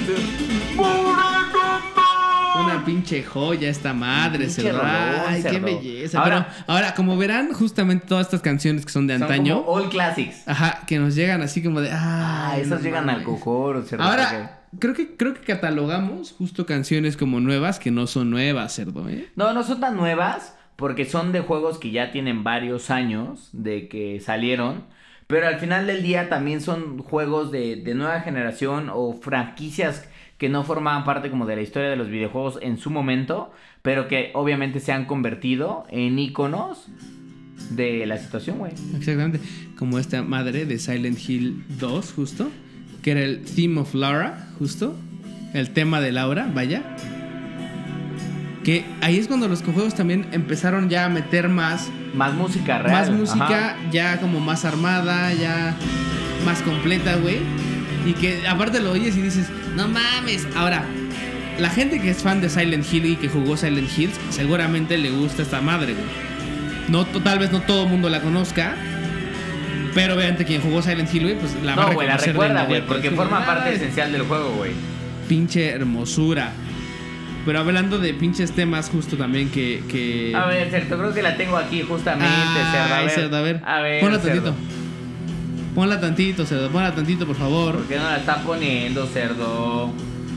una pinche joya esta madre, Pinche cerdo. rolón, Ay, qué cerdo. belleza. Ahora- Pero ahora, como verán, justamente todas estas canciones que son de Son antaño, como all classics. ajá, que nos llegan así como de, Ah, ay, esos no llegan mames. al cocoro, cerdo. Ahora, creo que creo que catalogamos justo canciones como nuevas que no son nuevas, cerdo, ¿eh? No, no son tan nuevas porque son de juegos que ya tienen varios años de que salieron. Pero al final del día también son juegos de, de nueva generación o franquicias que no formaban parte como de la historia de los videojuegos en su momento, pero que obviamente se han convertido en íconos de la situación, güey. Exactamente, como esta madre de Silent Hill dos, justo, que era el Theme of Laura, justo, el tema de Laura, vaya. Que ahí es cuando los juegos también empezaron ya a meter más, Más música real. más música, ajá. ya como más armada, ya más completa, güey. Y que aparte lo oyes y dices, no mames. Ahora, la gente que es fan de Silent Hill y que jugó Silent Hills, seguramente le gusta esta madre, güey. No, tal vez no todo el mundo la conozca, pero obviamente quien jugó Silent Hill, güey, pues la va a No, güey, la reconocer de recuerda, güey, inmediato. porque Es como, forma parte "Ay, esencial del juego, güey. pinche hermosura". Pero hablando de pinches temas justo también que... que... A ver, Cerdo, creo que la tengo aquí justamente, Cerdo. A Ay, ver, cerdo, a ver. A ver, Ponla Cerdo. tantito. Ponla tantito, cerdo. Ponla tantito, por favor. ¿Por qué no la está poniendo, Cerdo?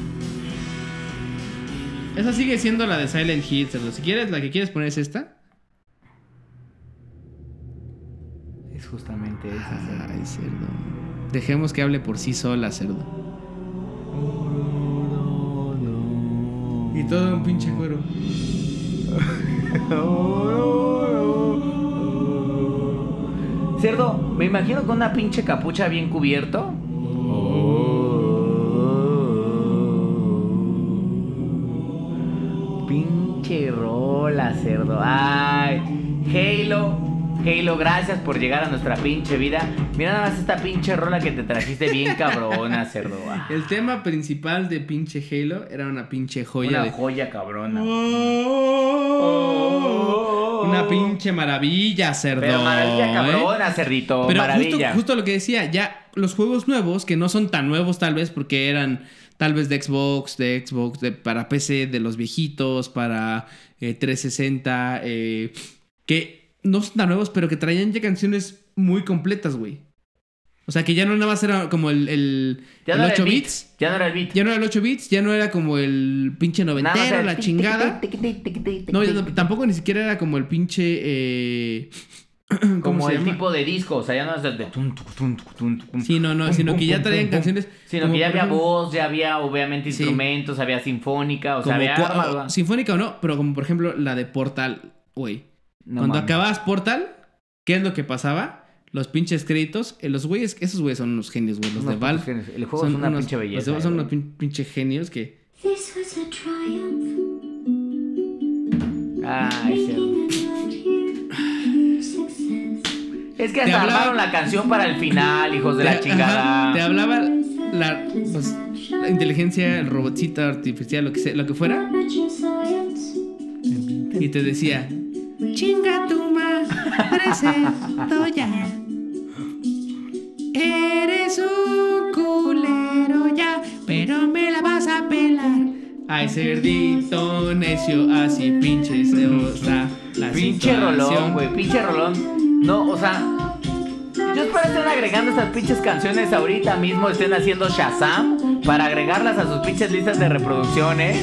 Esa sigue siendo la de Silent Hill, cerdo. Si quieres, la que quieres poner es esta. Es justamente esa, Cerdo. Ay, cerdo. Dejemos que hable por sí sola, cerdo. Y todo un pinche cuero. Cerdo, me imagino con una pinche capucha bien cubierto. Pinche rola, Cerdo. Ay, Halo. Halo, gracias por llegar a nuestra pinche vida. Mira nada más esta pinche rola que te trajiste bien cabrona, Cerdo. Ah, El tema principal de pinche Halo era una pinche joya una de... joya cabrona. Oh, una pinche maravilla, cerdo. Pero maravilla ¿eh? cabrona, Cerdito. Pero justo, maravilla. justo lo que decía, ya los juegos nuevos, que no son tan nuevos tal vez porque eran tal vez de Xbox, de Xbox, de, para P C, de los viejitos, para eh, trescientos sesenta, eh, que no son tan nuevos, pero que traían ya canciones muy completas, güey. O sea, que ya no nada más era como el, el, ya el no ocho era el bits. Beat. Ya no era el beat. Ya no era el ocho bits, ya no era como el pinche noventero, la chingada. No, ya no, tampoco ni siquiera era como el pinche... Eh... Como el llama? tipo de disco, o sea, ya no es el de... Tum, tum, tum, tum, tum, sí, no, no, pum, sino pum, que ya pum, traían pum, canciones... Sino que ya había ejemplo, voz, ya había obviamente sí. instrumentos, había sinfónica, o sea, como había... cua- arma, sinfónica o no, pero como por ejemplo la de Portal, güey. no, Cuando mames. acababas Portal, ¿qué es lo que pasaba? Los pinches créditos, eh, los güeyes, esos güeyes son unos genios, güey, los Unos de Valve. genios. El juego son es una unos, pinche belleza. Los de Valve son eh, unos pin- pinche genios que... This was a triumph. Ay, sí. Es que Te hasta hablaba- armaron la canción para el final, hijos de te- la chingada. ajá, te hablaba la, pues, la inteligencia, el robotcito artificial, lo que sea, lo que fuera, y te decía, chinga tu madre, cerdo ya. Eres un culero ya, pero me la vas a pelar. Ay, cerdito necio, así pinche se está la Pinche situación. rolón, güey, pinche rolón. No, o sea, yo espero estén agregando estas pinches canciones ahorita mismo, estén haciendo Shazam para agregarlas a sus pinches listas de reproducción, ¿eh?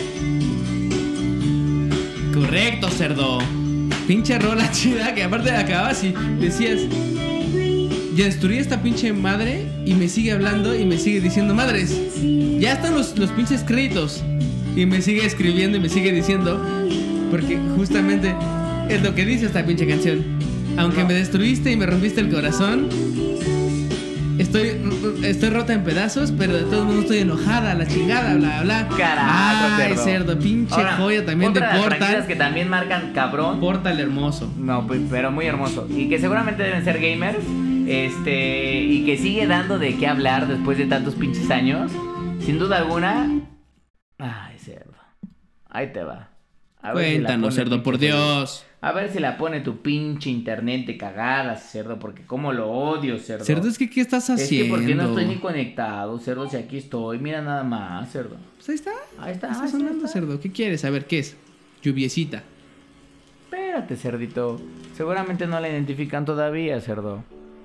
Correcto, cerdo. Pinche rola chida que aparte acababas y decías, ya destruí esta pinche madre y me sigue hablando y me sigue diciendo madres. Ya están los, los pinches créditos. Y me sigue escribiendo y me sigue diciendo, porque justamente es lo que dice esta pinche canción. Aunque me destruiste y me rompiste el corazón, estoy, estoy rota en pedazos, pero de todos modos estoy enojada, la chingada, bla, bla, bla. Carajo, Ay, cerdo. cerdo, pinche Ahora, joya también de otra las franquicias Portal. que también marcan cabrón. Portal hermoso. No, pues, pero muy hermoso. Y que seguramente deben ser gamers. Este. Y que sigue dando de qué hablar después de tantos pinches años. Sin duda alguna. Ay, cerdo. Ahí te va. A ver si la Cuéntanos, pone cerdo, pinche por Dios. A ver si la pone tu pinche internet de cagadas, cerdo. Porque cómo lo odio, cerdo. Cerdo, es que ¿qué estás Es haciendo? que porque no estoy ni conectado, cerdo. Si aquí estoy. Mira nada más, cerdo. Pues ahí está. Ahí está. Está ahí sonando, está. cerdo. ¿Qué quieres? A ver, ¿qué es? Lluviecita. Espérate, cerdito. Seguramente no la identifican todavía, cerdo.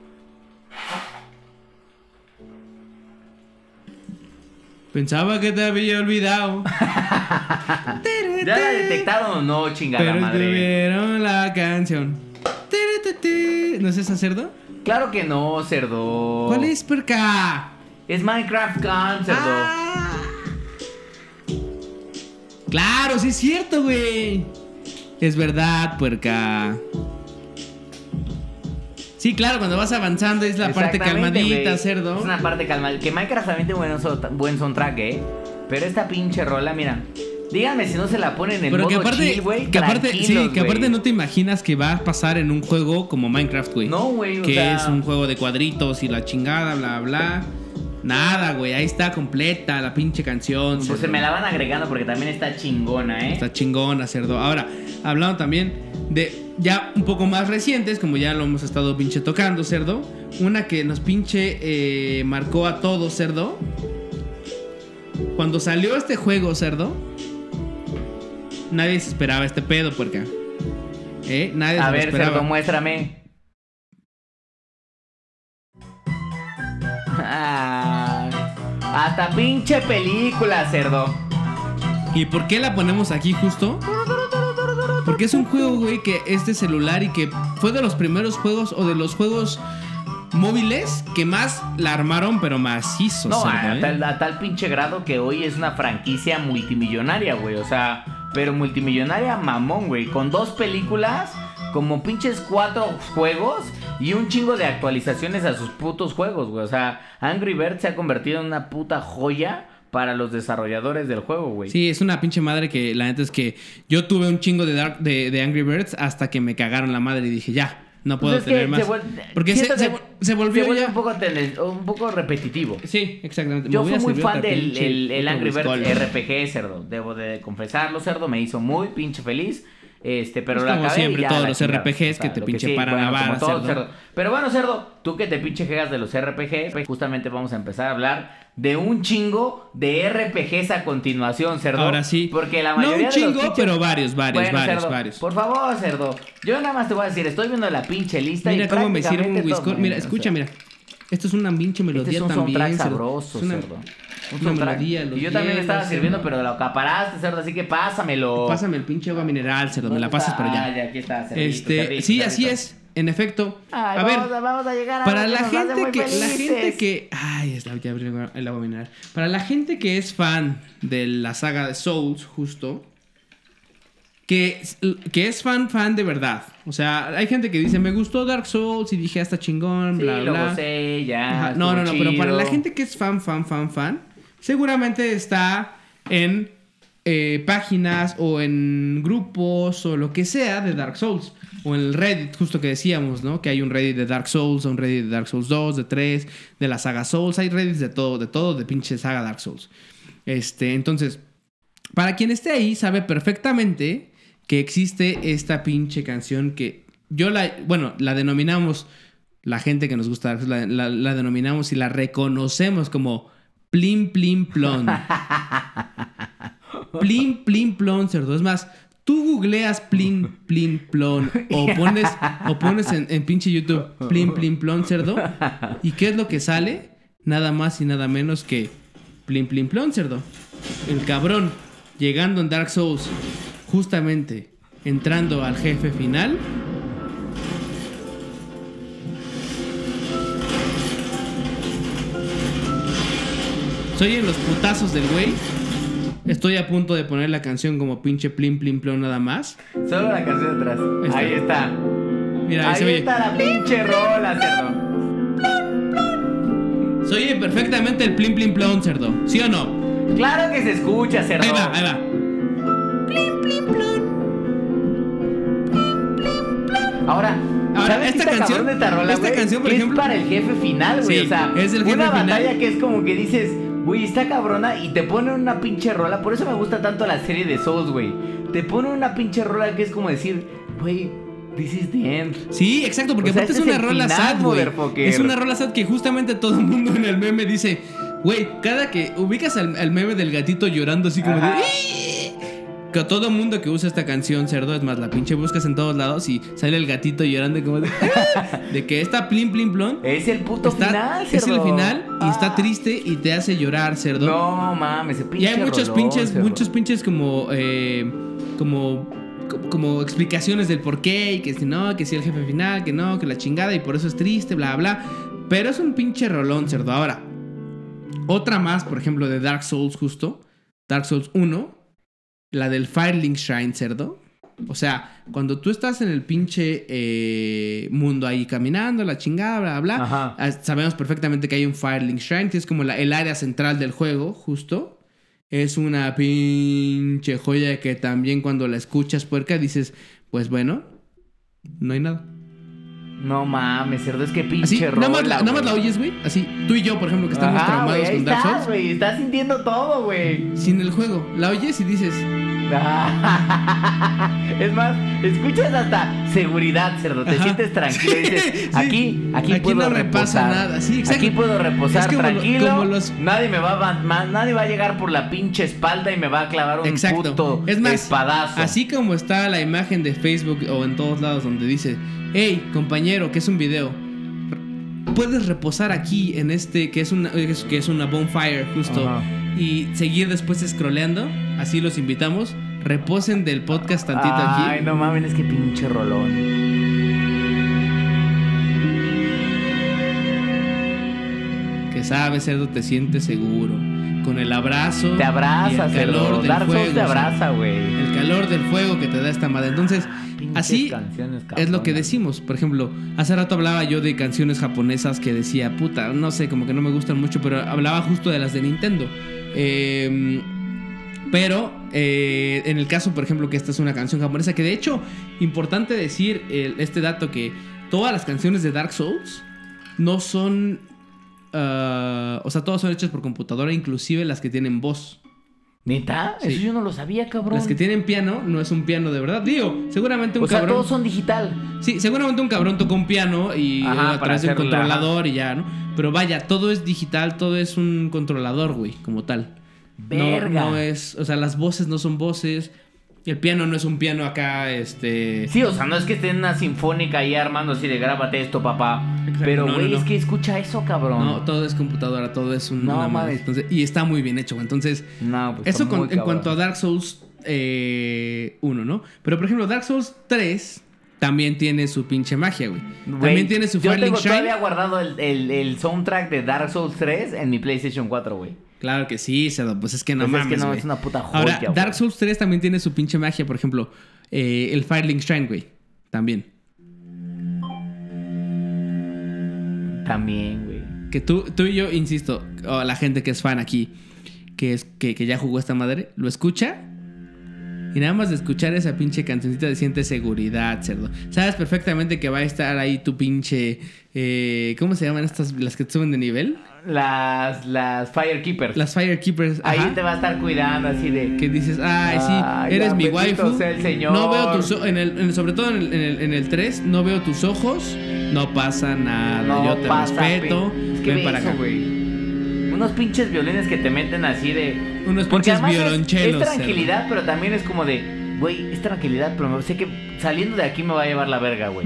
Pensaba que te había olvidado. ¿Ya la detectaron o no, chingada Pero madre? tuvieron la canción. ¿No es esa, cerdo? Claro que no, cerdo. ¿Cuál es, perca? Es Minecraft Gun, cerdo. Ah. Claro, sí es cierto, güey. Es verdad, puerca. Sí, claro, cuando vas avanzando es la parte Exactamente, calmadita, güey. cerdo. Es una parte calmadita. Que Minecraft también tiene buen, so- buen soundtrack, eh. Pero esta pinche rola, mira. Díganme si no se la ponen en Pero modo que aparte, chill, güey. que aparte, sí, tranquilos, que aparte güey. no te imaginas que va a pasar en un juego como Minecraft, güey. No, güey, o Que sea- es un juego de cuadritos y la chingada, bla, bla. Nada, güey, ahí está completa la pinche canción. Pues se cerdo. me la van agregando porque también está chingona, eh. Está chingona, cerdo. Ahora, hablando también de ya un poco más recientes, como ya lo hemos estado pinche tocando, cerdo. Una que nos pinche eh, marcó a todos, cerdo. Cuando salió este juego, cerdo, nadie se esperaba este pedo, puerca. ¿Eh? Nadie A se lo ver, esperaba. cerdo, muéstrame. Ah, hasta pinche película, cerdo. ¿Y por qué la ponemos aquí justo? Porque es un juego, güey, que es de celular y que fue de los primeros juegos o de los juegos móviles que más la armaron, pero macizo, No, cerdo, a, ¿eh? tal, a tal pinche grado que hoy es una franquicia multimillonaria, güey. O sea, pero multimillonaria mamón, güey. Con dos películas, como pinches cuatro juegos y un chingo de actualizaciones a sus putos juegos, güey. O sea, Angry Birds se ha convertido en una puta joya para los desarrolladores del juego, güey. Sí, es una pinche madre que la neta es que yo tuve un chingo de, Dark, de, de Angry Birds hasta que me cagaron la madre y dije, ya, no puedo Pues es que tener más. se vuel- Porque se, siento se, que se volvió se vuelve ya... un poco, tele- un poco repetitivo. Sí, exactamente. Yo Me voy fui a muy servir fan otra del pinche- el, el otro Angry Birds Whiskol. R P G, cerdo. Debo de confesarlo, cerdo. Me hizo muy pinche feliz. Este, pero Es lo como acabé siempre, y ya, todos la los chingada. R P Gs que te lo pinche sí, paran bueno, la vara, como todo, cerdo. cerdo. Pero bueno, cerdo, tú que te pinche jegas de los R P G, pues, justamente vamos a empezar a hablar de un chingo de R P Gs a continuación, cerdo. Ahora sí. Porque la No mayoría un de chingo, los pinches- pero varios, varios, Bueno, varios, cerdo, varios. por favor, cerdo. Yo nada más te voy a decir, estoy viendo la pinche lista Mira y cómo me sirve un prácticamente whisky. todos, Mira, o sea, escucha, mira. Esto es una pinche melodía este es un también. soundtrack cerdo. sabroso, Es una- cerdo. Un una soundtrack. melodía, los Y yo también me estaba hielos, sirviendo, cerdo. pero lo acaparaste, cerdo, así que pásamelo. Pásame el pinche agua mineral, cerdo. Me la ¿Dónde pasas, está? pero Ah, ya. ya, aquí está, cerdito, Este, cerdito, sí, cerdito. así es. En efecto. Ay, a vamos, ver, a, vamos a llegar a para algo la que nos hace gente muy que la felices. gente que ay, está ya abrí el agua mineral. Para la gente que es fan de la saga de Souls, justo, que, que es fan fan de verdad. O sea, hay gente que dice, "Me gustó Dark Souls" y dije, "Hasta chingón, Sí, bla lo bla." gocé, ya. Ajá, No, no, no, estuvo pero para chido. la gente que es fan, fan, fan, fan, seguramente está en eh, páginas o en grupos o lo que sea de Dark Souls. O en el Reddit, justo que decíamos, ¿no? Que hay un Reddit de Dark Souls, un Reddit de Dark Souls dos, de tres, de la saga Souls. Hay Reddits de todo, de todo, de pinche saga Dark Souls. Este, entonces, para quien esté ahí, sabe perfectamente que existe esta pinche canción que yo la, bueno, la denominamos, la gente que nos gusta Dark Souls, la, la, la denominamos y la reconocemos como Plim Plim Plon. Plim Plim Plon, cerdo. Es más, tú googleas Plim Plim Plon o pones, o pones en, en pinche YouTube Plim Plim Plon, cerdo. ¿Y qué es lo que sale? Nada más y nada menos que Plim Plim Plon, cerdo. El cabrón llegando en Dark Souls, justamente entrando al jefe final. Soy en los putazos del güey. Estoy a punto de poner la canción como pinche Plim Plim Plon nada más. Solo la canción de atrás. Ahí está. Ahí está. Mira, ahí Ahí se oye. está la pinche rola, cerdo. Se oye perfectamente el Plim Plim Plon, cerdo. ¿Sí o no? Claro que se escucha, cerdo. Ahí va, ahí va. Ahora, Ahora, ¿sabes esta qué está canción- cabrón de esta rola, esta güey? canción, por es ejemplo- para el jefe final, güey. Sí, o sea, es el jefe una final. batalla que es como que dices, güey, está cabrona y te ponen una pinche rola. Por eso me gusta tanto la serie de Souls, güey. Te ponen una pinche rola que es como decir, güey, this is the end. Sí, exacto, porque O sea, aparte este es es una el rola final, sad, güey. motherfucker. Es una rola sad que justamente todo el mundo en el meme dice, güey, cada que ubicas al, al meme del gatito llorando así como Ajá. de... Que todo el mundo que usa esta canción, cerdo, es más, la pinche buscas en todos lados y sale el gatito llorando como de... de que esta Plim Plim Plon Es el puto está- final, es el cerdo. final y está Ah. triste y te hace llorar, cerdo. No mames, ese pinche Y hay muchos rolón, pinches, cerdo. muchos pinches como, eh, como, co- como explicaciones del por qué y que si no, que si el jefe final, que no, que la chingada y por eso es triste, bla, bla. Pero es un pinche rolón, cerdo. Ahora, otra más, por ejemplo, de Dark Souls justo, Dark Souls uno, la del Firelink Shrine, cerdo. O sea, cuando tú estás en el pinche eh, mundo ahí caminando, la chingada, bla, bla, Ajá. ah, sabemos perfectamente que hay un Firelink Shrine, que es como la- el área central del juego, justo. Es una pinche joya que también cuando la escuchas, puerca, dices, pues bueno, no hay nada. No mames, cerdo, es que pinche Así, rola, nada más, la, nada más güey. la oyes, güey. Así, tú y yo, por ejemplo, que estamos Ajá, traumados güey, ahí con Dark estás, Souls. güey, estás sintiendo todo, güey. Sin el juego, la oyes y dices, Es más, escuchas hasta seguridad, cerdo. Te Ajá. sientes tranquilo. Sí, Dices, sí. aquí, aquí, Aquí puedo no me pasa reposar. nada. Sí, exacto. Aquí puedo reposar Es como lo- tranquilo. como los- Nadie me va a va- ma- nadie va a llegar por la pinche espalda y me va a clavar un exacto. puto Es más, espadazo. así como está la imagen de Facebook o en todos lados donde dice, hey, compañero, que es un video, puedes reposar aquí en este, que es una, es- que es una bonfire justo, Ajá. y seguir después scrolleando. Así los invitamos. Reposen del podcast tantito Ay, aquí. no mames, es que pinche rolón. Que sabes, cerdo, te sientes seguro. Con el abrazo. Te abraza, y el calor cerdo. del Dark Souls fuego, te o sea, abraza, güey. el calor del fuego que te da esta madre. Entonces, Pinches así canciones, es lo que cabronas. decimos. Por ejemplo, hace rato hablaba yo de canciones japonesas que decía, puta, no sé, como que no me gustan mucho, pero hablaba justo de las de Nintendo. Eh, pero eh, en el caso, por ejemplo, que esta es una canción japonesa, que de hecho, importante decir el- este dato, que todas las canciones de Dark Souls no son... ah, o sea, todas son hechas por computadora, inclusive las que tienen voz. ¿Neta? Sí. Eso yo no lo sabía, cabrón. Las que tienen piano no es un piano de verdad. Digo, seguramente un O sea, cabrón... todos son digital. Sí, seguramente un cabrón tocó un piano y Ajá, a para través de un hacerla, controlador y ya, ¿no? Pero vaya, todo es digital, todo es un controlador, güey, como tal. Verga. No, no es... O sea, las voces no son voces. El piano no es un piano acá, este... Sí, o sea, no es que esté en una sinfónica ahí armando así de grábate esto, papá. Exacto, Pero, no, güey, no, no. es que escucha eso, cabrón. No, todo es computadora, todo es un... No una madre. mames. Entonces, y está muy bien hecho, güey. Entonces... No, pues Eso está con- muy en cabrón. cuanto a Dark Souls eh, uno, ¿no? Pero por ejemplo, Dark Souls tres también tiene su pinche magia, güey. Güey, También tiene su yo Firelink tengo Shrine. todavía guardado el, el, el soundtrack de Dark Souls tres en mi PlayStation cuatro, güey. Claro que sí, Cedo. Pues es que no Pues es mames, que no, güey. es una puta joya, Ahora, güey. Dark Souls tres también tiene su pinche magia. Por ejemplo, eh, el Firelink Shrine, güey. También. También, güey. Que tú, tú y yo, insisto, o la gente que es fan aquí, que, es, que, que ya jugó esta madre, lo escucha. Y nada más de escuchar esa pinche cancioncita te sientes seguridad, cerdo. Sabes perfectamente que va a estar ahí tu pinche... eh, ¿Cómo se llaman estas, las que te suben de nivel? Las, las Firekeepers. Las Firekeepers. Ahí ajá. te va a estar cuidando así de... Que dices, ay, sí, Ay, eres ya, mi bendito waifu. sea el Señor. No veo tus ojos, en el, en el- sobre todo en el, en, el, en el tres, no veo tus ojos, no pasa nada, No yo te pasa, respeto. pe- Es que ven ve para eso, acá. güey. Unos pinches violines que te meten así de... Unos Porque pinches además es- violonchelos. Es, tranquilidad, pero también es como de... Güey, es tranquilidad, pero sé que saliendo de aquí me va a llevar la verga, güey.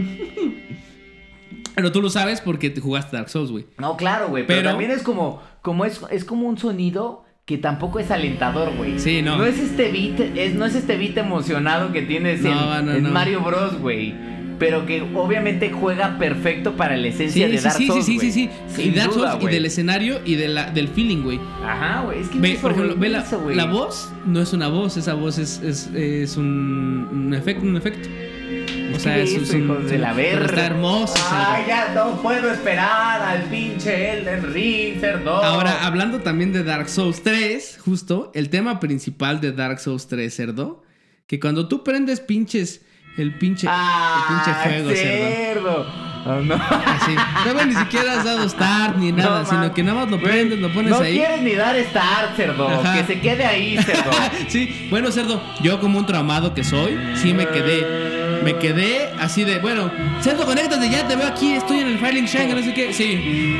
Pero tú lo sabes porque te jugaste Dark Souls, güey. No, claro, güey. Pero, Pero- también es como... como es, es como un sonido que tampoco es alentador, güey. Sí, no. No es este beat, es, no es este beat emocionado que tienes No, en, no, en no. Mario Bros, güey. Pero que obviamente juega perfecto para la esencia Sí, de sí, Dark sí, Souls, sí, sí, güey. sí, sí. Sin Y Dark duda, Souls y güey. del escenario y de la, del feeling, güey. Ajá, güey. Es que Ve, eso, por ejemplo, güey, ve la, eso, güey. la voz, no es una voz, esa voz es, es, es un, un efecto, un efecto. O sea, ¿Qué es, es es un, hijos de la pero verga? está hermoso. Ay, cerdo. ya no puedo esperar al pinche Elden Ring, cerdo. Ahora, hablando también de Dark Souls tres, justo, el tema principal de Dark Souls tres, cerdo, que cuando tú prendes pinches, el pinche, ah, el pinche juego, cerdo. cerdo. Oh, no. Así, no, ni siquiera has dado start ni nada, No, sino man. que nada más lo Güey, prendes, lo pones no ahí. quieres ni dar start, cerdo. Ajá. Que se quede ahí, cerdo. Sí, bueno, cerdo, yo como un traumado que soy, sí me quedé. Me quedé así de, bueno, cerdo, conéctate, ya te veo aquí, estoy en el Firelink Shrine, no sé qué. Sí.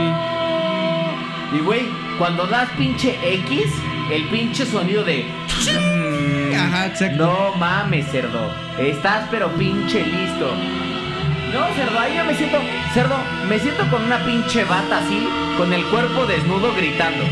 Mm. Y güey, cuando das pinche X, el pinche sonido de... Ajá, exacto. No mames, cerdo. Estás pero pinche listo. No, cerdo, ahí yo me siento... Cerdo, me siento con una pinche bata así, con el cuerpo desnudo gritando.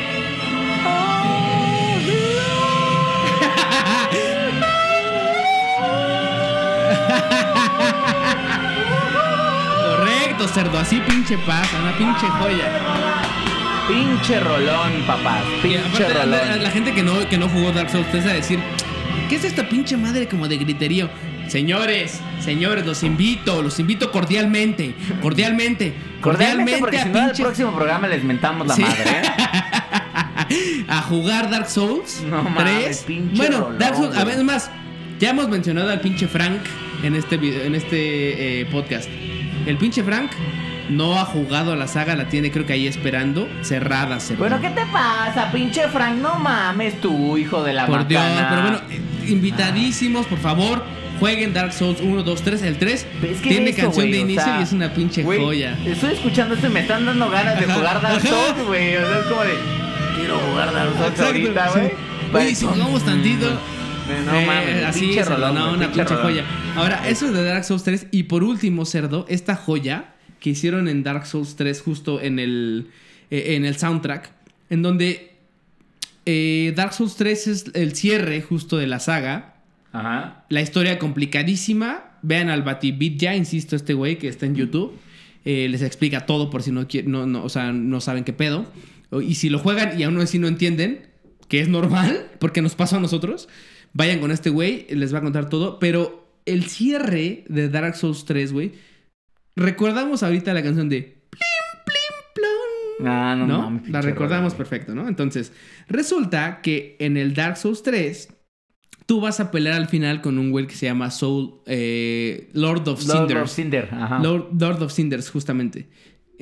Correcto, cerdo, así pinche pasa, una pinche joya. Pinche rolón, papás. Y Pinche aparte, la, rolón. la gente que no, que no jugó Dark Souls tres a decir, ¿qué es esta pinche madre como de griterío? Señores, señores, los invito, los invito cordialmente, cordialmente, Cordialmente, porque a si no, en el pinche- próximo programa les mentamos la Sí. madre, ¿eh? a jugar Dark Souls No mames, tres. pinche Bueno, rolón, Dark Souls, a güey. ver, más, ya hemos mencionado al pinche Frank en este video, en este eh, podcast. El pinche Frank no ha jugado la saga, la tiene creo que ahí esperando, cerrada, cerrada. Bueno, ¿qué te pasa, pinche Frank? No mames tú, hijo de la Por Dios, macana. pero bueno, eh, invitadísimos, por favor, jueguen Dark Souls uno, dos, tres. El tres Es que tiene eso, canción güey, de o inicio sea, y es una pinche güey, joya. Estoy escuchando esto y me están dando ganas de Ajá, jugar Dark ajá. Souls, güey. O sea, es como de... Quiero jugar Dark Souls Exacto, ahorita, sí. güey. Oye, si jugamos tantito. No eh, mames, así pinche es, rolón, no, güey, una pinche pinche rolón. joya. Ahora, eso es de Dark Souls tres. Y por último, cerdo, esta joya que hicieron en Dark Souls tres, justo en el, eh, en el soundtrack, en donde eh, Dark Souls tres es el cierre justo de la saga. Ajá. La historia complicadísima. Vean al Batibit ya, insisto, este güey que está en YouTube. Eh, les explica todo por si no, quieren, no, no, o sea, no saben qué pedo. Y si lo juegan y aún así no entienden, que es normal, porque nos pasó a nosotros, vayan con este güey, les va a contar todo. Pero el cierre de Dark Souls tres, güey, recordamos ahorita la canción de Plim, Plim, Plon. Ah, no, ¿No? mames, La pinche recordamos rolón. perfecto, ¿no? Entonces, resulta que en el Dark Souls tres, tú vas a pelear al final con un güey que se llama Soul, eh, Lord of Lord Cinders. of Cinder, ajá. Lord, Lord of Cinders, justamente.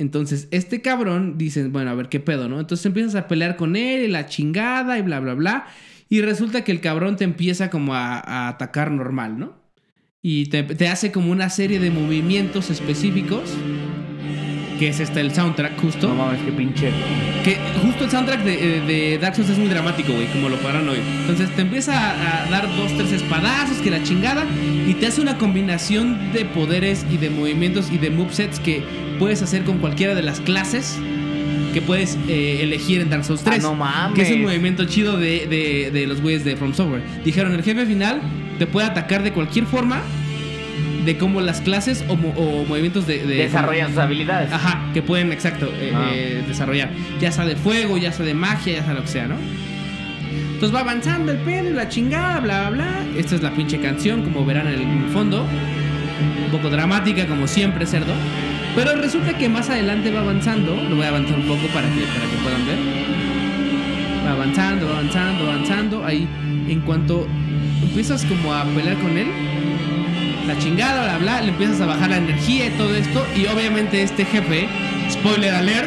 Entonces, este cabrón dice, bueno, a ver qué pedo, ¿no? Entonces empiezas a pelear con él y la chingada y bla, bla, bla. Y resulta que el cabrón te empieza como a, a atacar normal, ¿no? Y te, te hace como una serie de movimientos específicos. Que es este el soundtrack, justo. No mames, qué pinche. Que justo el soundtrack de, de Dark Souls es muy dramático, güey, como lo podrán oír. Entonces te empieza a, a dar dos, tres espadazos, que la chingada. Y te hace una combinación de poderes y de movimientos y de movesets que puedes hacer con cualquiera de las clases que puedes eh, elegir en Dark Souls tres. Ah, no mames. Que es un movimiento chido de, de, de los güeyes de From Software. Dijeron, el jefe final te puede atacar de cualquier forma, de cómo las clases o, o movimientos de, de desarrollan sus habilidades. Ajá, que pueden, exacto, eh, Ah. eh, desarrollar. Ya sea de fuego, ya sea de magia, ya sea lo que sea, ¿no? Entonces va avanzando el pedo y la chingada, bla, bla, bla. Esta es la pinche canción, como verán en el fondo. Un poco dramática, como siempre, cerdo. Pero resulta que más adelante va avanzando. Lo voy a avanzar un poco para que, para que puedan ver. Va avanzando, va avanzando, va avanzando. Ahí, en cuanto empiezas como a pelear con él, la chingada, bla, bla, le empiezas a bajar la energía y todo esto. Y obviamente este jefe, spoiler alert,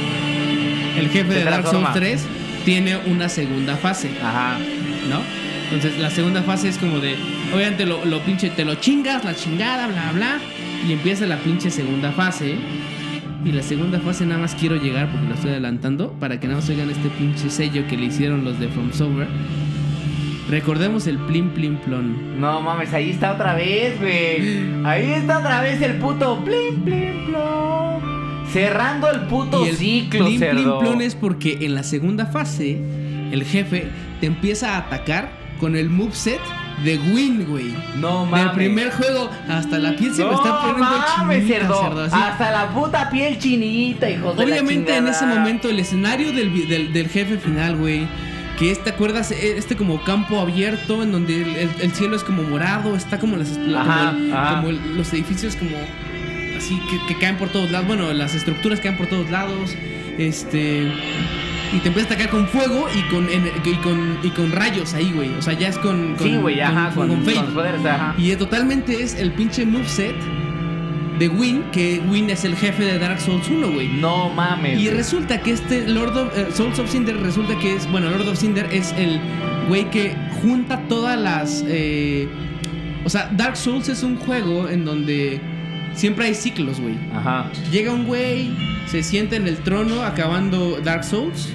el jefe Se de Dark Souls transforma. tres tiene una segunda fase, Ajá. ¿no? Entonces la segunda fase es como de, obviamente lo, lo pinche, te lo chingas, la chingada, bla, bla. Y empieza la pinche segunda fase. Y la segunda fase nada más quiero llegar porque lo estoy adelantando para que nada más oigan este pinche sello que le hicieron los de From Software. Recordemos el plim plim plon. No mames, ahí está otra vez, güey. Ahí está otra vez el puto plim plim plom. Cerrando el puto Y el ciclo, plim, cerdo. plim, plon es porque en la segunda fase el jefe te empieza a atacar con el moveset de Win, güey. No mames. Del primer juego hasta la piel se me está poniendo mames, chinita, cerdo. cerdo, así. Hasta la puta piel chinita, hijos de la Obviamente en chingada. ese momento el escenario del, vi- del, del jefe final, güey, que es, ¿te acuerdas? Este como campo abierto en donde el, el- el cielo es como morado, está como, las, la- Ajá, como, el- ajá. como el- los edificios como así que, que caen por todos lados, bueno, las estructuras caen por todos lados, este... Y te empieza a atacar con fuego y con, en- y con, y con rayos ahí, güey. O sea, ya es con... con Sí, güey, ajá, con, con, con, Fate. los poderes, ajá. Y eh, totalmente es el pinche moveset de Win, que Win es el jefe de Dark Souls uno, güey. No mames. Y güey. resulta que este Lord of eh, Souls of Cinder resulta que es, bueno, Lord of Cinder es el güey que junta todas las eh, o sea, Dark Souls es un juego en donde siempre hay ciclos, güey. Ajá. Llega un güey, se sienta en el trono acabando Dark Souls,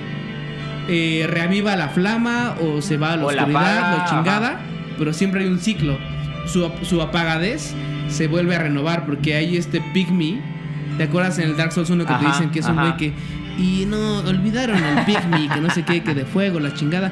eh, reaviva la flama o se va a la O la oscuridad, apaga, lo chingada, ajá. pero siempre hay un ciclo. Su, su apagadez se vuelve a renovar porque hay este Pygmy. ¿Te acuerdas en el Dark Souls uno que Ajá, te dicen que es un ajá. güey que... Y no, olvidaron el Pygmy, que no sé qué, que de fuego, la chingada.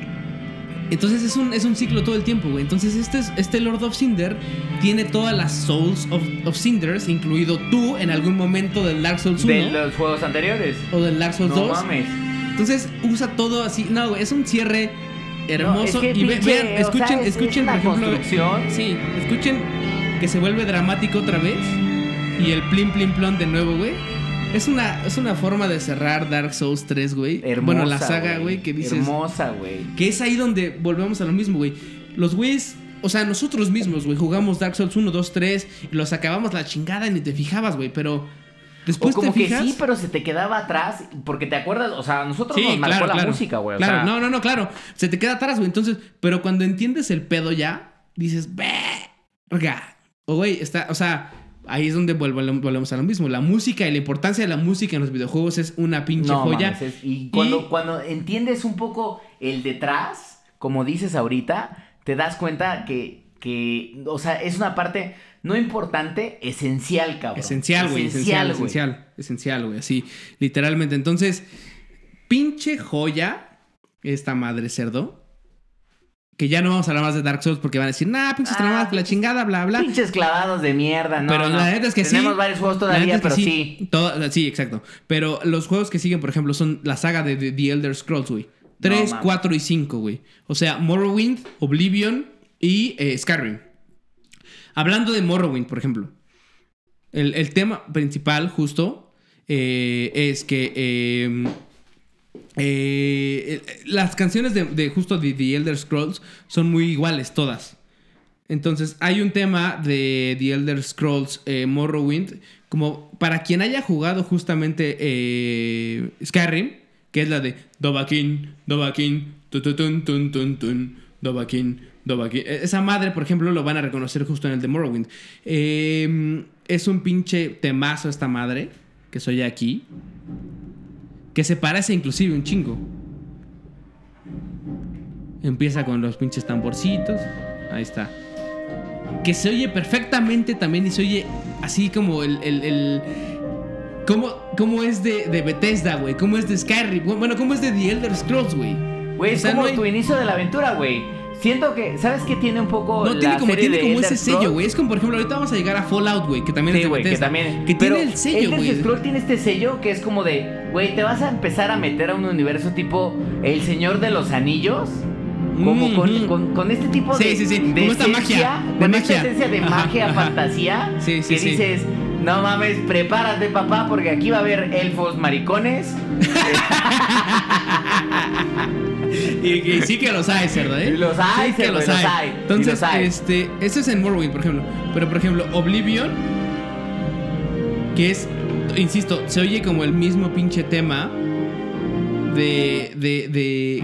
Entonces es un, es un ciclo todo el tiempo, güey. Entonces este, es- este Lord of Cinder tiene todas las Souls of, of Cinders, incluido tú en algún momento del Dark Souls uno De los juegos anteriores. o del Dark Souls No dos. mames. Entonces usa todo así. No, güey, es un cierre hermoso. No, es que y ve- pinche, vean, o escuchen, sea, es- escuchen, es una por ejemplo. construcción. Sí, escuchen que se vuelve dramático otra vez. Y el plim plim plon de nuevo, güey. Es una, es una forma de cerrar Dark Souls tres, güey. Hermosa, Bueno, la saga, güey, que dices. Hermosa, güey. Que es ahí donde volvemos a lo mismo, güey. Los güeyes, o sea, nosotros mismos, güey, jugamos Dark Souls uno, dos, tres, y los acabamos la chingada y ni te fijabas, güey, pero después O como te que fijas. sí, pero se te quedaba atrás. Porque te acuerdas, o sea, a nosotros Sí, nos marcó claro, la claro. música, güey. o Claro, sea, no, no, no, claro. Se te queda atrás, güey. Entonces, pero cuando entiendes el pedo ya, dices, verga. O, güey, está, o sea, ahí es donde vuelvo- volvemos a lo mismo. La música y la importancia de la música en los videojuegos es una pinche No, joya. mames, es- y cuando, Y- cuando entiendes un poco el detrás, como dices ahorita, te das cuenta que, que, o sea, es una parte no importante, esencial, cabrón. Esencial, güey, esencial, güey. esencial, esencial, güey, así, literalmente. Entonces, pinche joya, esta madre cerdo. Que ya no vamos a hablar más de Dark Souls porque van a decir, nah, pinches Ah, tramadas, la pinches- chingada, bla, bla. Pinches clavados de mierda, no, Pero no. la neta es que sí. Tenemos varios juegos La neta todavía, es que pero sí. Todo- sí, exacto. Pero los juegos que siguen, por ejemplo, son la saga de The, The Elder Scrolls, güey. tres, mames. cuatro y cinco, güey. O sea, Morrowind, Oblivion y eh, Skyrim. Hablando de Morrowind, por ejemplo. El, el tema principal, justo, eh, es que... eh, eh, eh, las canciones de, de justo de The Elder Scrolls son muy iguales todas. Entonces, hay un tema de The Elder Scrolls eh, Morrowind, como para quien haya jugado justamente eh, Skyrim, que es la de Dovahkiin, Dovahkiin, tun tun tun tun tun tun, Dovahkiin, Dovahkiin. Esa madre, por ejemplo, lo van a reconocer justo en el de Morrowind. Eh, es un pinche temazo esta madre, que soy aquí, que se parece inclusive un chingo. Empieza con los pinches tamborcitos. Ahí está. Que se oye perfectamente también y se oye así como el... el, el ¿Cómo, cómo es de, de Bethesda, güey? ¿Cómo es de Skyrim? Bueno, ¿cómo es de The Elder Scrolls, güey? Güey, es O sea, como no hay- tu inicio de la aventura, güey. Siento que, ¿sabes qué tiene un poco No, la tiene como, serie tiene de como Elder ese sello, Scrolls? güey. Es como, por ejemplo, ahorita vamos a llegar a Fallout, güey, que también Sí, es de güey, que Bethesda. también. Que pero tiene el sello, Elder güey. Scrolls tiene este sello que es como de, güey, te vas a empezar a meter a un universo tipo El Señor de los Anillos. Como con, Mm, con, con este tipo Sí, de, sí, sí, de como esta esencia, magia, de con magia. esta esencia de Ajá, magia, ajá. fantasía, Sí, sí, que sí. dices, no mames, prepárate, papá, porque aquí va a haber elfos maricones. Y, y sí que los hay, cerdo, ¿eh? Y los hay, sí que cerdo, los y los hay. hay, y Entonces, los hay. este, eso es en Morrowind, por ejemplo. Pero, por ejemplo, Oblivion, que es, insisto, se oye como el mismo pinche tema de, de, de,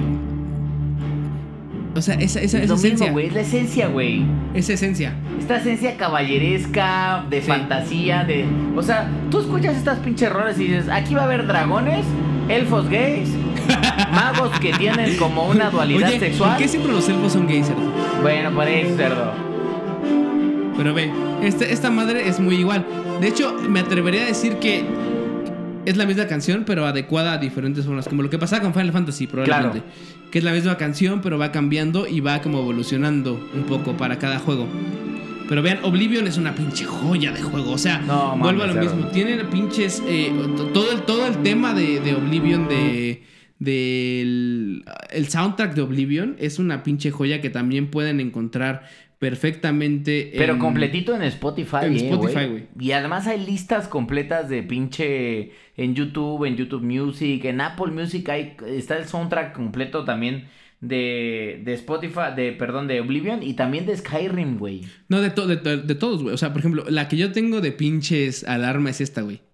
o sea, esa, esa, Es esa lo mismo, esencia, güey, es la esencia, güey. esa esencia. Esta esencia caballeresca, de Sí. fantasía, de... O sea, tú escuchas estas pinches roles y dices, aquí va a haber dragones, elfos gays, magos que tienen como una dualidad Oye, sexual. ¿por qué siempre los elfos son gays, cerdo? Bueno, por eso, cerdo. Pero ve, este, esta madre es muy igual. De hecho, me atrevería a decir que es la misma canción, pero adecuada a diferentes formas. Como lo que pasaba con Final Fantasy, probablemente. Claro. Que es la misma canción, pero va cambiando y va como evolucionando un poco para cada juego. Pero vean, Oblivion es una pinche joya de juego. O sea, No, mames, vuelvo a lo cerdo. mismo. Tienen pinches. Eh, to- todo, el, todo el tema de, de Oblivion, de. del el soundtrack de Oblivion es una pinche joya que también pueden encontrar perfectamente. Pero en- completito en Spotify, en eh, Spotify, güey. güey. Y además hay listas completas de pinche en YouTube, en YouTube Music, en Apple Music hay, está el soundtrack completo también de, de Spotify, de, perdón, de Oblivion y también de Skyrim, güey. No, de, to- de, to- de todos, güey. O sea, por ejemplo, la que yo tengo de pinches alarma es esta, güey.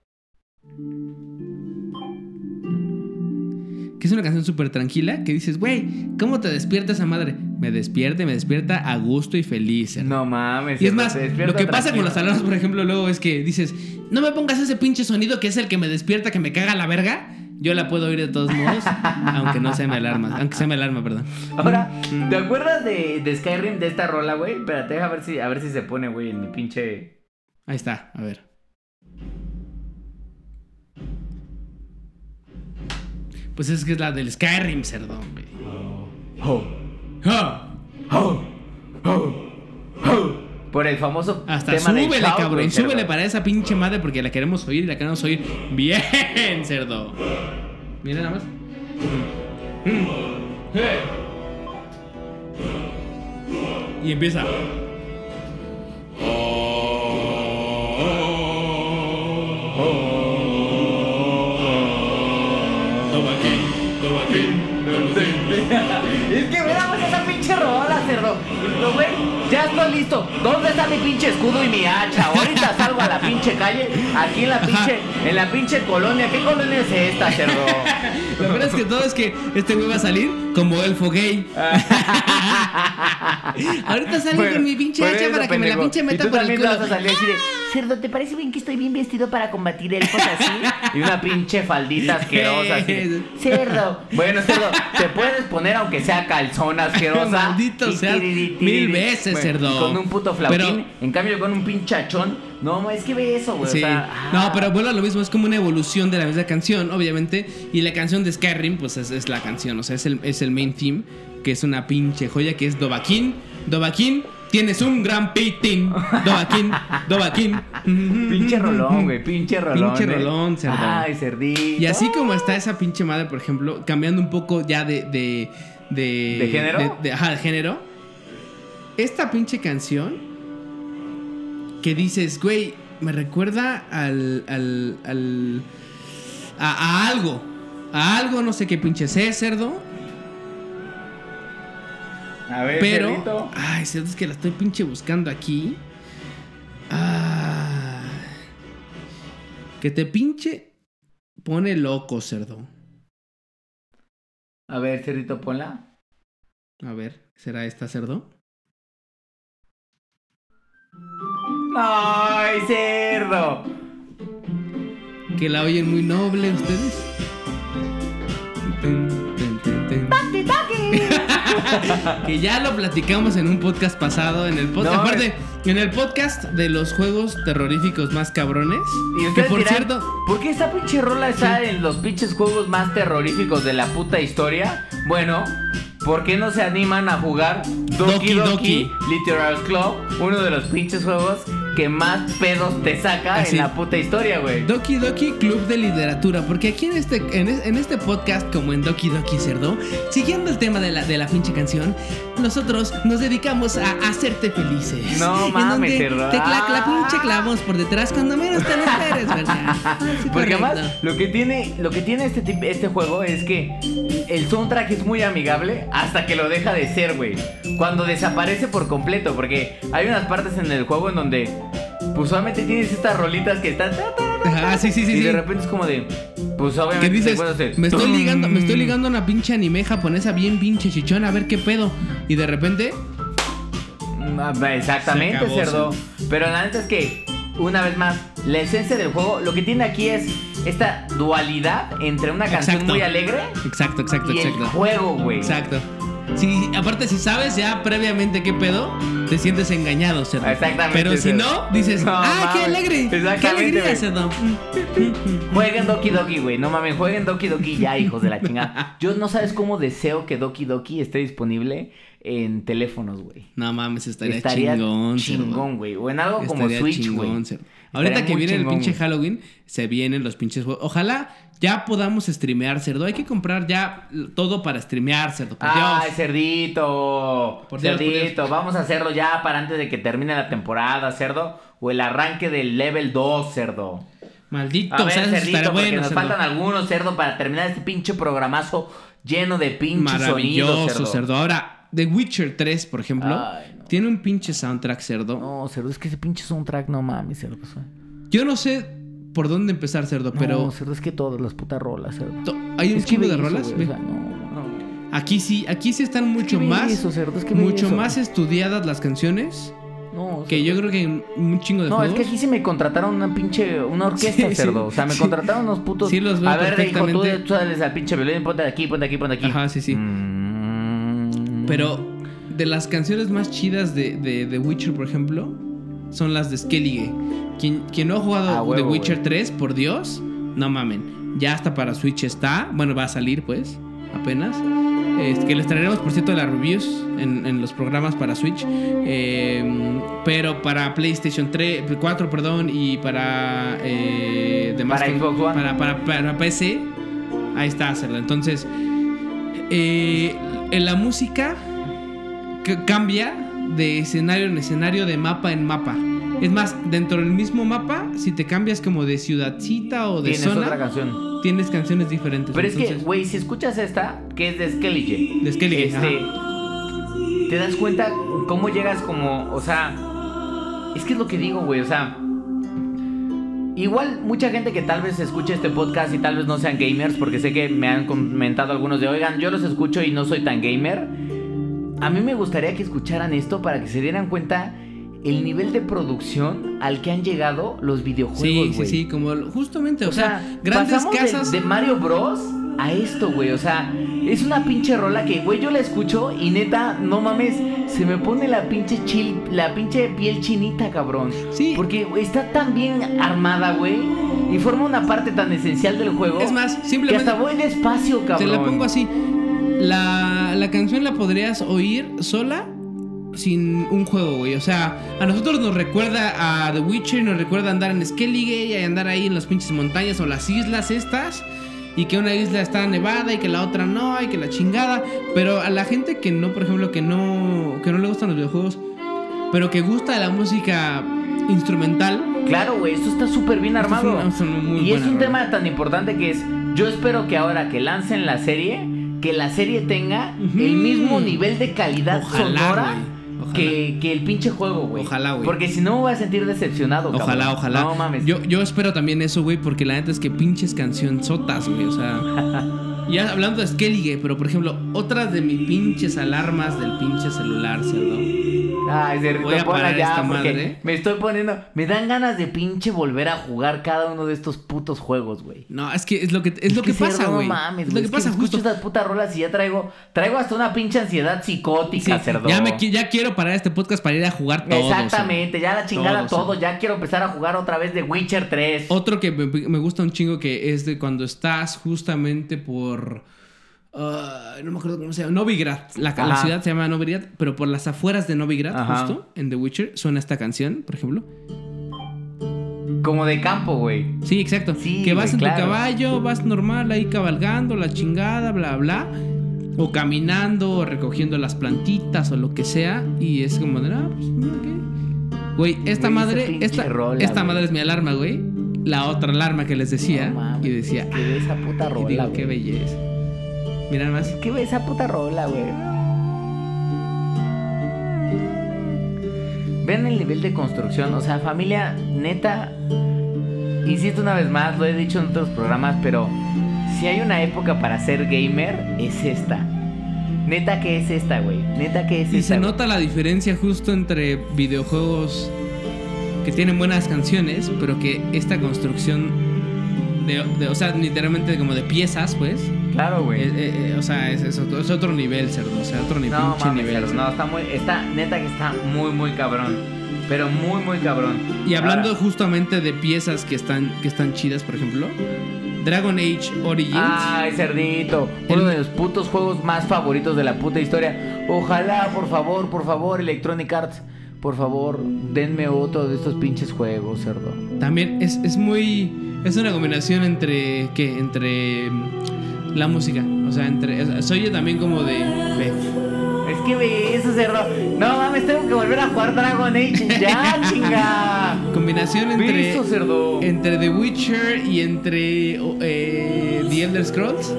Que es una canción súper tranquila que dices, güey, ¿cómo te despierta esa madre? Me despierta y me despierta a gusto y feliz. cerdo. No mames. Y es cerdo, más, te lo despierta que pasa con tranquilo. las alarmas, por ejemplo, luego es que dices, no me pongas ese pinche sonido que es el que me despierta, que me caga la verga. Yo la puedo oír de todos modos, aunque no sea mi alarma. Aunque sea mi alarma, perdón. Ahora, ¿te acuerdas de, de Skyrim, de esta rola, güey? Espérate, deja ver si, a ver si se pone, güey, en mi pinche... Ahí está, a ver. Pues es que es la del Skyrim, cerdón, güey. Oh, ¡Ah! oh, oh, oh. Por el famoso Hasta tema del súbele, shout, cabrón. güey, cerdo. Súbele para esa pinche madre porque la queremos oír y la queremos oír bien, cerdo. Mira nada más. Y empieza. Es que miramos esa pinche rola, cerdo. Pero, güey, ya estoy listo. ¿Dónde está mi pinche escudo y mi hacha? Ahorita salgo a la pinche calle, aquí en la pinche, en la pinche colonia. ¿Qué colonia es esta, cerdo? Lo peor es que todo es que este güey va a salir como elfo gay. Ahorita salgo Bueno, con mi pinche por hacha eso, para que me la pendejo. pinche Y meta tú por el también culo. vas a salir así de, cerdo, ¿te parece bien que estoy bien vestido para combatir elfos así? Y una pinche faldita asquerosa así de, cerdo. Bueno, cerdo, te puedes poner aunque sea calzón asquerosa. Maldito Y seas tiriri, mil tiriri. veces, Bueno, cerdo. y con un puto flautín. Pero- En cambio, con un pinchachón. No, es que ve eso, güey. Sí. O sea, ah. No, pero vuelvo a lo mismo, es como una evolución de la misma canción, obviamente. Y la canción de Skyrim, pues es, es la canción, o sea, es el, es el main theme, que es una pinche joya, que es Dovahkiin. Dovahkiin, tienes un gran pitín. Dovahkiin, Dovahkiin. Pinche rolón, güey. Pinche rolón. Pinche eh. rolón, cerdo. Ay, cerdito. Y así como está esa pinche madre, por ejemplo, cambiando un poco ya de... ¿De, de, ¿De género? de- de- ajá, de género. Esta pinche canción que dices, güey, me recuerda al... al, al a, a algo. A algo, no sé qué pinche es, cerdo. A ver, Pero, Cerdito. ay, Cerdo, es que la estoy pinche buscando aquí. Ah, que te pinche pone loco, Cerdo. A ver, Cerdito, ponla. A ver, ¿será esta, Cerdo? ¡Ay, cerdo! Que la oyen muy noble ustedes. Ten, ten, ten, ten. Que ya lo platicamos en un podcast pasado. En el podcast, No, aparte, en el podcast de los juegos terroríficos más cabrones. Y Que ustedes por dirán, cierto, ¿por qué esta pinche rola está en los pinches juegos más terroríficos de la puta historia? Bueno, ¿por qué no se animan a jugar Doki Doki Doki, Doki. Literal Club? Uno de los pinches juegos que más pedos te saca Así. en la puta historia, güey. Doki Doki Club de Literatura. Porque aquí en este, en, es- en este podcast, como en Doki Doki Cerdo, siguiendo el tema de la, de la pinche canción, nosotros nos dedicamos a hacerte felices. No En mames, donde Cerdo. te cla- la Ah. pinche clavamos por detrás cuando menos te lo esperes, ¿verdad? Ah, sí, Porque correcto. además lo que tiene, lo que tiene este, tip- este juego es que el soundtrack es muy amigable hasta que lo deja de ser, güey. Cuando desaparece por completo, porque hay unas partes en el juego en donde pues solamente tienes estas rolitas que están ta, ta, ta, ta, Ajá, sí, sí, sí, y de sí. repente es como de pues obviamente Que dices, te acuerdas de, me estoy tum. ligando, me estoy ligando a una pinche anime japonesa bien pinche chichona, a ver qué pedo. Y de repente, Ah, Exactamente, Se acabó, cerdo. Pero la neta es que, una vez más, la esencia del juego, lo que tiene aquí es esta dualidad entre una canción Exacto. muy alegre exacto, exacto, y el exacto. juego, güey. Exacto. Sí, aparte si sabes ya previamente qué pedo, te sientes engañado, cerdo. Exactamente, Pero si cerdo. no, dices, No, ah, qué mames. alegre. Qué Exactamente, alegría, güey. cerdo. Jueguen Doki Doki, güey. No mames, jueguen Doki Doki ya, hijos de la chingada. Yo no sabes cómo deseo que Doki Doki esté disponible en teléfonos, güey. No mames, estaría, Estaría chingón, cerdo. chingón, güey. O en algo como Estaría Switch, chingón, güey. cerdo. Ahorita Estaría que muy viene chingón, el pinche güey. Halloween, se vienen los pinches juegos. Ojalá ya podamos streamear, cerdo. Hay que comprar ya todo para streamear, cerdo. Por Ay, Dios. cerdito. Por Dios, por Cerdito. Vamos a hacerlo ya para antes de que termine la temporada, cerdo. O el arranque del level dos, cerdo. Maldito, A o ver, sea, eso cerdito, estaría porque bueno, nos cerdo. faltan algunos, cerdo, para terminar este pinche programazo lleno de pinches Maravilloso, sonidos, cerdo. cerdo. Ahora, The Witcher tres, por ejemplo, Ay, no. tiene un pinche soundtrack, cerdo. No, cerdo, es que ese pinche soundtrack, no mames, cerdo. pues, Yo no sé por dónde empezar, cerdo, pero No, cerdo, es que todas las putas rolas, cerdo. to- hay un Es que chingo ve de eso, rolas. güey, Ve. o sea, no, no. Aquí sí, aquí sí están mucho ve más, eso, cerdo, es que ve mucho eso. más estudiadas las canciones No, que cerdo. yo creo que en un chingo de No, es juegos. que aquí sí me contrataron una pinche, una orquesta, Sí, sí, cerdo. O sea, me sí. contrataron unos putos. Sí, los veo A ver, hijo, tú, perfectamente. tú sales al pinche violín, ponte de aquí, ponte aquí, ponte aquí. Ajá, sí, sí. Mm. Pero de las canciones más chidas de, de The Witcher, por ejemplo, son las de Skellige. Quien, quien no ha jugado Ah, huevo, The Witcher güey. tres, por Dios, no mamen. Ya hasta para Switch está. Bueno, va a salir, pues, apenas. Este, que les traeremos, por cierto, las reviews en, en los programas para Switch. Eh, pero para PlayStation tres, cuatro, perdón, y para eh, demás Para con- Xbox One. Para, para, para P C. Ahí está, hacerlo. Entonces, eh, en la música que cambia de escenario en escenario, de mapa en mapa. Es más, dentro del mismo mapa, si te cambias como de ciudadcita o de Tienes zona, otra canción. tienes canciones diferentes. Pero es que, Entonces, güey, si escuchas esta, que es de Skellige. De Skellige, Este. Te das cuenta cómo llegas como. O sea. Es que es lo que digo, güey. O sea. Igual mucha gente que tal vez escuche este podcast y tal vez no sean gamers, porque sé que me han comentado algunos de, oigan, yo los escucho y no soy tan gamer. A mí me gustaría que escucharan esto para que se dieran cuenta el nivel de producción al que han llegado los videojuegos, sí, güey. sí, sí, como lo- justamente, o, O sea, sea, grandes pasamos de- casas. de, Mario Bros a esto, güey. O sea, es una pinche rola que, güey, yo la escucho y neta, no mames, se me pone la pinche chil, la pinche piel chinita, cabrón. Sí. Porque güey, está tan bien armada, güey, y forma una parte tan esencial del juego. Es más, que simplemente hasta voy despacio, cabrón. te la pongo así. La, la canción la podrías oír sola sin un juego, güey. O sea, a nosotros nos recuerda a The Witcher, nos recuerda andar en Skellige y andar ahí en las pinches montañas o las islas estas. Y que una isla está nevada y que la otra no, y que la chingada. Pero a la gente que no, por ejemplo, que no, que no le gustan los videojuegos, pero que gusta de la música instrumental. Claro, güey, esto está súper bien armado. Esto es una- es una muy y es buena un rola. tema tan importante que es, yo espero que ahora que lancen la serie, que la serie tenga Ujú. el mismo nivel de calidad Ojalá, sonora güey. Ojalá. que, que el pinche juego, güey. Ojalá, güey. Porque si no me voy a sentir decepcionado, cabrón. Ojalá, ojalá. No mames. Yo, yo espero también eso, güey, porque la neta es que pinches cancionzotas, güey. O sea, ya hablando de Skellige, pero por ejemplo, otras de mis pinches alarmas del pinche celular, cerdo. Ay, Cerdito, Voy a ponla parar ya, esta porque madre. me estoy poniendo... Me dan ganas de pinche volver a jugar cada uno de estos putos juegos, güey. No, es que es lo que, es lo que pasa, Cerdo, güey. No mames, es lo güey, que es pasa que justo. escucho esas putas rolas y ya traigo... Traigo hasta una pinche ansiedad psicótica, Sí, cerdo. ya, me, qui- ya quiero parar este podcast para ir a jugar todo. Exactamente, ya la chingada Todo, todo. Ya quiero empezar a jugar otra vez de Witcher tres. Otro que me, me gusta un chingo que es de cuando estás justamente por... Uh, no me acuerdo cómo se llama. Novigrad. La, la Ajá. ciudad se llama Novigrad, pero por las afueras de Novigrad, Ajá. justo, en The Witcher, suena esta canción, por ejemplo. Como de campo, güey. Sí, exacto. Sí, que vas güey, en claro. tu caballo, vas normal ahí cabalgando, la chingada, bla, bla. O caminando, o recogiendo las plantitas, o lo que sea. Y es como de, ah, pues, mira qué. Güey, esta Güey, esa madre, pinche esta, rola, esta güey. madre es mi alarma, güey. La otra alarma que les decía. No mames, y decía, que ve esa puta y rola, digo, güey. qué belleza. Mira nada más. ¿Qué ve esa puta rola, güey? Ven el nivel de construcción. O sea, familia, neta. Insisto una vez más, lo he dicho en otros programas, pero si hay una época para ser gamer, es esta. Neta que es esta, güey. Neta que es Y esta. se güey. nota la diferencia justo entre videojuegos que tienen buenas canciones, pero que esta construcción de, de- o sea, literalmente como de piezas, pues, Claro, güey. eh, eh, eh, o sea, es, es otro, es otro nivel, cerdo, o sea, otro ni No, pinche mames, nivel. cerdo, cerdo. no, está muy, está, neta que está muy, muy cabrón. Pero muy, muy cabrón. Y hablando Ahora- justamente de piezas que están, que están chidas, por ejemplo, Dragon Age Origins. Ay, cerdito. Uno El- de los putos juegos más favoritos de la puta historia. Ojalá, por favor, por favor, Electronic Arts. Por favor, denme otro de estos pinches juegos, cerdo. También es, es muy. Es una combinación entre. ¿Qué? Entre. mm, La música. O sea, entre. o sea, soy yo también como de. Ve. Es que ve eso, cerdo. No mames, tengo que volver a jugar Dragon Age. Ya, chinga. Combinación Ve entre. eso, cerdo. Entre The Witcher y entre. o- eh, The Elder Scrolls.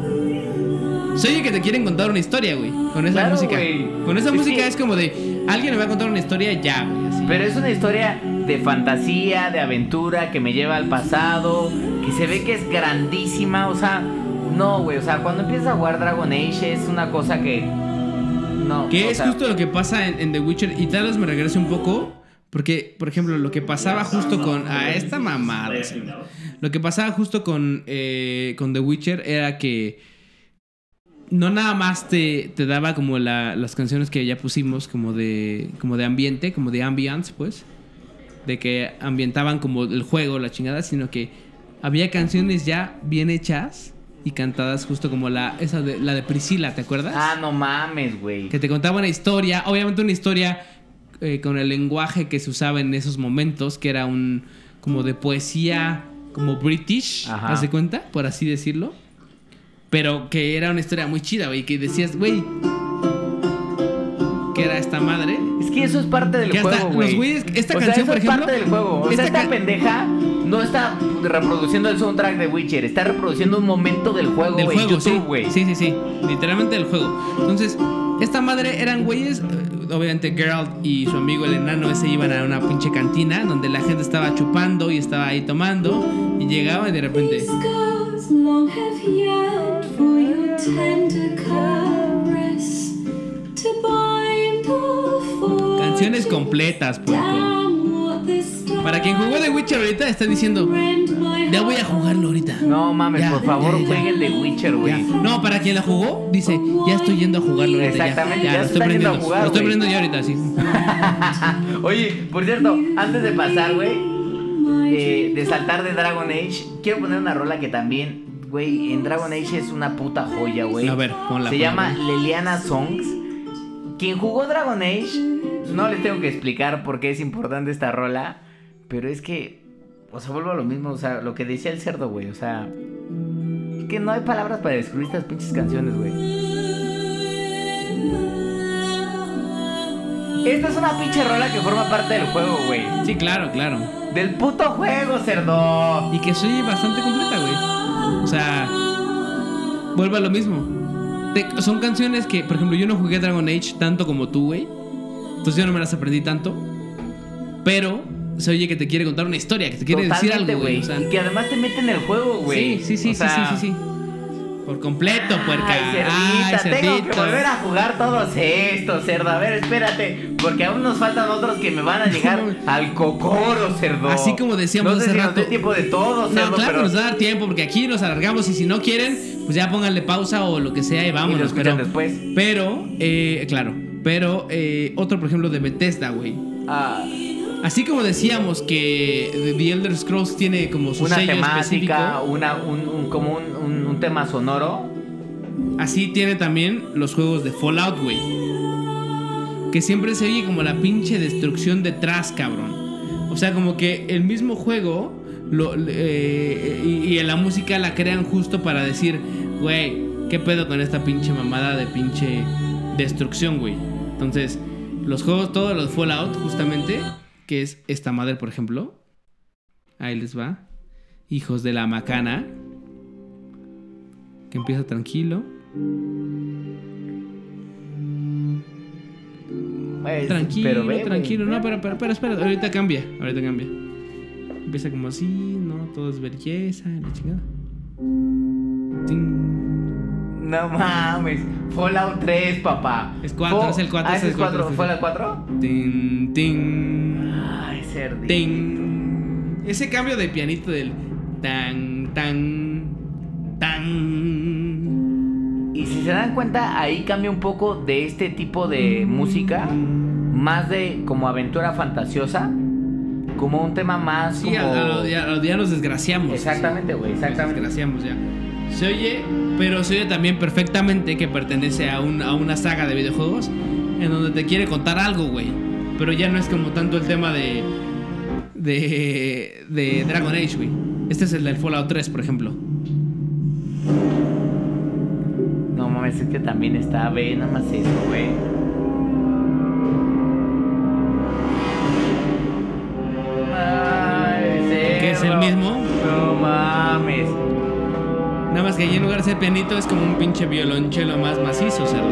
Soy el que te quieren contar una historia, güey. Con esa Claro, música. güey. Con esa Es música que- es como de. Alguien me va a contar una historia ya, güey. Así. Pero es una historia de fantasía, de aventura, que me lleva al pasado, que se ve que es grandísima, o sea, no, güey, o sea, cuando empiezas a jugar Dragon Age es una cosa que... No, Que o es sea, justo lo que pasa en, en The Witcher. Y tal vez me regrese un poco. Porque, por ejemplo, lo que pasaba justo con. A esta mamada. o sea, lo que pasaba justo con, eh, con The Witcher era que. No nada más te, te daba como la, las canciones que ya pusimos, como de. Como de ambiente, como de ambience, pues. De que ambientaban como el juego, la chingada, sino que había canciones ya bien hechas y cantadas justo como la. Esa de la de Priscila, ¿te acuerdas? Ah, no mames, güey. Que te contaba una historia, obviamente una historia eh, con el lenguaje que se usaba en esos momentos, que era un como de poesía como british, Ajá. ¿haz de cuenta? Por así decirlo. Pero que era una historia muy chida, güey, que decías, güey, que era esta madre. Es que eso es parte del Que hasta juego, güey. los güeyes- esta o sea, canción, eso por es ejemplo, parte del juego. O esta sea, esta ca- pendeja no está reproduciendo el soundtrack de Witcher, está reproduciendo un momento del juego, Del güey, juego, YouTube, sí. güey. Sí, sí, sí. Literalmente del juego. Entonces, esta madre eran güeyes. eh, Obviamente, Geralt y su amigo el enano ese iban a una pinche cantina donde la gente estaba chupando y estaba ahí tomando. Y llegaba y de repente. Scars long have yearned for your tender caress, to bind or forget Canciones completas, puerco. down what the stars Para quien jugó The Witcher ahorita, está diciendo. rend my Ya voy a jugarlo ahorita. No mames, Ya, por favor, ya, ya. jueguen de Witcher, Ya. güey. No, para quien la jugó, dice, ya estoy yendo a jugarlo ahorita. ya. Exactamente, ya lo se estoy está yendo a prendiendo. jugar, Lo estoy güey. prendiendo ya ahorita, sí. Oye, por cierto, antes de pasar, güey, eh, de saltar de Dragon Age, quiero poner una rola que también, güey, en Dragon Age es una puta joya, güey. A ver, ponla, Se ponla, llama ponla. Leliana Songs. Quien jugó Dragon Age, no les tengo que explicar por qué es importante esta rola, pero es que, o sea, vuelvo a lo mismo, o sea, lo que decía el cerdo, güey, o sea, es que no hay palabras para describir estas pinches canciones, güey. Esta es una pinche rola que forma parte del juego, güey. Sí, claro, claro. Del puto juego, cerdo. Y que soy bastante completa, güey. O sea, vuelve a lo mismo. te- son canciones que, por ejemplo, yo no jugué Dragon Age tanto como tú, güey. Entonces yo no me las aprendí tanto. Pero se oye que te quiere contar una historia, que te quiere decir Totalmente, algo, güey. güey. O sea, Y que además te mete en el juego, güey. sí, sí, sí, O sea, sí, sí, sí, sí. Por completo, puerca. Ay, cerdita, tengo que cerdito. volver a jugar todos estos, cerdo. A ver, espérate, porque aún nos faltan otros que me van a llegar al cocoro, cerdo. Así como decíamos no sé hace si nos rato. dé tiempo de todo, cerdo, No, claro pero... que nos va a dar tiempo porque aquí nos alargamos y si no quieren, pues ya pónganle pausa o lo que sea y y lo vámonos. escuchan Pero, después. pero eh, claro, pero eh, otro por ejemplo de Bethesda, güey. Ah, Así como decíamos que The Elder Scrolls tiene como su una sello temática, específico, una, un, un- como un, un, un tema sonoro. así tiene también los juegos de Fallout, güey. Que siempre se oye como la pinche destrucción detrás, cabrón. O sea, como que el mismo juego lo, eh, y, y la música la crean justo para decir, güey, ¿qué pedo con esta pinche mamada de pinche destrucción, güey? Entonces, los juegos, todos los Fallout, justamente, que es esta madre, por ejemplo. Ahí les va. Hijos de la macana. Que empieza tranquilo. Pues, Tranquilo, pero ve, tranquilo. güey. No, pero, pero, pero, espera. Ahorita cambia. Ahorita cambia. Empieza como así, ¿no? Todo es belleza, la chingada. Tin. No mames. Fallout tres, papá. Es cuatro, Fo- es el cuatro, Ah, es ¿ese el es cuatro, cuatro. sí, ¿Fue sí. la cuatro? Tin, tin. Ay, cerdito. Tin. Ese cambio de pianito del tan, tan, tan. Y si se dan cuenta, ahí cambia un poco de este tipo de música, más de como aventura fantasiosa, como un tema más Sí, como... a, a lo- ya, a lo- ya nos desgraciamos. Exactamente, güey, Nos exactamente. desgraciamos ya. Se oye, pero se oye también perfectamente que pertenece a, un, a una saga de videojuegos en donde te quiere contar algo, güey. Pero ya no es como tanto el tema de. de. de Dragon Age, güey. Este es el del Fallout tres, por ejemplo. No mames, es que también está, ve, nada más eso, güey. Ay, Que es el cerdo. mismo. No mames. Nada más que allí en lugar de ser pianito es como un pinche violonchelo más macizo, cerdo.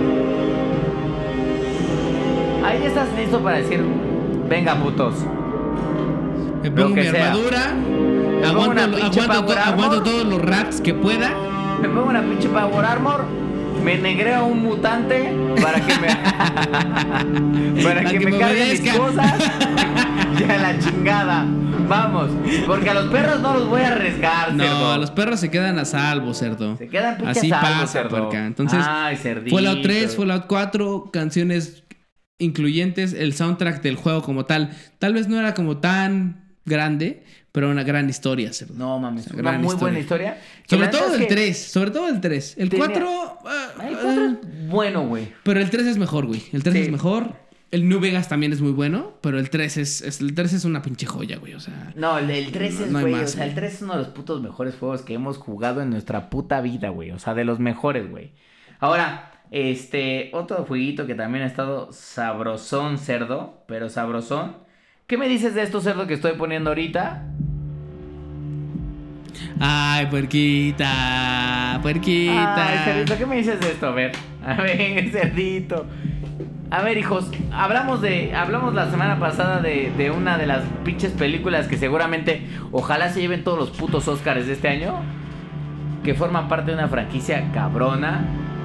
Ahí estás listo para decir, venga, putos. Me pongo Lo que mi sea. armadura. Me pongo Aguanto, una pinche aguanto, Power to- aguanto Armor. todos los raps que pueda. Me pongo una pinche Power Armor, me negreo a un mutante para que me para Para que, que me me cargue mis obedezca. cosas. Ya la chingada. Vamos, porque a los perros no los voy a arriesgar, No, cerdo. los perros se quedan a salvo, cerdo. Se quedan pinches Así salvos, pasa, cerdo. puerca. Entonces, Ay, cerdito. Fallout tres, Fallout cuatro, canciones incluyentes, el soundtrack del juego como tal. Tal vez no era como tan grande, pero una gran historia, cerdo. No mames, O sea, una gran muy historia. buena historia. Que Sobre la neta todo es el que tres, sobre todo el tres. El tenía- cuatro... El cuatro es bueno, güey. Pero el tres es mejor, güey. El tres Sí. es mejor. El New Vegas también es muy bueno, pero el tres es, es- el tres es una pinche joya, güey. O sea, No, el, el tres No- es, no hay güey, más, o sea, el güey. tres es uno de los putos mejores juegos que hemos jugado en nuestra puta vida, güey. O sea, de los mejores, güey. Ahora, este, otro jueguito que también ha estado sabrosón, cerdo, pero sabrosón. ¿Qué me dices de estos cerdo que estoy poniendo ahorita? ay, puerquita, puerquita. Ay, cerdito, ¿qué me dices de esto? A ver, a ver, cerdito. A ver, hijos, hablamos de, hablamos la semana pasada de, de una de las pinches películas que seguramente, ojalá se lleven todos los putos Oscars de este año, que forman parte de una franquicia cabrona.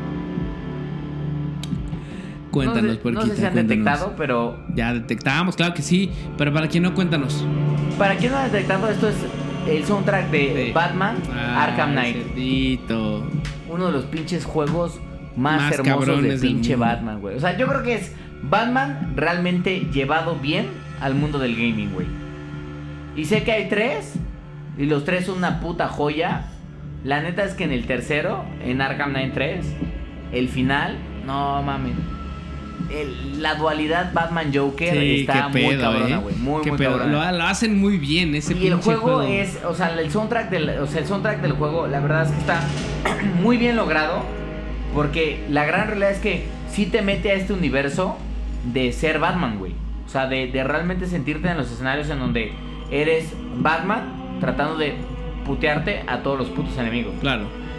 Cuéntanos, no sé, puerquita, no sé si han cuéntanos. detectado, pero Ya detectamos, claro que sí. Pero para quien no, cuéntanos. para quien no ha detectado, esto es el soundtrack de Sí. Batman Ay, Arkham Knight. cerdito. Uno de los pinches juegos más, Más hermosos de cabrones del pinche mundo. Batman, güey. O sea, yo creo que es Batman realmente llevado bien al mundo del gaming, güey. Y sé que hay tres, y los tres son una puta joya. La neta es que en el tercero, en Arkham Knight tres, el final, no mames. El- la dualidad Batman-Joker Sí, está qué muy pedo, cabrona, eh. güey. Muy, Qué muy pedo. cabrona. Lo, lo hacen muy bien ese Y el pinche juego, es, o sea, el soundtrack del, o sea, el soundtrack del juego, la verdad es que está muy bien logrado, porque la gran realidad es que sí te mete a este universo de ser Batman, güey. O sea, de, de realmente sentirte en los escenarios en donde eres Batman tratando de putearte a todos los putos enemigos. Claro.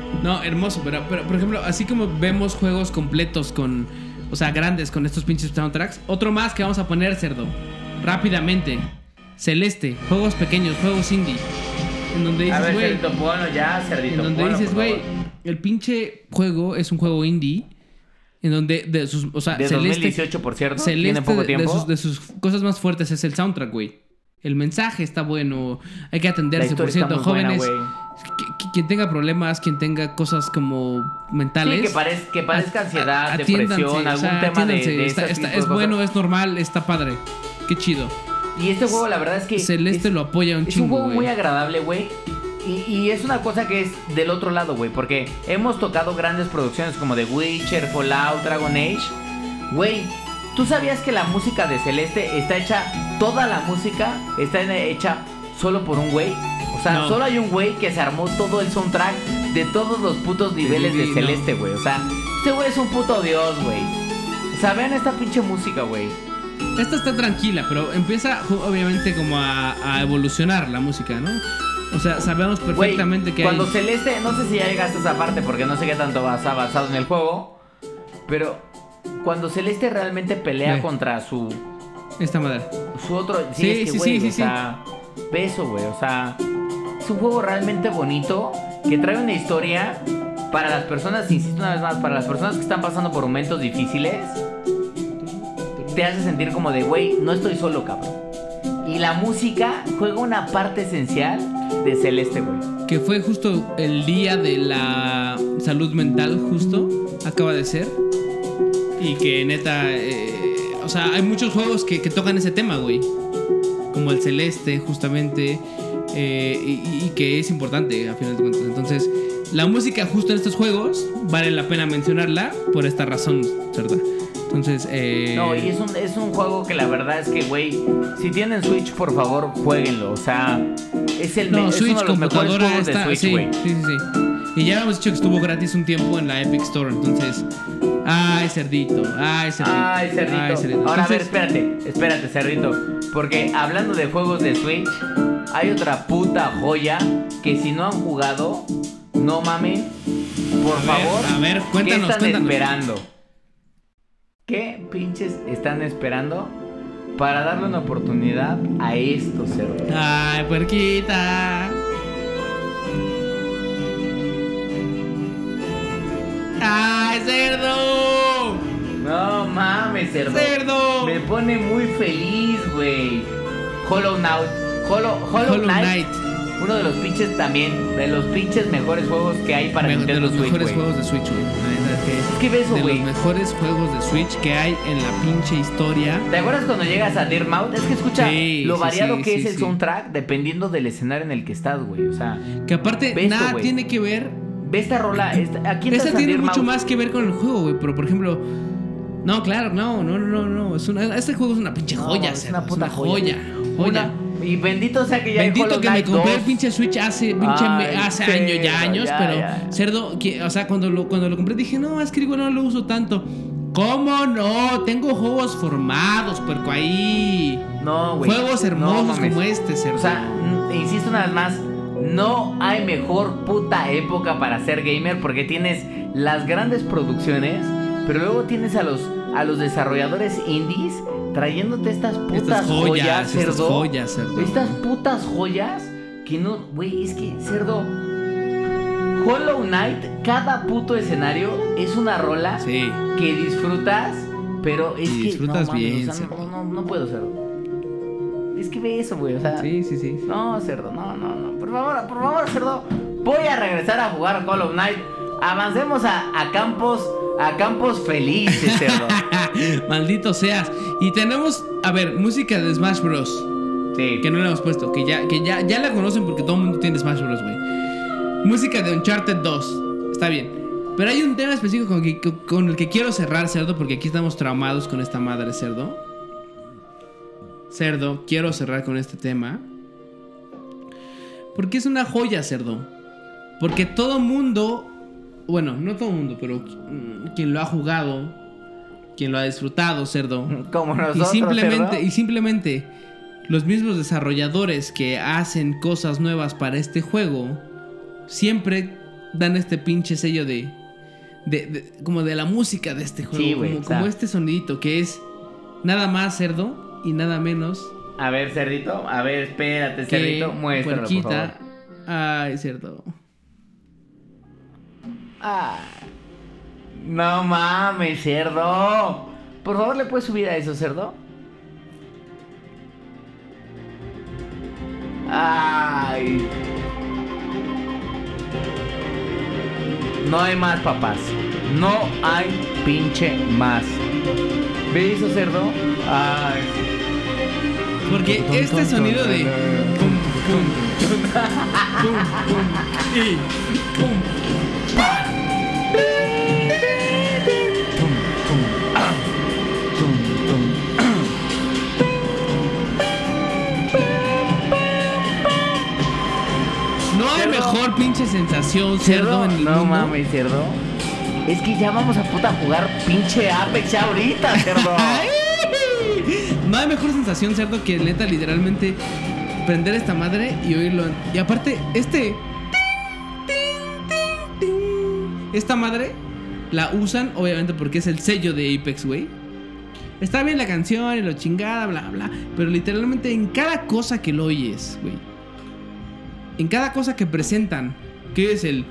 No, hermoso, pero, pero por ejemplo, así como vemos juegos completos con, o sea, grandes con estos pinches soundtracks, otro más que vamos a poner, cerdo, rápidamente. Celeste, juegos pequeños, juegos indie. En donde dices, A ver, güey, Cerdito, ponlo ya, Cerdito. en donde ponlo, dices, por güey, favor. el pinche juego es un juego indie. En donde, de sus, o sea, De Celeste, dos mil dieciocho, por cierto, Celeste tiene poco de- tiempo. De sus, de sus cosas más fuertes es el soundtrack, güey. El mensaje está bueno. Hay que La atenderse, historia por cierto, está muy buena, jóvenes. güey. que- que- quien tenga problemas, quien tenga cosas como mentales. Sí, que, parez- que parezca a- ansiedad, a- atiéndanse, depresión, o algún sea, tema de, atiéndanse. de Está- ese está- tipo de es cosas. bueno, es normal, está padre. Qué chido. Y este juego, la verdad es que. Celeste es, lo apoya un es un chingo, juego güey. muy agradable, güey. Y, y es una cosa que es del otro lado, güey. Porque hemos tocado grandes producciones como The Witcher, Fallout, Dragon Age. Güey, ¿tú sabías que la música de Celeste está hecha, toda la música está hecha solo por un güey? O sea, No. solo hay un güey que se armó todo el soundtrack de todos los putos niveles sí, de no. Celeste, güey. O sea, este güey es un puto dios, güey. O sea, vean esta pinche música, güey. Esta está tranquila, pero empieza ju- obviamente como a, a evolucionar la música, ¿no? O sea, sabemos Güey, perfectamente que cuando hay... Celeste, no sé si ya llegaste a esa parte porque no sé qué tanto vas avanzado en el juego, pero cuando Celeste realmente pelea Ve. contra su Esta madre. su otro, sí, Sí, es que sí, güey, sí, sí, o sea, beso, güey, o sea, es un juego realmente bonito que trae una historia para las personas, insisto una vez más, para las personas que están pasando por momentos difíciles, te hace sentir como de, güey, no estoy solo, cabrón. Y la música juega una parte esencial de Celeste, güey. Que fue justo el día de la salud mental, justo, acaba de ser. Y que neta, eh, o sea, hay muchos juegos que, que tocan ese tema, güey. Como el Celeste, justamente. eh, y, y que es importante, a final de cuentas. Entonces, la música justo en estos juegos, vale la pena mencionarla por esta razón, ¿verdad? Entonces, eh... No, y es un, es un juego que la verdad es que, güey, si tienen Switch, por favor, jueguenlo. O sea, es, el me- No, es Switch, uno de los mejores computadora juegos está... de Switch, sí, güey. sí, sí, sí. Y ya habíamos dicho que estuvo gratis un tiempo en la Epic Store. Entonces, ay, cerdito, ay, cerdito. Ay, cerdito. ay, cerdito. Ahora, a ver, Entonces, espérate, espérate, cerdito. Porque hablando de juegos de Switch, hay otra puta joya que si no han jugado, no mamen, por A ver, favor. a ver, cuéntanos, ¿qué están cuéntanos. esperando? ¿Qué pinches están esperando para darle una oportunidad a esto, cerdo? Ay, puerquita. Ay, cerdo. No mames, cerdo. Cerdo. Me pone muy feliz, güey. Hollow Knight. Hollow, Hollow, Hollow Knight. Knight. Uno de los pinches también, de los pinches mejores juegos que hay para Me- de Nintendo los Switch, mejores güey. juegos de Switch, güey. La neta es que Es que ve eso, de güey. los mejores juegos de Switch que hay en la pinche historia. ¿Te acuerdas cuando llegas a Deer Mouth? Es que escucha Sí, lo sí, variado sí, que sí, es el sí. soundtrack dependiendo del escenario en el que estás, güey. O sea, Que aparte Ve esto, nada güey. tiene que ver. ve esta rola. Esta, aquí estás Esta en tiene Deer mucho Mouth. más que ver con el juego, güey. Pero por ejemplo. No, claro, no, no, no, no, no. Es una, este juego es una pinche No, joya, es cerdo, una puta joya. Joya. Una- y bendito sea que ya hay Bendito Hollow que me Knight compré dos. el pinche Switch hace, pinche Ay, me- hace cerdo, años ya años, ya, pero ya. cerdo, que, o sea, cuando lo, cuando lo compré dije, no, es que igual no lo uso tanto. ¿Cómo no? Tengo juegos formados, puerco, ahí. No, güey. Juegos No hermosos mames. como este, cerdo. O sea, n- insisto una vez más, no hay mejor puta época para ser gamer porque tienes las grandes producciones, pero luego tienes a los a los desarrolladores indies trayéndote estas putas Estas joyas, joyas, estas cerdo. joyas, cerdo. Estas putas joyas que no, güey, es que cerdo. Hollow Knight, cada puto escenario es una rola Sí. que disfrutas, pero es Y que disfrutas no, mames, bien, o sea, cerdo. no, no, no puedo, cerdo. Es que ve eso, güey, o sea, Sí, sí, sí. no, cerdo, no, no, no. Por favor, por favor, cerdo. Voy a regresar a jugar Hollow Knight. Avancemos a, a campos, a campos felices, cerdo. Maldito seas. Y tenemos, a ver, música de Smash Bros. Sí. Que no le hemos puesto, que ya, que ya, ya la conocen porque todo el mundo tiene Smash Bros, güey. Música de Uncharted dos. Está bien. Pero hay un tema específico con, que- con el que quiero cerrar, cerdo, porque aquí estamos traumados con esta madre, cerdo. Cerdo, quiero cerrar con este tema. Porque es una joya, cerdo. Porque todo mundo, bueno, no todo mundo, pero mm, quien lo ha jugado, quien lo ha disfrutado, cerdo. Como Y nosotros, simplemente, cerdo. y simplemente los mismos desarrolladores que hacen cosas nuevas para este juego siempre dan este pinche sello de, de, de como de la música de este juego. Sí, güey, como, o sea. como este sonidito que es nada más cerdo y nada menos A ver, cerdito. A ver, espérate, que cerdito. Muéstralo, por favor. puerquita. Ay, cerdo. Ah. No mames, cerdo. Por favor, ¿le puedes subir a eso, cerdo? Ay. No hay más, papás. No hay pinche más. ¿Ve eso, cerdo? Ay. Porque este sonido de pum, pum, pum, pum, y pum. No hay Cerdo. mejor pinche sensación, cerdo, en el No mundo. mames, cerdo. Es que ya vamos a puta jugar pinche Apex ya ahorita, cerdo. Ay. No hay mejor sensación, cerdo, que neta, literalmente prender esta madre y oírlo. Y aparte, este. Esta madre la usan, obviamente, porque es el sello de Apex, güey. Está bien la canción y lo chingada, bla, bla. Pero literalmente en cada cosa que lo oyes, güey. En cada cosa que presentan, que es el.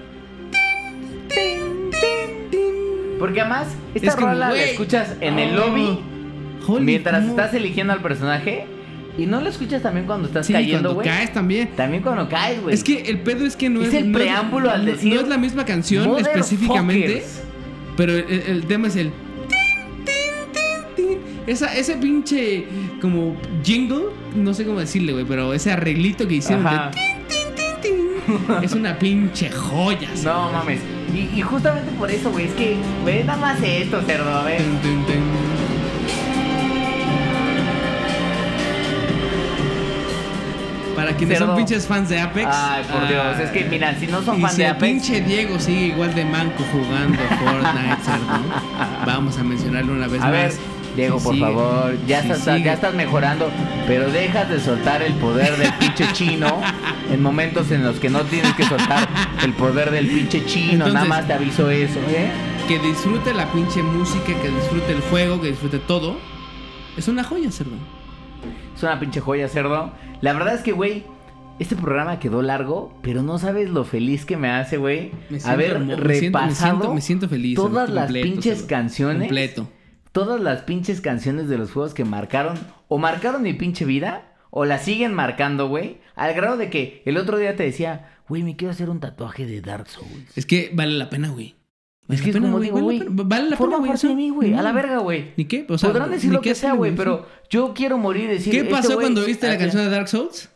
Porque además, esta Es como, rola la güey, escuchas en el oh, lobby holy mientras mo- estás eligiendo al personaje. Y no lo escuchas también cuando estás Sí, cayendo, cuando güey. caes también. También cuando caes, güey. Es que el pedo es que no Es es. el no preámbulo al no- decir, No es la misma canción específicamente. Motherfuckers. Pero el, el tema es el. Esa, ese pinche como jingle, no sé cómo decirle, güey, pero ese arreglito que hicieron Ajá. de tin, tin, tin, tin, es una pinche joya. ¿sí? No mames. Y, y justamente por eso, güey, es que, güey, nada más esto, cerdo, a ver. Tin, tin, tin. Para quienes Cerdo. son pinches fans de Apex. Ay, por Dios. ah, Es que, mira, si no son y fans si de el Apex. pinche Diego sigue igual de manco jugando Fortnite, cerdo, vamos a mencionarlo una vez A más. ver, Diego, Si por sigue, favor, ya, si estás, sigue. ya estás mejorando, pero dejas de soltar el poder del pinche chino en momentos en los que no tienes que soltar el poder del pinche chino. Entonces- Nada más te aviso eso, ¿eh? Que disfrute la pinche música, que disfrute el juego, que disfrute todo. Es una joya, cerdo. Es una pinche joya, cerdo. La verdad es que, güey, este programa quedó largo, pero no sabes lo feliz que me hace, güey, Me siento haber hermo- me siento- me repasado siento- me siento feliz, todas cerdo, las completo, pinches cerdo. canciones. Completo. Todas las pinches canciones de los juegos que marcaron, o marcaron mi pinche vida, o la siguen marcando, güey. Al grado de que el otro día te decía, güey, me quiero hacer un tatuaje de Dark Souls. Es que vale la pena, güey. Vale Es que la es pena, como güey, digo, vale güey, la pena, vale la forma pena, güey. parte eso- de mí, güey, a la No. verga, güey. ¿Ni qué? O sea, Podrán decir ni lo qué que sea, hacerle, güey, sí. pero yo quiero morir y decir... ¿Qué este pasó güey- cuando viste la Ah, canción de Dark Souls?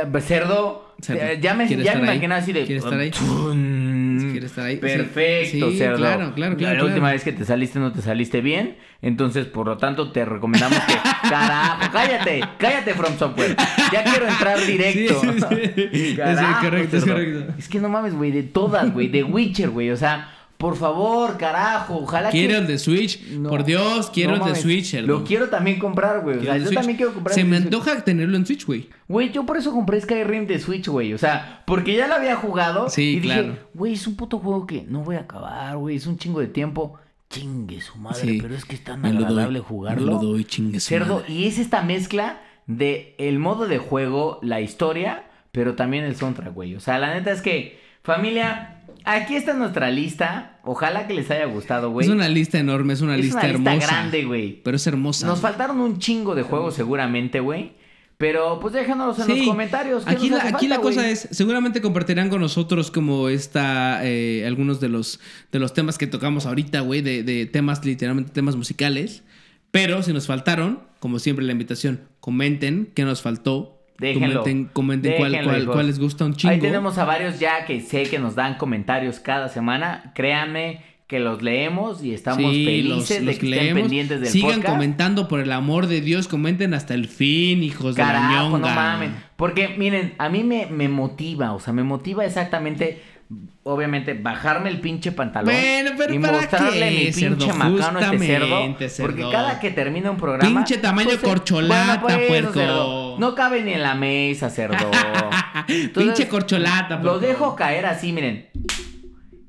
Cerdo, Cerdo. eh, ya me, ¿Quieres ya me estar ahí? imaginé así de... ¿Quieres estar ahí? Tun. ¿Quieres estar ahí? Perfecto, Sí, cerdo. claro, claro, claro, La claro. última vez que te saliste no te saliste bien, entonces por lo tanto te recomendamos que... Carajo, cállate, cállate From Software. Ya quiero entrar directo. Sí, sí, sí. Carajo, Es correcto, es cerdo. correcto. Es que no mames, güey, de todas, güey, de Witcher, güey, o sea... Por favor, carajo, ojalá Quiero que... el de Switch. No, Por Dios, quiero no el de mames, Switch, cerdo. Lo quiero también comprar, güey. O Quiero sea, el de yo Switch. también quiero comprar Se el me de Switch. antoja tenerlo en Switch, güey. Güey, yo por eso compré Skyrim de Switch, güey. O sea, porque ya lo había jugado. Sí, y dije, claro. güey, es un puto juego que no voy a acabar, güey. Es un chingo de tiempo. Chingue su madre, Sí. pero es que es tan Me lo agradable doy, jugarlo. me lo doy, chingue su Cerdo, madre. y es esta mezcla de el modo de juego, la historia, pero también el soundtrack, güey. O sea, la neta es que, familia, aquí está nuestra lista. Ojalá que les haya gustado, güey. Es una lista enorme, es una Es lista una lista hermosa. grande, güey. Pero es hermosa. Nos güey. faltaron un chingo de juegos seguramente, güey. Pero pues déjanos en Sí. los comentarios. ¿qué Aquí nos la, hace aquí la falta, cosa güey? es, seguramente compartirán con nosotros como está eh, algunos de los, de los temas que tocamos ahorita, güey, de, de temas, literalmente temas musicales. Pero si nos faltaron, como siempre la invitación, comenten qué nos faltó. Déjenlo. Comenten, comenten cuál, Déjenlo, cuál, hijos. cuál les gusta un chingo. Ahí tenemos a varios ya que sé que nos dan comentarios cada semana. Créanme que los leemos y estamos Sí, felices los- de los que estén leemos. pendientes del Sigan podcast. comentando, por el amor de Dios, comenten hasta el fin, hijos de la Carajo, ñonga. no mames. Porque miren, a mí me, me motiva, o sea, me motiva exactamente, obviamente, bajarme el pinche pantalón Bueno, pero y ¿para mostrarle qué, mi pinche cerdo? macano a este cerdo, Justamente, cerdo. porque cada que termina un programa... Pinche tamaño pues, eh, corcholata, bueno, pues, puerco. cerdo, no cabe ni en la mesa, cerdo. Entonces, Pinche corcholata, Lo puerco. dejo caer así, miren.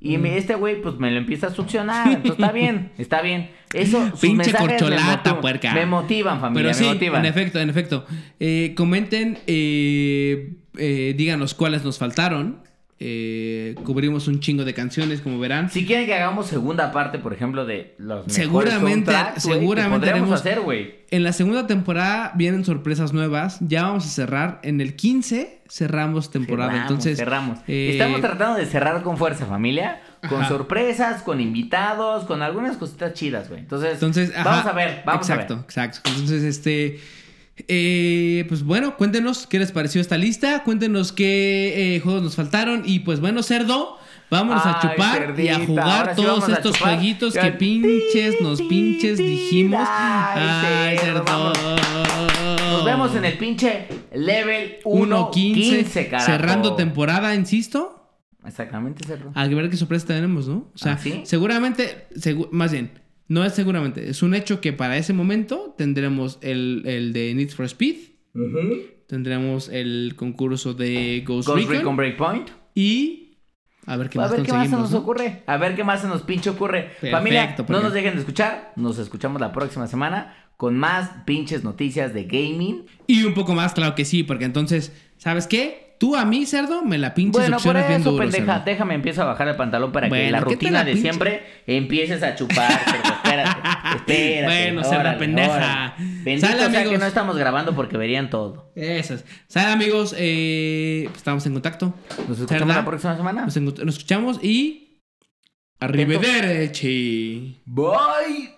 Y me, este güey, pues me lo empieza a succionar. Entonces está bien, está bien. Eso, sus Pinche mensajes corcholata, me motu- puerca. Me motivan, familia, Pero sí, me motivan. en efecto, en efecto. Eh, comenten, eh, eh, díganos cuáles nos faltaron. Eh, cubrimos un chingo de canciones, como verán. Si quieren que hagamos segunda parte, por ejemplo, de los mejores Seguramente, soundtracks, güey, seguramente que podríamos haremos- hacer, güey. En la segunda temporada vienen sorpresas nuevas. Ya vamos a cerrar. En el quince cerramos temporada. Cerramos, Entonces, cerramos. eh, Estamos tratando de cerrar con fuerza, familia. Con Ajá. sorpresas, con invitados, con algunas cositas chidas, güey. Entonces, Entonces, ajá, vamos a ver, vamos exacto, a ver. exacto. Entonces, este. eh, pues bueno, cuéntenos qué les pareció esta lista. Cuéntenos qué eh, juegos nos faltaron. Y pues bueno, cerdo, vámonos a Ay, chupar y a cerdita, jugar ahora sí todos vamos a estos chupar. jueguitos Ya- que pinches, nos pinches dijimos. Ay, Ay, cerdo, cerdo. vámonos. Nos vemos en el pinche level uno uno quince, quince, carajo. cerrando temporada, insisto. Exactamente, cerdo. A ver qué sorpresa tenemos, ¿no? O sea, ¿Ah, sí? seguramente, segu- más bien, no es seguramente, es un hecho que para ese momento tendremos el, el de Need for Speed, tendremos el concurso de Ghost, Ghost Recon, Recon Breakpoint. y a ver qué A más ver qué más se conseguimos, nos ¿no? ocurre. A ver qué más se nos pinche ocurre. Perfecto, Familia, porque- no nos dejen de escuchar. Nos escuchamos la próxima semana con más pinches noticias de gaming. Y un poco más, claro que sí, porque entonces, ¿sabes qué? Tú a mí, cerdo, me la pinches Bueno, por opciones bien eso, duro, pendeja, cerdo. déjame empiezo a bajar el pantalón para que Bueno, la ¿qué te rutina la de pinche- siempre empieces a chupar, cerdo. Espérate, espérate. Bueno, cerda órale, pendeja. órale. Bendito Sale, sea que amigos. no estamos grabando porque verían todo. Esas. Sale, amigos, eh, pues estamos en contacto. Nos escuchamos Cerda, la próxima semana. Nos, encu- nos escuchamos y... Arrivederci. Bye.